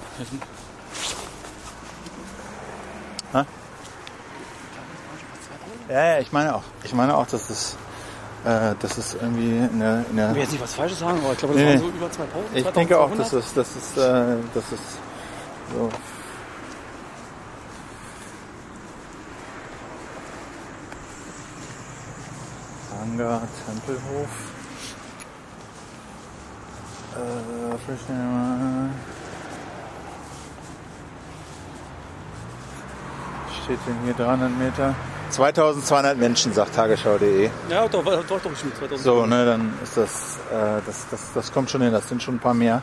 Ja, ich meine auch. Ich meine auch, dass es irgendwie eine. Ich will jetzt nicht was Falsches sagen, aber ich glaube, das waren so über 2000. Ich denke auch, dass es so. Hangar, Tempelhof. Steht denn hier 300 Meter? 2200 Menschen, sagt Tagesschau.de. Ja, doch schon 2000. So, ne, dann ist das kommt schon hin, das sind schon ein paar mehr.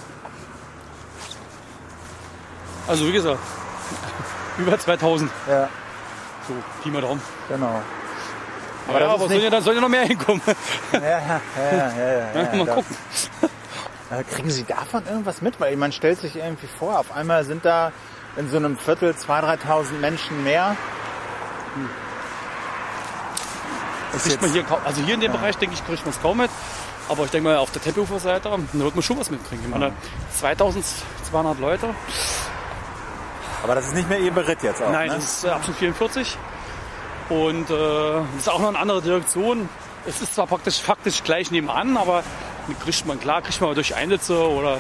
Also wie gesagt, über 2000. Ja. So, Pi mal Daumen. Genau. Aber ja, sollen ja noch mehr hinkommen. Ja. Mal gucken. Kriegen Sie davon irgendwas mit? Weil man stellt sich irgendwie vor, auf einmal sind da in so einem Viertel 2.000, 3.000 Menschen mehr. Das kriegt man hier kaum, also hier in dem Bereich, denke ich, kriegt man es kaum mit. Aber ich denke mal, auf der Tempelhofer Seite, da wird man schon was mitkriegen. Ich meine, 2.200 Leute. Aber das ist nicht mehr Ihr Beritt jetzt auch, Nein, ne? das ist Abschnitt 44. Und das ist auch noch eine andere Direktion. Es ist zwar faktisch gleich nebenan, aber kriegt man durch Einsätze oder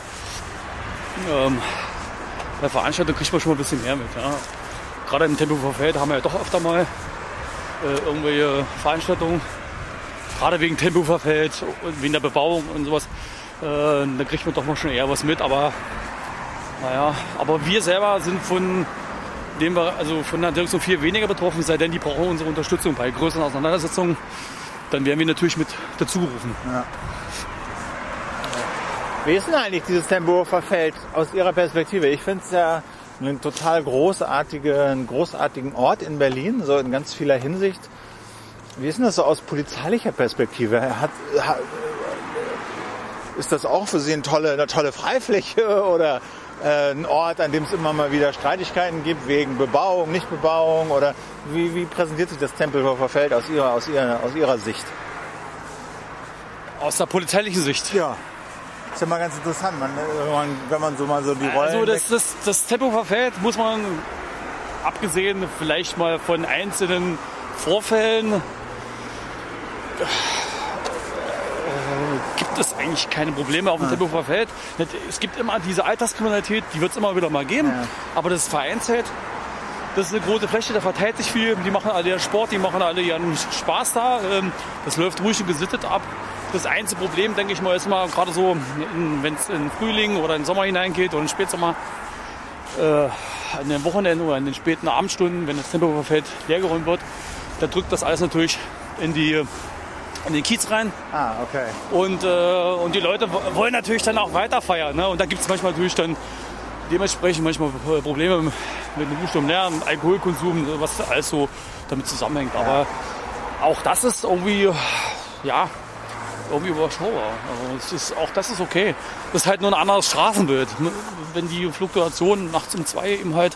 bei Veranstaltungen kriegt man schon mal ein bisschen mehr mit. Ja. Gerade im Tempelhofer Feld haben wir ja doch öfter mal irgendwelche Veranstaltungen. Gerade wegen Tempelhofer Feld, wegen der Bebauung und sowas. Da kriegt man doch mal schon eher was mit. Aber wir selber sind von der Direktion viel weniger betroffen, sei denn die brauchen unsere Unterstützung bei größeren Auseinandersetzungen. Dann werden wir natürlich mit dazugerufen. Ja. Wie ist denn eigentlich dieses Tempelhofer Feld aus Ihrer Perspektive? Ich finde es ja einen total großartigen Ort in Berlin, so in ganz vieler Hinsicht. Wie ist denn das so aus polizeilicher Perspektive? Ist das auch für Sie eine tolle Freifläche oder ein Ort, an dem es immer mal wieder Streitigkeiten gibt wegen Bebauung, Nichtbebauung? Oder wie präsentiert sich das Tempelhofer Feld aus Ihrer Sicht? Aus der polizeilichen Sicht? Ja. Ist ja mal ganz interessant, wenn man so mal so die Rollen... Also das Tempelhofer Feld muss man, abgesehen vielleicht mal von einzelnen Vorfällen, gibt es eigentlich keine Probleme auf dem Tempelhofer Feld. Es gibt immer diese Alltagskriminalität, die wird es immer wieder mal geben. Ja. Aber das Vereinszelt, das ist eine große Fläche, da verteilt sich viel. Die machen alle ihren Sport, die machen alle ihren Spaß da. Das läuft ruhig und gesittet ab. Das einzige Problem, denke ich mal, ist mal gerade so, wenn es in Frühling oder in den Sommer hineingeht oder in den Spätsommer, an den Wochenenden oder in den späten Abendstunden, wenn das Tempelhofer Feld leergeräumt wird, da drückt das alles natürlich in den Kiez rein. Ah, okay. Und die Leute wollen natürlich dann auch weiter feiern. Ne? Und da gibt es manchmal natürlich dann dementsprechend manchmal Probleme mit dem Buchstaben Lernen, Alkoholkonsum, was alles so damit zusammenhängt. Ja. Aber auch das ist irgendwie, ja, irgendwie überschaubar. Also auch das ist okay. Das ist halt nur ein anderes Straßenbild. Wenn die Fluktuation nachts um 2 eben halt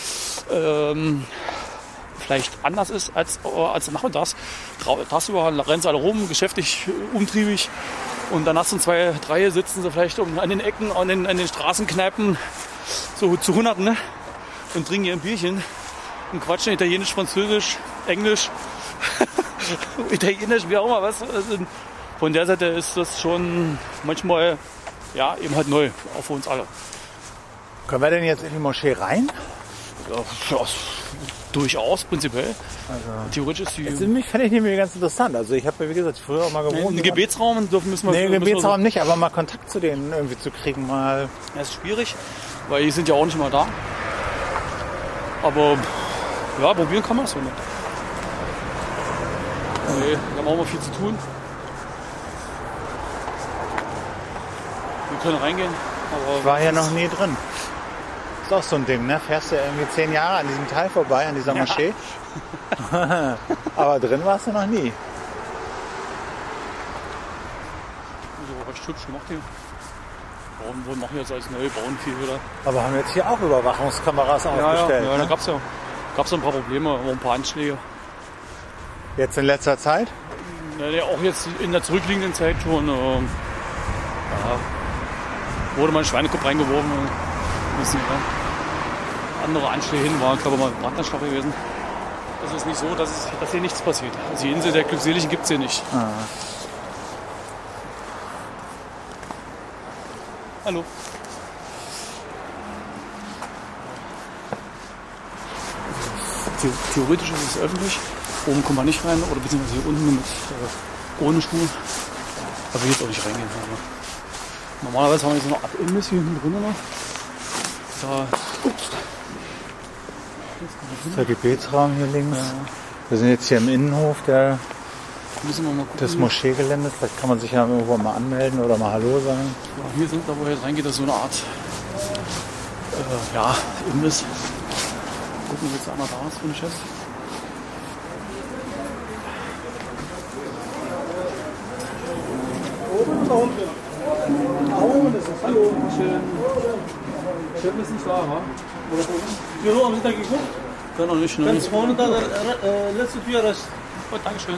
vielleicht anders ist als nachmittags. Tagsüber rennen sie alle rum, geschäftig, umtriebig. Und dann nachts um 2, 3 sitzen sie vielleicht an den Ecken, an den Straßenkneipen, so zu Hunderten, ne? Und trinken ihr ein Bierchen und quatschen Italienisch, Französisch, Englisch, Italienisch, wie auch immer was. Also von der Seite ist das schon manchmal, ja, eben halt neu, auch für uns alle. Können wir denn jetzt in die Moschee rein? Ja, durchaus, prinzipiell. Also, theoretisch ist die... Fände ich nämlich ganz interessant. Also ich habe, wie gesagt, früher auch mal gewohnt. Einen Gebetsraum müssen wir... Nee, einen Gebetsraum nicht, aber mal Kontakt zu denen irgendwie zu kriegen mal. Das ist schwierig, weil die sind ja auch nicht immer da. Aber ja, probieren kann man es so nicht. Nee, da haben wir auch viel zu tun. Wir können reingehen. Aber ich war hier noch nie drin. Ist auch so ein Ding, ne? Fährst du irgendwie 10 Jahre an diesem Teil vorbei, an dieser Moschee. Ja. Aber drin warst du noch nie. Also recht hübsch gemacht hier. Wir machen jetzt alles neu, bauen viel wieder. Aber haben jetzt hier auch Überwachungskameras aufgestellt? Ja, da gab's ein paar Probleme, ein paar Anschläge. Jetzt in letzter Zeit? Ja, auch jetzt in der zurückliegenden Zeit schon. Wurde mal ein Schweinekopf reingeworfen. Andere Anschläge hin waren, glaube ich, mal ein Brandanschlag gewesen. Es ist nicht so, dass hier nichts passiert. Also die Insel der Glückseligen gibt es hier nicht. Ah. Hallo. Theoretisch ist es öffentlich. Oben kommt man nicht rein oder beziehungsweise hier unten mit ohne Stuhl. Da will ich jetzt auch nicht reingehen. Aber normalerweise haben wir jetzt noch eine Art Imbiss hier hinten drin noch. Da, das ist der Gebetsraum hier links. Ja. Wir sind jetzt hier im Innenhof des Moscheegeländes. Vielleicht kann man sich ja irgendwo mal anmelden oder mal Hallo sagen. Ja, hier sind, da wo jetzt reingeht, das ist so eine Art Imbiss. Gucken, ob jetzt einer da ist für den Chef. Oben oder unten? Oben ist es. Hallo. Schön. Chef ist nicht da, wa? Oder Büro, haben Sie da geguckt? Ja, noch nicht. Ganz vorne da, letzte Tür rechts. Oh, Dankeschön.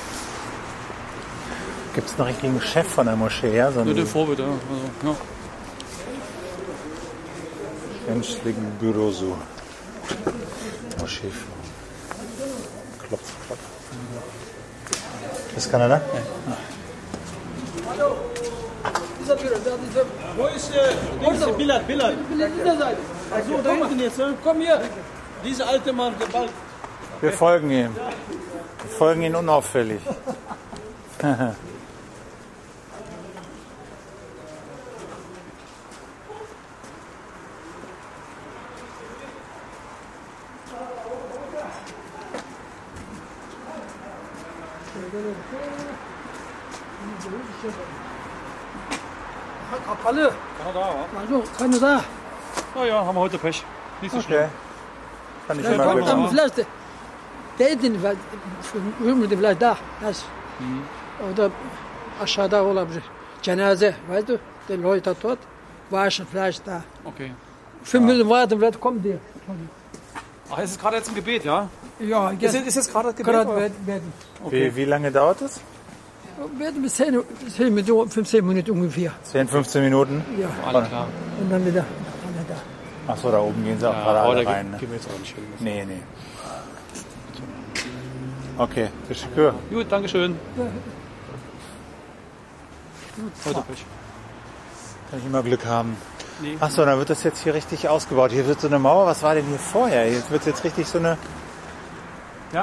Gibt es einen richtigen Chef von der Moschee? Ja, so den Vorbild, ja. Also, ja. Menschlichen Büro so. Moschee. Klopf, klopf. Ist keiner da? Ja. Wo ist Bilal? Dieser Seite. Also da hinten jetzt, ne? Komm hier. Dieser alte Mann, der Ball. Wir folgen ihm. Wir folgen ihm unauffällig. Alle? Also, keine da. Oh ja, haben wir heute Pech. Nicht so schlimm. Kann ich immer Vielleicht Dedin ve ömrümde bile da. O da aşağıda olabilir. Cenaze vardı. Der Leute tot. War schon vielleicht da. Okay. 5 Minuten warten, vielleicht kommt der. Ach, es ist gerade jetzt ein Gebet, ja? Ja, Ist jetzt gerade das Gebet? gerade oder? werden. Wie lange dauert das? Werden bis 10 Minuten, 15 Minuten ungefähr. 10, 15 Minuten? Ja. Alles klar. Und dann wieder alle da. Achso, da oben gehen sie auch Ja, gerade aber alle da rein. Ne? gehen wir jetzt auch nicht hin. Nee, nee. Okay, teşekkür. Gut, Dankeschön. Heute Pech. Kann ich immer Glück haben. Nee. Achso, dann wird das jetzt hier richtig ausgebaut. Hier wird so eine Mauer. Was war denn hier vorher? Hier wird jetzt richtig so eine... Ja?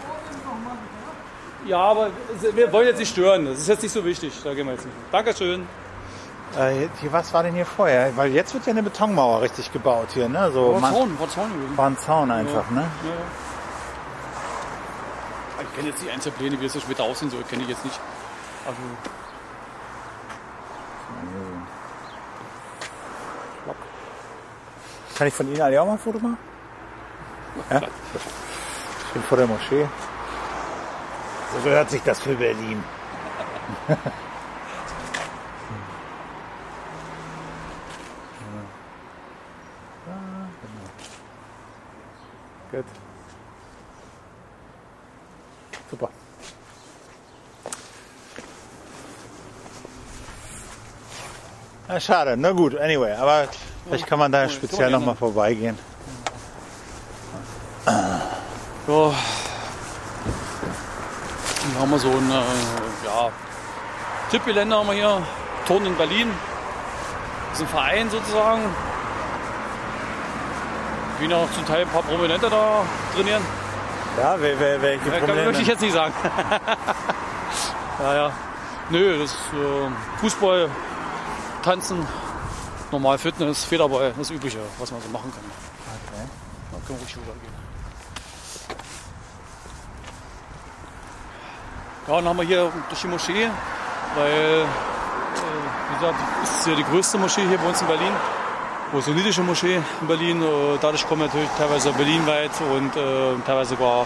Ja, aber wir wollen jetzt nicht stören. Das ist jetzt nicht so wichtig. Da gehen wir jetzt nicht hin. Dankeschön. Was war denn hier vorher? Weil jetzt wird ja eine Betonmauer richtig gebaut hier, ne? So War Zaun gewesen. war ein Zaun einfach, ne? Ja. Ich kenne jetzt die Einzelpläne, wie es so später aussehen soll, kenne ich jetzt nicht. Also, Kann ich von Ihnen alle auch mal ein Foto machen? Ja? Ich bin vor der Moschee. So hört sich das für Berlin. Gut. Super. Ja, schade, na gut, anyway, aber vielleicht kann man da speziell nochmal vorbeigehen. ja. Dann haben wir so ein Tippgelände haben wir hier. Turnen in Berlin. Das ist ein Verein sozusagen. Wie noch zum Teil ein paar Prominente da trainieren. Ja, welche Möchte ich jetzt nicht sagen. ja. Nö, das ist Fußball, Tanzen, normal Fitness, Federball, das Übliche, was man so machen kann. Okay. Da können wir ruhig rübergehen. Ja, dann haben wir hier durch die Moschee, weil, wie gesagt, das ist ja die größte Moschee hier bei uns in Berlin. Wo ist eine jüdische Moschee in Berlin. Dadurch kommen natürlich teilweise berlinweit und teilweise sogar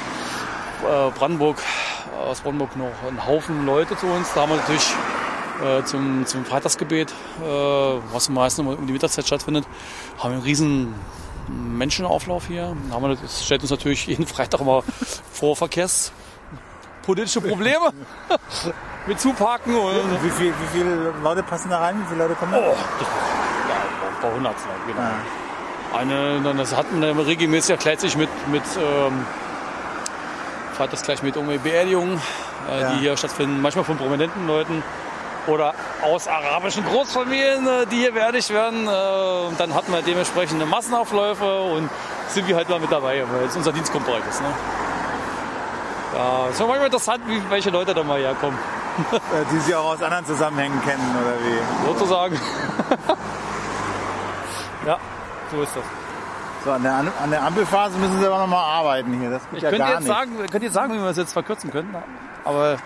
aus Brandenburg noch ein Haufen Leute zu uns. Da haben wir natürlich zum Freitagsgebet, was meistens um die Mittagszeit stattfindet, haben wir einen riesen Menschenauflauf hier. Das stellt uns natürlich jeden Freitag immer vor verkehrspolitische Probleme mit Zuparken. Und Wie viele Leute passen da rein? Wie viele Leute kommen da? ein paar hundert, genau. Das hat man regelmäßig, erklärt sich mit Freitags gleich mit Beerdigungen, die hier stattfinden, manchmal von prominenten Leuten oder aus arabischen Großfamilien, die hier beerdigt werden. Und dann hatten wir dementsprechende Massenaufläufe und sind wir halt mal mit dabei, weil es unser Dienstgrundbereich ist. Ne? Ja, es ist manchmal interessant, welche Leute da mal herkommen. Die Sie auch aus anderen Zusammenhängen kennen, oder wie? Sozusagen. Ja, so ist das. So, an der Ampelphase müssen Sie aber noch mal arbeiten hier. Das geht ja gar nicht. Ich könnte jetzt sagen, wie wir es jetzt verkürzen können, aber...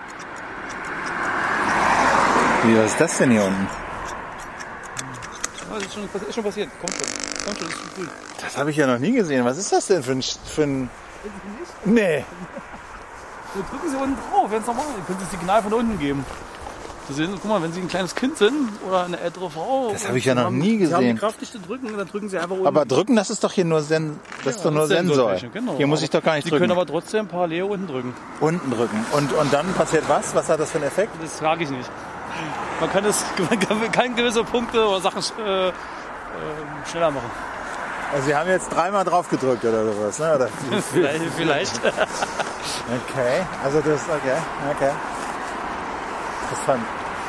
Wie, was ist das denn hier unten? Ja, das ist schon passiert. Kommt schon, das ist schon cool. Das habe ich ja noch nie gesehen. Was ist das denn für ein... Nee. Dann drücken Sie unten drauf, wenn es normal ist. Dann können Sie das Signal von unten geben. Sie sehen, guck mal, wenn Sie ein kleines Kind sind oder eine ältere Frau. Das habe ich ja noch nie Sie haben die gesehen. Kraft nicht zu drücken, dann drücken Sie einfach unten. Aber drücken, das ist doch hier nur Sensor. Genau. Hier muss ich doch gar nicht Sie drücken. können aber trotzdem parallel unten drücken. Unten drücken. Und dann passiert was? Was hat das für einen Effekt? Das frage ich nicht. Man kann gewisse Punkte oder Sachen schneller machen. Also Sie haben jetzt 3-mal drauf gedrückt oder sowas, ne? Oder? Vielleicht. Okay, also das, okay. Interessant.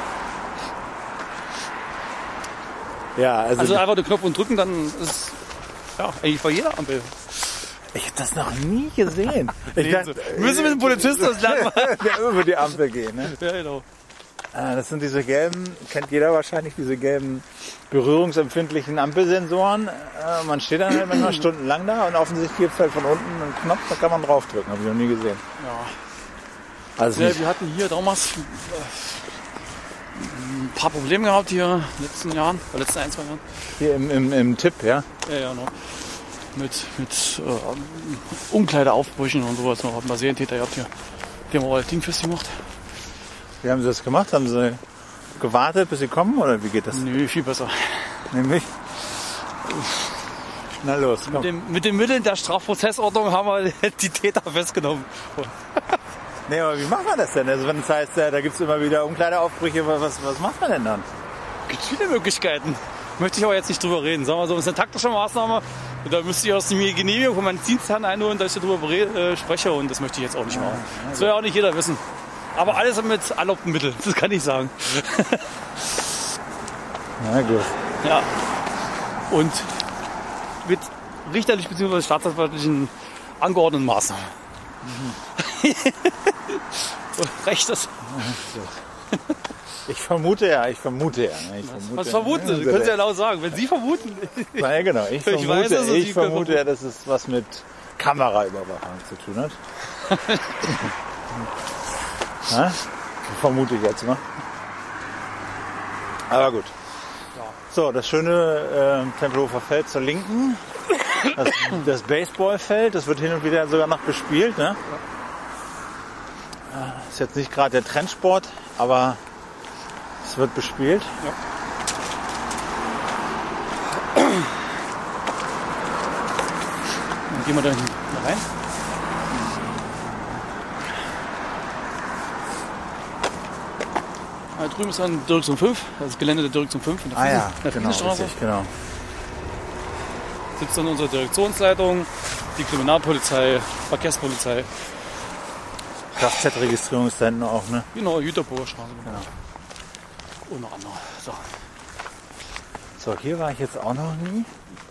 Ja, Also einfach den Knopf und drücken, dann ist eigentlich bei jeder Ampel. Ich habe das noch nie gesehen. Wir müssen mit dem Polizisten das lernen. Der über die Ampel gehen, ne? Ja, genau. Das sind diese gelben, kennt jeder wahrscheinlich, diese gelben berührungsempfindlichen Ampelsensoren. Man steht dann halt manchmal stundenlang da und offensichtlich gibt es halt von unten einen Knopf, da kann man draufdrücken. Habe ich noch nie gesehen. Ja. Also Wir hatten hier damals ein paar Probleme gehabt hier in den letzten Jahren, in den letzten 1-2 Jahren. hier im Tipp, ja? Ja, genau. mit Umkleideaufbrüchen und sowas. Noch mal Serientäter gehabt hier. Die haben auch das Ding festgemacht. Wie haben Sie das gemacht? Haben Sie gewartet, bis Sie kommen oder wie geht das? Nö, viel besser. Nämlich? Na los, komm. Mit den Mitteln der Strafprozessordnung haben wir die Täter festgenommen. Nee, aber wie macht man das denn? Also wenn es heißt, da gibt es immer wieder Umkleideaufbrüche, was macht man denn dann? Es gibt viele Möglichkeiten. Möchte ich aber jetzt nicht drüber reden. Sagen wir so, das ist eine taktische Maßnahme. Da müsste ich aus mir Genehmigung von meinem Dienstherrn einholen, dass ich darüber spreche. Und das möchte ich jetzt auch nicht machen. Das soll ja auch nicht jeder wissen. Aber alles mit erlaubten Mitteln, das kann ich sagen. Na gut. Ja. Und mit richterlich bzw. staatsanwaltlichen angeordneten Maßnahmen. Recht ist. Ich vermute ja. Was vermuten Sie? Sie können es ja laut sagen. Wenn Sie vermuten. Na ja, genau. Ich vermute ja, dass es was mit Kameraüberwachung zu tun hat. Na? Vermute ich jetzt mal. Aber gut. So, das schöne Tempelhofer Feld zur Linken. Das Baseballfeld, das wird hin und wieder sogar noch bespielt. Ne? Ist jetzt nicht gerade der Trendsport, aber es wird bespielt. Ja. Dann gehen wir da hinten rein. Da drüben ist dann Direktion 5, das Gelände der Direktion 5 in der Friesenstraße. Richtig, genau. Sitzt dann unsere Direktionsleitung, die Kriminalpolizei, Verkehrspolizei. Kfz-Registrierung ist da hinten auch, ne? Genau, Jüterburger Straße. Genau. Und noch andere Sachen. So, hier war ich jetzt auch noch nie.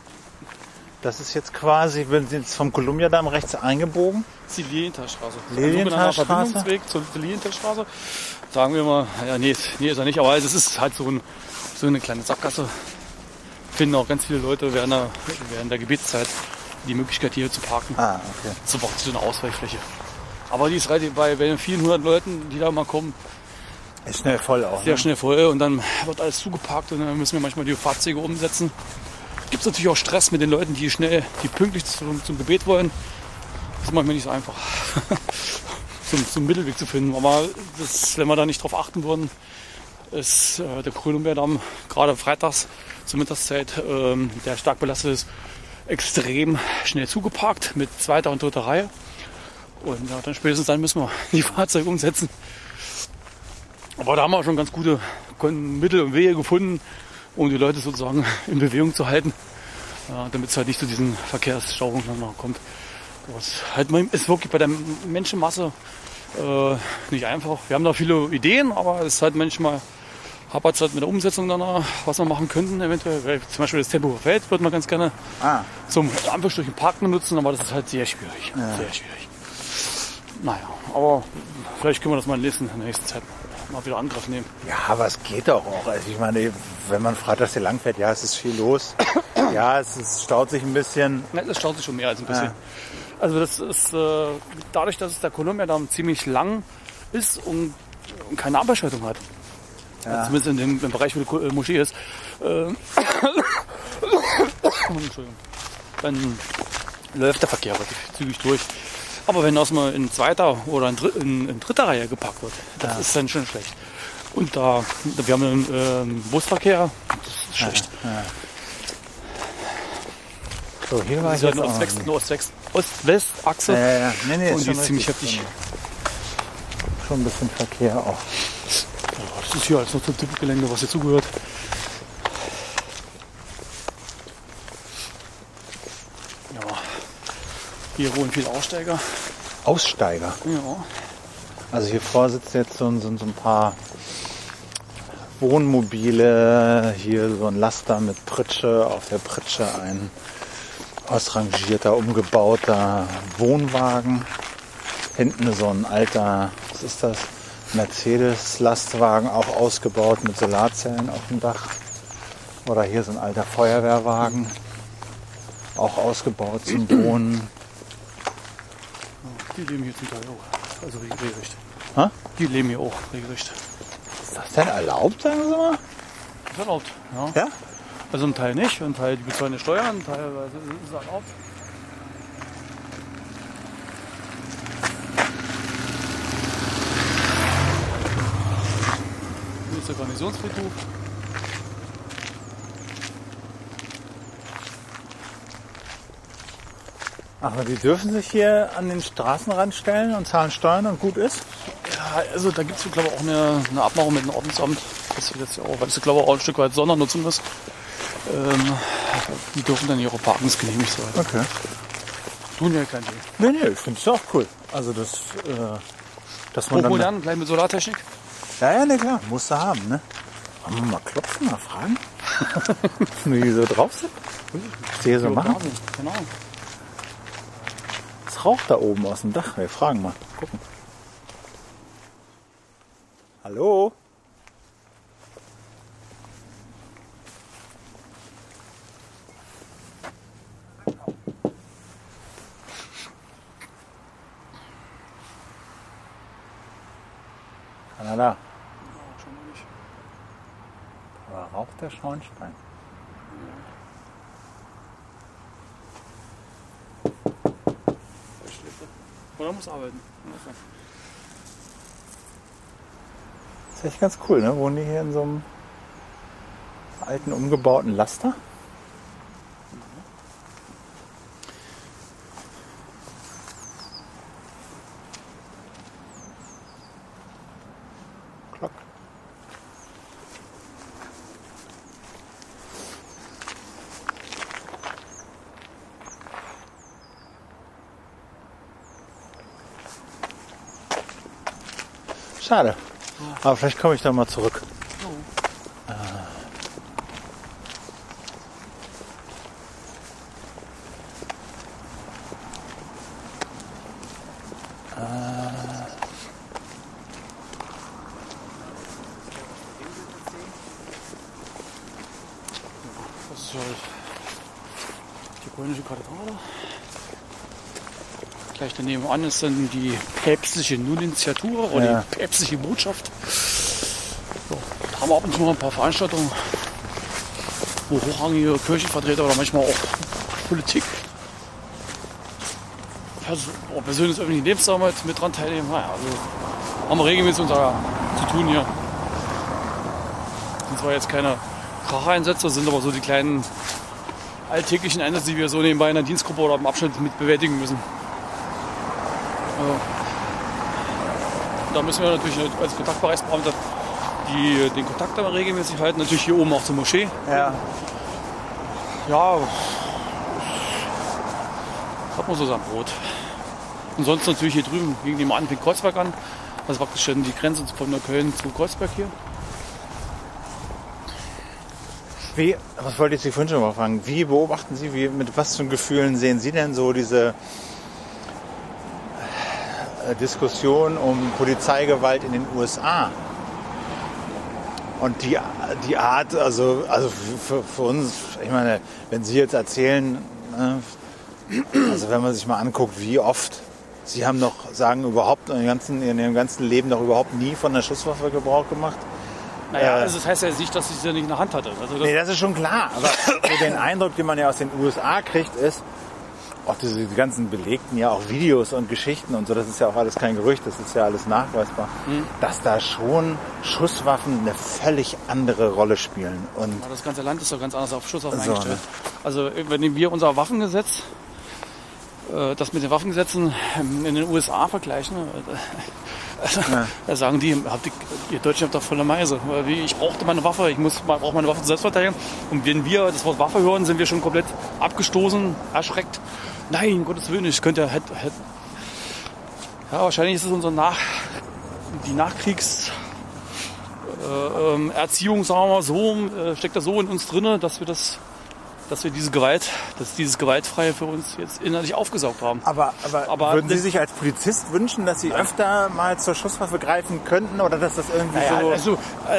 Das ist jetzt quasi, wenn Sie jetzt vom Kolumbiadamm rechts eingebogen. Das ist die Lilienthalstraße. Lilienthalstraße? Verbindungsweg zur Lilienthalstraße. Sagen wir mal, ja, nee, ist er nicht, aber es ist halt so eine kleine Sackgasse. Finden auch ganz viele Leute während der Gebetszeit die Möglichkeit, hier zu parken. Ah, okay. So braucht es so eine Ausweichfläche. Aber die ist bei vielen hundert Leuten, die da mal kommen, ist schnell voll auch. Sehr schnell voll und dann wird alles zugeparkt und dann müssen wir manchmal die Fahrzeuge umsetzen. Gibt es natürlich auch Stress mit den Leuten, die pünktlich zum Gebet wollen. Das ist manchmal nicht so einfach, zum Mittelweg zu finden. Aber wenn wir da nicht drauf achten würden, ist der Kolumbiadamm gerade freitags zur Mittagszeit, der stark belastet ist, extrem schnell zugeparkt mit zweiter und dritter Reihe. Und ja, dann spätestens dann müssen wir die Fahrzeuge umsetzen. Aber da haben wir schon ganz gute Mittel und Wege gefunden, um die Leute sozusagen in Bewegung zu halten, damit es halt nicht zu diesen Verkehrsstauungen noch kommt. Ist wirklich bei der Menschenmasse nicht einfach. Wir haben da viele Ideen, aber es ist halt manchmal hapert es halt mit der Umsetzung danach, was wir machen könnten eventuell. Weil zum Beispiel das Tempelhofer Feld würde man ganz gerne zum Anführungsstrichen Parken benutzen, aber das ist halt sehr schwierig. Ja. Sehr schwierig. Naja, aber vielleicht können wir das mal in der nächsten Zeit mal wieder Angriff nehmen. Ja, aber es geht doch auch. Also ich meine, wenn man freitags hier langfährt, ja, es ist viel los. Ja, es staut sich ein bisschen. Ja, es staut sich schon mehr als ein bisschen. Ja. Also das ist dadurch, dass es der Kolumbiadamm ziemlich lang ist und keine Abschaltung hat. Ja. Also zumindest in dem Bereich, wo die Moschee ist. Dann läuft der Verkehr wirklich zügig durch. Aber wenn das mal in zweiter oder in dritter Reihe geparkt wird, das ist dann schon schlecht. Und wir haben einen Busverkehr, das ist schlecht. Ja. So, hier war ich jetzt eine Ost-West-Achse. Ja. Nee, und die ist ziemlich heftig. Schon ein bisschen Verkehr auch. Das ist hier alles noch zum Tippgelände, was hier zugehört. Ja, hier wohnen viele Aussteiger. Aussteiger? Ja. Also hier vor sitzt jetzt so ein paar Wohnmobile. Hier so ein Laster mit Pritsche. Auf der Pritsche ein ausrangierter, umgebauter Wohnwagen. Hinten so ein alter, was ist das? Mercedes-Lastwagen, auch ausgebaut mit Solarzellen auf dem Dach. Oder hier so ein alter Feuerwehrwagen, auch ausgebaut zum Wohnen. Die leben hier zum Teil auch, also regelrecht. Hä? Die leben hier auch regelrecht. Ist das denn erlaubt, sagen Sie mal? Das ist erlaubt, ja. Ja? Also ein Teil nicht, ein Teil die bezahlen die Steuern, teilweise ist es halt auch. Hier ist der Garnisonsfriedhof. Aber die dürfen sich hier an den Straßenrand stellen und zahlen Steuern und gut ist? Ja, also da gibt es, glaube ich, auch eine Abmachung mit dem Ordnungsamt, dass wir das ja auch, weil das, glaube ich, auch ein Stück weit Sondernutzung ist. Die dürfen dann ihre Parkings genehmigt sein. Okay. Tun ja kein Ding. Nee, ich finde es auch cool. Also das, dass man dann... Hochmodern, gleich mit Solartechnik. Ja, ne, klar, musst du haben, ne? Wollen wir mal klopfen, mal fragen? Wie die so drauf sind? Was die hier so machen? Genau. Es raucht da oben aus dem Dach. Wir fragen mal. Gucken. Hallo? Kanada. Aber raucht der Schornstein? Oder muss arbeiten. Das ist echt ganz cool, ne? Wohnen die hier in so einem alten, umgebauten Laster? Klock. Schade. Aber vielleicht komme ich da mal zurück. Das ist halt die polnische Kathedrale. Gleich daneben an ist dann die päpstliche Nunziatur oder die päpstliche Botschaft. So, da haben wir ab und zu mal ein paar Veranstaltungen, wo hochrangige Kirchenvertreter oder manchmal auch Politik, Personen des öffentlichen Lebens mit dran teilnehmen. Naja, also haben wir regelmäßig unser zu tun hier. Sind zwar jetzt keine Kracheinsätze, sind aber so die kleinen alltäglichen Einsätze, die wir so nebenbei in der Dienstgruppe oder im Abschnitt mit bewältigen müssen. Da müssen wir natürlich als Kontaktbereichsbeamte den Kontakt aber regelmäßig halten. Natürlich hier oben auch zur Moschee. Ja. Ja, hat man so sein Brot. Und sonst natürlich hier drüben, gegen den Mann fängt Kreuzberg an. Das ist praktisch schon die Grenze von Neukölln zu Kreuzberg hier. Was wollte ich Sie vorhin schon mal fragen? Wie beobachten Sie, mit was für Gefühlen sehen Sie denn so diese Diskussion um Polizeigewalt in den USA? Und die Art, also für uns, ich meine, wenn Sie jetzt erzählen, also wenn man sich mal anguckt, wie oft, Sie haben überhaupt in Ihrem ganzen Leben noch überhaupt nie von der Schusswaffe Gebrauch gemacht. Naja, also das heißt ja nicht, dass ich sie nicht in der Hand hatte. Also nee, das ist schon klar. Aber so den Eindruck, den man ja aus den USA kriegt, ist, auch die ganzen belegten ja auch Videos und Geschichten und so, das ist ja auch alles kein Gerücht, das ist ja alles nachweisbar, dass da schon Schusswaffen eine völlig andere Rolle spielen. Und das ganze Land ist doch ganz anders auf Schusswaffen eingestellt. Also wenn wir unser Waffengesetz, das mit den Waffengesetzen in den USA vergleichen, da sagen die, ihr Deutschen habt doch volle Meise. Ich brauchte meine Waffe, brauche meine Waffe zur Selbstverteidigung. Und wenn wir das Wort Waffe hören, sind wir schon komplett abgestoßen, erschreckt. Nein, um Gottes Willen, ich könnte ja, wahrscheinlich ist es die Nachkriegserziehung, sagen wir mal so, steckt da so in uns drin, dass dieses Gewaltfreie für uns jetzt innerlich aufgesaugt haben. Aber würden Sie sich als Polizist wünschen, dass Sie öfter mal zur Schusswaffe greifen könnten oder dass das irgendwie so...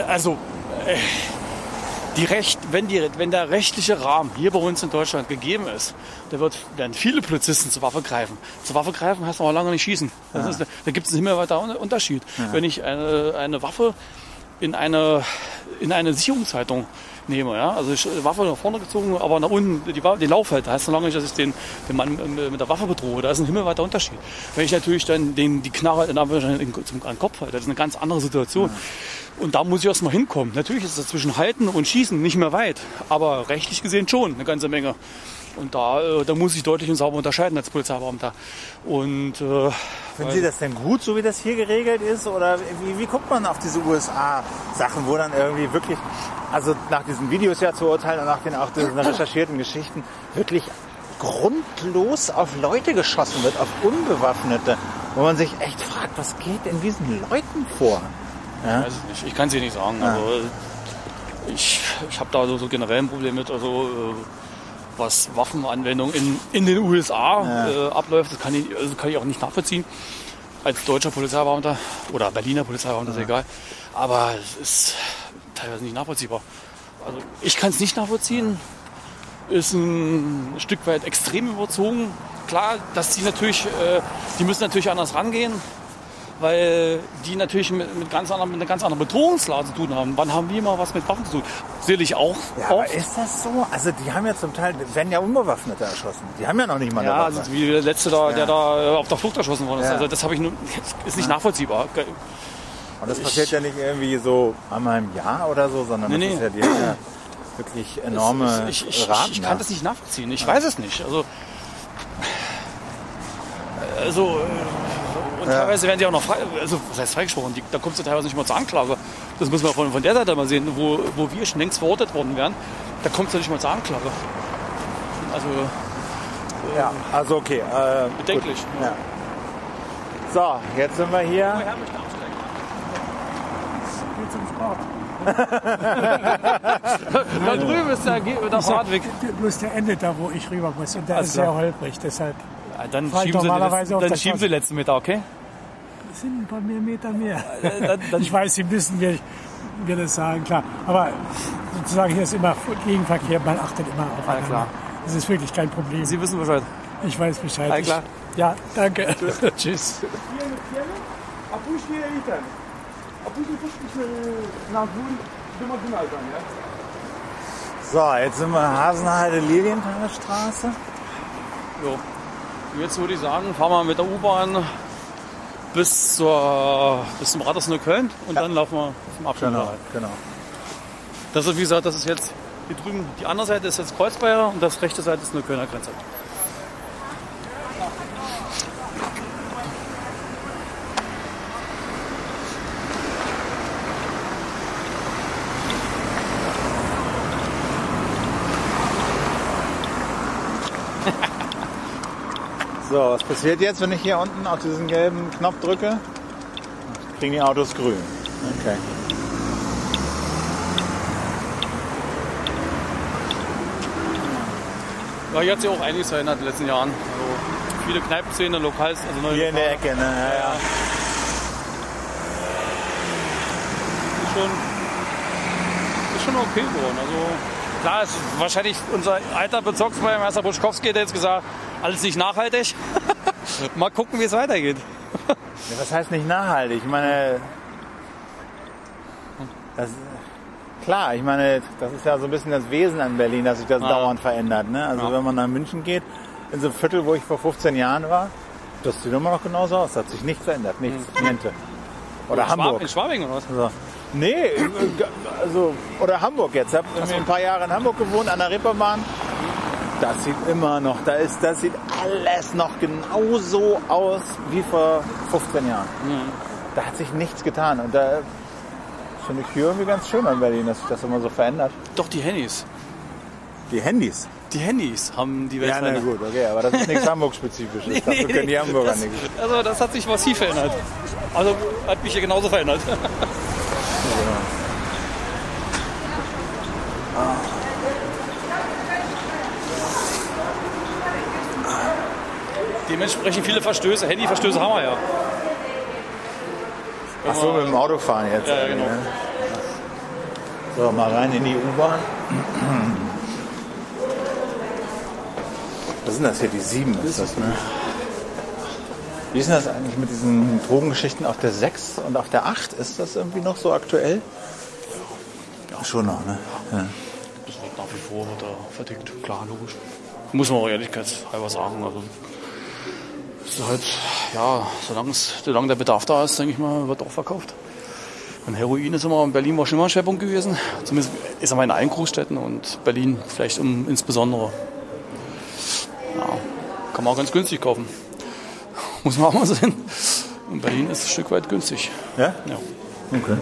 Wenn der rechtliche Rahmen hier bei uns in Deutschland gegeben ist, werden viele Polizisten zur Waffe greifen. Zur Waffe greifen heißt aber lange nicht schießen. Da gibt es einen himmelweiter Unterschied. Ja. Wenn ich eine Waffe in eine Sicherungshaltung nehme. Ja? Also ich Waffe nach vorne gezogen, aber nach unten den Lauf halt. Da heißt noch lange nicht, dass ich den Mann mit der Waffe bedrohe. Da ist ein himmelweiter Unterschied. Wenn ich natürlich dann die Knarre an den Kopf halte, das ist eine ganz andere Situation. Und da muss ich erst mal hinkommen. Natürlich ist es zwischen Halten und Schießen nicht mehr weit, aber rechtlich gesehen schon eine ganze Menge. Und da muss ich deutlich und sauber unterscheiden als Polizeibeamter. Und finden Sie das denn gut, so wie das hier geregelt ist? Oder wie guckt man auf diese USA-Sachen, wo dann irgendwie wirklich, also nach diesen Videos ja zu urteilen und nach auch diesen recherchierten Geschichten, wirklich grundlos auf Leute geschossen wird, auf Unbewaffnete, wo man sich echt fragt, was geht in diesen Leuten vor? Ja? Weiß ich nicht. Ich kann es dir nicht sagen. Ja. Also, ich habe da so generell ein Problem mit. Also was Waffenanwendung in den USA abläuft, das kann ich auch nicht nachvollziehen. Als deutscher Polizeibeamter oder Berliner Polizeibeamter, ist egal. Aber es ist teilweise nicht nachvollziehbar. Also ich kann es nicht nachvollziehen. Ist ein Stück weit extrem überzogen. Klar, dass die müssen natürlich anders rangehen, weil die natürlich mit einer ganz anderen Bedrohungslage zu tun haben. Wann haben wir mal was mit Waffen zu tun? Sicherlich auch. Ja, aber ist das so? Also die haben ja zum Teil, werden ja Unbewaffnete erschossen. Die haben ja noch nicht mal eine Waffe. Also wie der letzte der da auf der Flucht erschossen worden ist. Ja. Also das ist nicht nachvollziehbar. Und das passiert ja nicht irgendwie so einmal im Jahr oder so, sondern das ist ja ja wirklich enorme Raten. Ich kann das nicht nachvollziehen. Ich weiß es nicht. Also und teilweise werden die auch noch was heißt freigesprochen? Da kommt es ja teilweise nicht mal zur Anklage. Das müssen wir von der Seite mal sehen, wo wir schon längst verurteilt worden wären. Da kommt es ja nicht mal zur Anklage. Also okay. Bedenklich. Ja. So, jetzt sind wir hier. Da drüben ist der Fahrtweg. Bloß der endet da, wo ich rüber muss. Und da ist sehr holprig. Deshalb dann schieben Sie letzten Meter, okay? Das sind ein paar mehr Meter mehr. Ich weiß, Sie müssen mir das sagen, klar. Aber sozusagen hier ist immer Gegenverkehr. Man achtet immer auf klar. Das ist wirklich kein Problem. Sie wissen Bescheid. Ich weiß Bescheid. Alles klar. Ja, danke. Tschüss. So, jetzt sind wir Hasenheide Lilienthalstraße. Jo. Jetzt würde ich sagen, fahren wir mit der U-Bahn bis zum Rathaus in Köln und dann laufen wir zum Abschnitt. Genau. Das ist, wie gesagt, das ist jetzt hier drüben. Die andere Seite ist jetzt Kreuzberger und das rechte Seite ist eine Kölner Grenze. So, was passiert jetzt, wenn ich hier unten auf diesen gelben Knopf drücke? Kriegen die Autos grün. Okay. Ja, hier hat sich auch einiges verändert in den letzten Jahren. Also viele Kneipenszene, Lokals, also neue hier in der Ecke, ne? Ja. Ist schon okay geworden. Also klar, ist wahrscheinlich unser alter Bezirksbürgermeister Buschkowski hat jetzt gesagt, alles nicht nachhaltig. Mal gucken, wie es weitergeht. Ja, was heißt nicht nachhaltig? Ich meine, klar, ich meine, das ist ja so ein bisschen das Wesen an Berlin, dass sich das dauernd verändert. Ne? Also wenn man nach München geht, in so ein Viertel, wo ich vor 15 Jahren war, das sieht immer noch genauso aus. Da hat sich nichts verändert, nichts, niente. Oder Hamburg. In Schwabing oder was? So. Nee, also, oder Hamburg jetzt. Ich habe ein paar Jahre in Hamburg gewohnt, an der Reeperbahn. Das sieht immer noch, das sieht alles noch genauso aus wie vor 15 Jahren. Da hat sich nichts getan. Und da finde ich hier irgendwie ganz schön an Berlin, dass sich das immer so verändert. Doch, die Handys. Die Handys? Die Handys haben die Welt verändert. Ja, na gut, okay, aber das ist nichts Hamburg-spezifisches. Dafür können die Hamburger nichts. Also das hat sich massiv verändert. Also hat mich hier genauso verändert. Dementsprechend viele Verstöße, Handyverstöße haben wir ja. Ach so, mit dem Autofahren jetzt. Ja, genau. Ne? So, mal rein in die U-Bahn. Was sind das hier? Die 7 ist das, ne? Wie ist denn das eigentlich mit diesen Drogengeschichten auf der 6 und auf der 8? Ist das irgendwie noch so aktuell? Ja. Schon noch, ne? Ja. nach wie vor wird er verdickt, klar, logisch. Muss man auch ehrlichkeitshalber sagen. Also, ist halt, ja, solange der Bedarf da ist, denke ich mal, wird auch verkauft. Und Heroin ist immer in Berlin war schon immer ein Schwerpunkt gewesen. Zumindest ist er in allen Großstädten und Berlin vielleicht insbesondere. Ja, kann man auch ganz günstig kaufen. Muss man auch mal sehen. Und Berlin ist ein Stück weit günstig. Ja? Ja. Okay.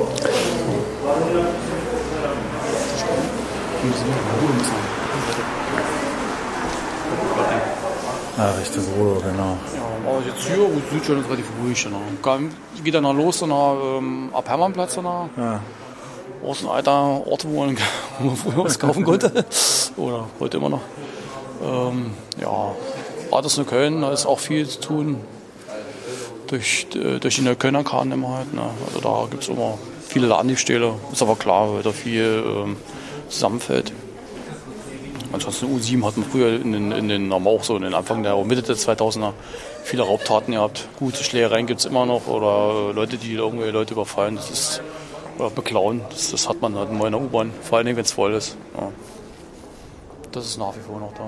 Ah, Richtung Ruhe, genau. Ja, aber jetzt hier, wo Südschön ist relativ ruhig. Genau. Geht dann los, ab Hermannplatz. Ja. Auch so ein alter Ort, wo man früher was kaufen konnte. Oder heute immer noch. Ja, Rathaus Neukölln, da ist auch viel zu tun. Durch die Neuköllner Karten immer halt. Ne? Also da gibt es immer viele Ladendiebstähle. Ist aber klar, weil da viel zusammenfällt. Ansonsten U7 hat man früher aber auch so in den Anfang der Mitte der 2000er viele Raubtaten gehabt. Gut, Schlägereien gibt es immer noch oder Leute, die irgendwelche Leute überfallen oder beklauen. Das hat man halt immer in der U-Bahn, vor allem wenn es voll ist. Ja. Das ist nach wie vor noch da.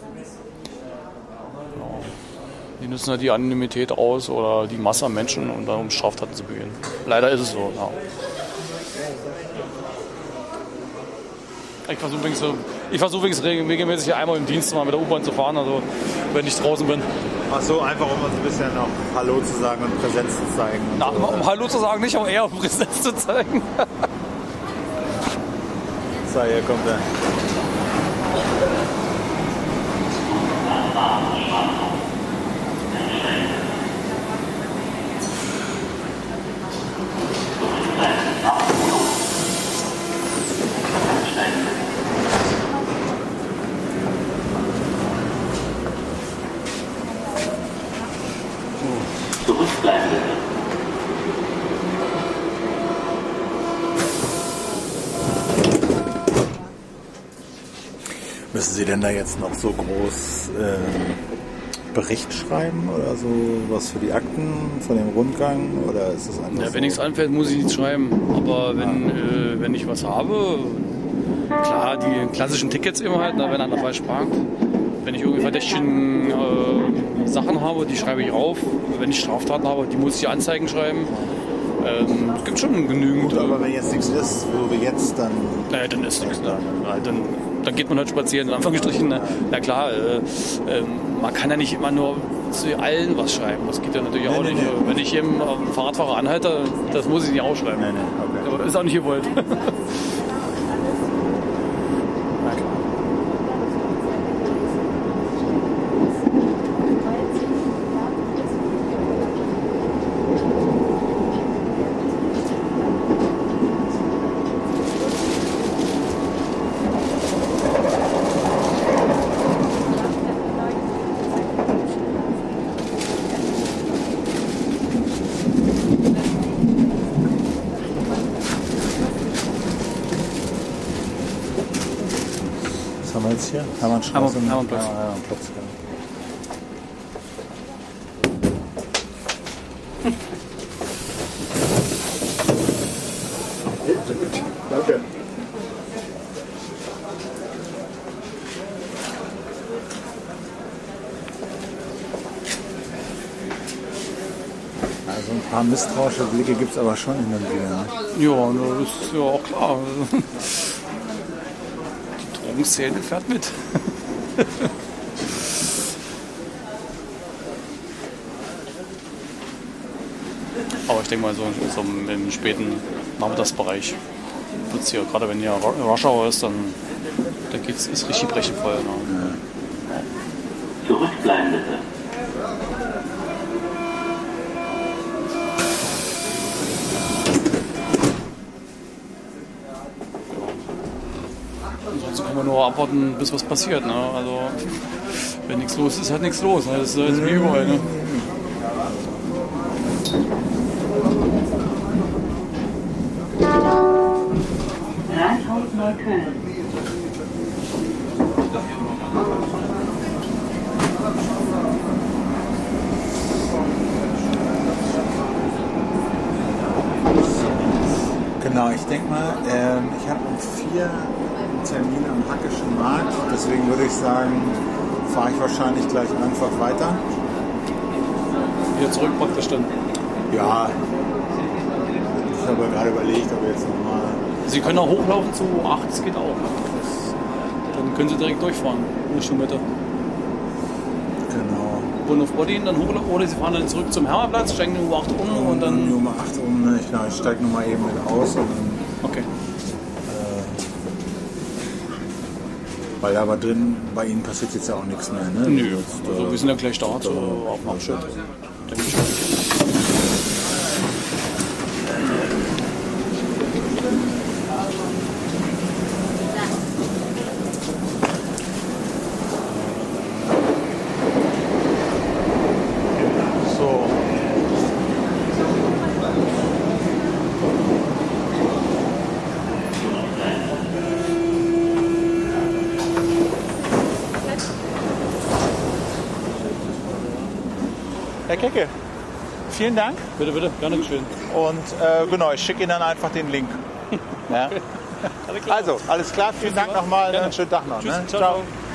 Ja. Die nutzen halt die Anonymität aus oder die Masse an Menschen, um Straftaten zu begehen. Leider ist es so, ja. Ich versuche übrigens regelmäßig einmal im Dienst mal mit der U-Bahn zu fahren, also wenn ich draußen bin. Ach so, einfach um uns ein bisschen noch Hallo zu sagen und Präsenz zu zeigen. Na, um Hallo zu sagen nicht, aber eher um Präsenz zu zeigen. So, hier kommt er. Zurückbleiben bitte. Müssen Sie denn da jetzt noch so groß Bericht schreiben oder so was für die Akten von dem Rundgang oder ist das anders? Ja, wenn nichts anfällt, muss ich nichts schreiben. Aber wenn ich was habe, klar, die klassischen Tickets immer halt, wenn einer falsch parkt. Wenn ich irgendwie verdächtigen Sachen habe, die schreibe ich auf. Wenn ich Straftaten habe, die muss ich Anzeigen schreiben. Es gibt schon genügend. Gut, aber wenn jetzt nichts ist, wo wir jetzt dann... Naja, dann ist nichts. Dann geht man halt spazieren, in Anführungsstrichen. Na klar, man kann ja nicht immer nur zu allen was schreiben. Das geht ja natürlich auch nicht. Wenn ich hier einen Fahrradfahrer anhalte, das muss ich nicht ausschreiben. Nee, okay. Aber ist auch nicht gewollt. Was haben wir jetzt hier? Hermannstraße? Hermannplatz. Hermannplatz, ja. Danke. Also ein paar misstrauische Blicke gibt es aber schon hin und wieder. Ne? Ja, das ist ja auch klar. Die Drogenszene fährt mit. Aber ich denke mal, so im späten Nachmittagsbereich wird es hier, gerade wenn hier Rush Hour ist, dann ist richtig brechenvoll. Ne? Zurückbleiben bitte. Ansonsten kann man nur abwarten, bis was passiert. Ne? Also, wenn nichts los ist, halt nichts los. Ne? Das ist wie überall. Ne? Rathaus Neukölln. Genau, ich denke mal, ich habe um 4 einen Termin am Hackischen Markt. Deswegen würde ich sagen, fahre ich wahrscheinlich gleich einfach weiter. Wieder zurück praktisch dann. Ja, ich habe gerade überlegt, ob jetzt nochmal... Sie können auch hochlaufen zu 8, das geht auch. Dann können Sie direkt durchfahren, ohne Stundenmeter. Genau. Bahnhof Boddin, dann hochlaufen, oder Sie fahren dann zurück zum Hermannplatz, steigen Nummer 8 um und dann... Nummer 8 um, ne? Ich steige nochmal eben mit aus und dann... Okay. Weil aber drin, bei Ihnen passiert jetzt ja auch nichts mehr, ne? Nö, also wir sind ja gleich da, so auf dem Abschnitt. Denke ich. Herr Kecke, vielen Dank. Bitte, bitte, gerne geschehen. Und genau, ich schicke Ihnen dann einfach den Link. Ja. Also, alles klar, vielen Dank nochmal. Einen schönen Tag noch. Tschüss, Ne? ciao.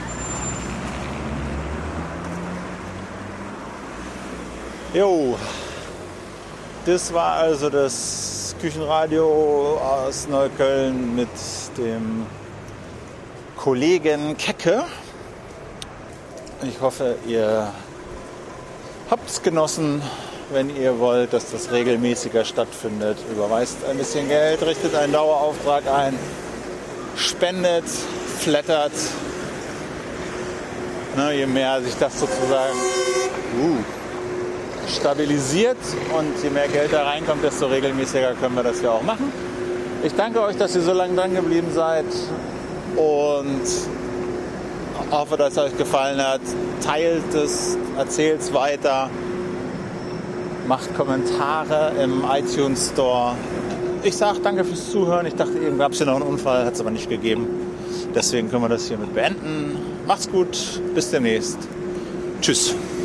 Jo, das war also das Küchenradio aus Neukölln mit dem Kollegen Kecke. Ich hoffe, ihr habt es genossen. Wenn ihr wollt, dass das regelmäßiger stattfindet, überweist ein bisschen Geld, richtet einen Dauerauftrag ein, spendet, flattert. Ne, je mehr sich das sozusagen stabilisiert und je mehr Geld da reinkommt, desto regelmäßiger können wir das ja auch machen. Ich danke euch, dass ihr so lange dran geblieben seid und hoffe, dass es euch gefallen hat. Teilt es, erzählt es weiter. Macht Kommentare im iTunes Store. Ich sage danke fürs Zuhören. Ich dachte, eben gab es hier noch einen Unfall, hat es aber nicht gegeben. Deswegen können wir das hiermit beenden. Macht's gut, bis demnächst. Tschüss.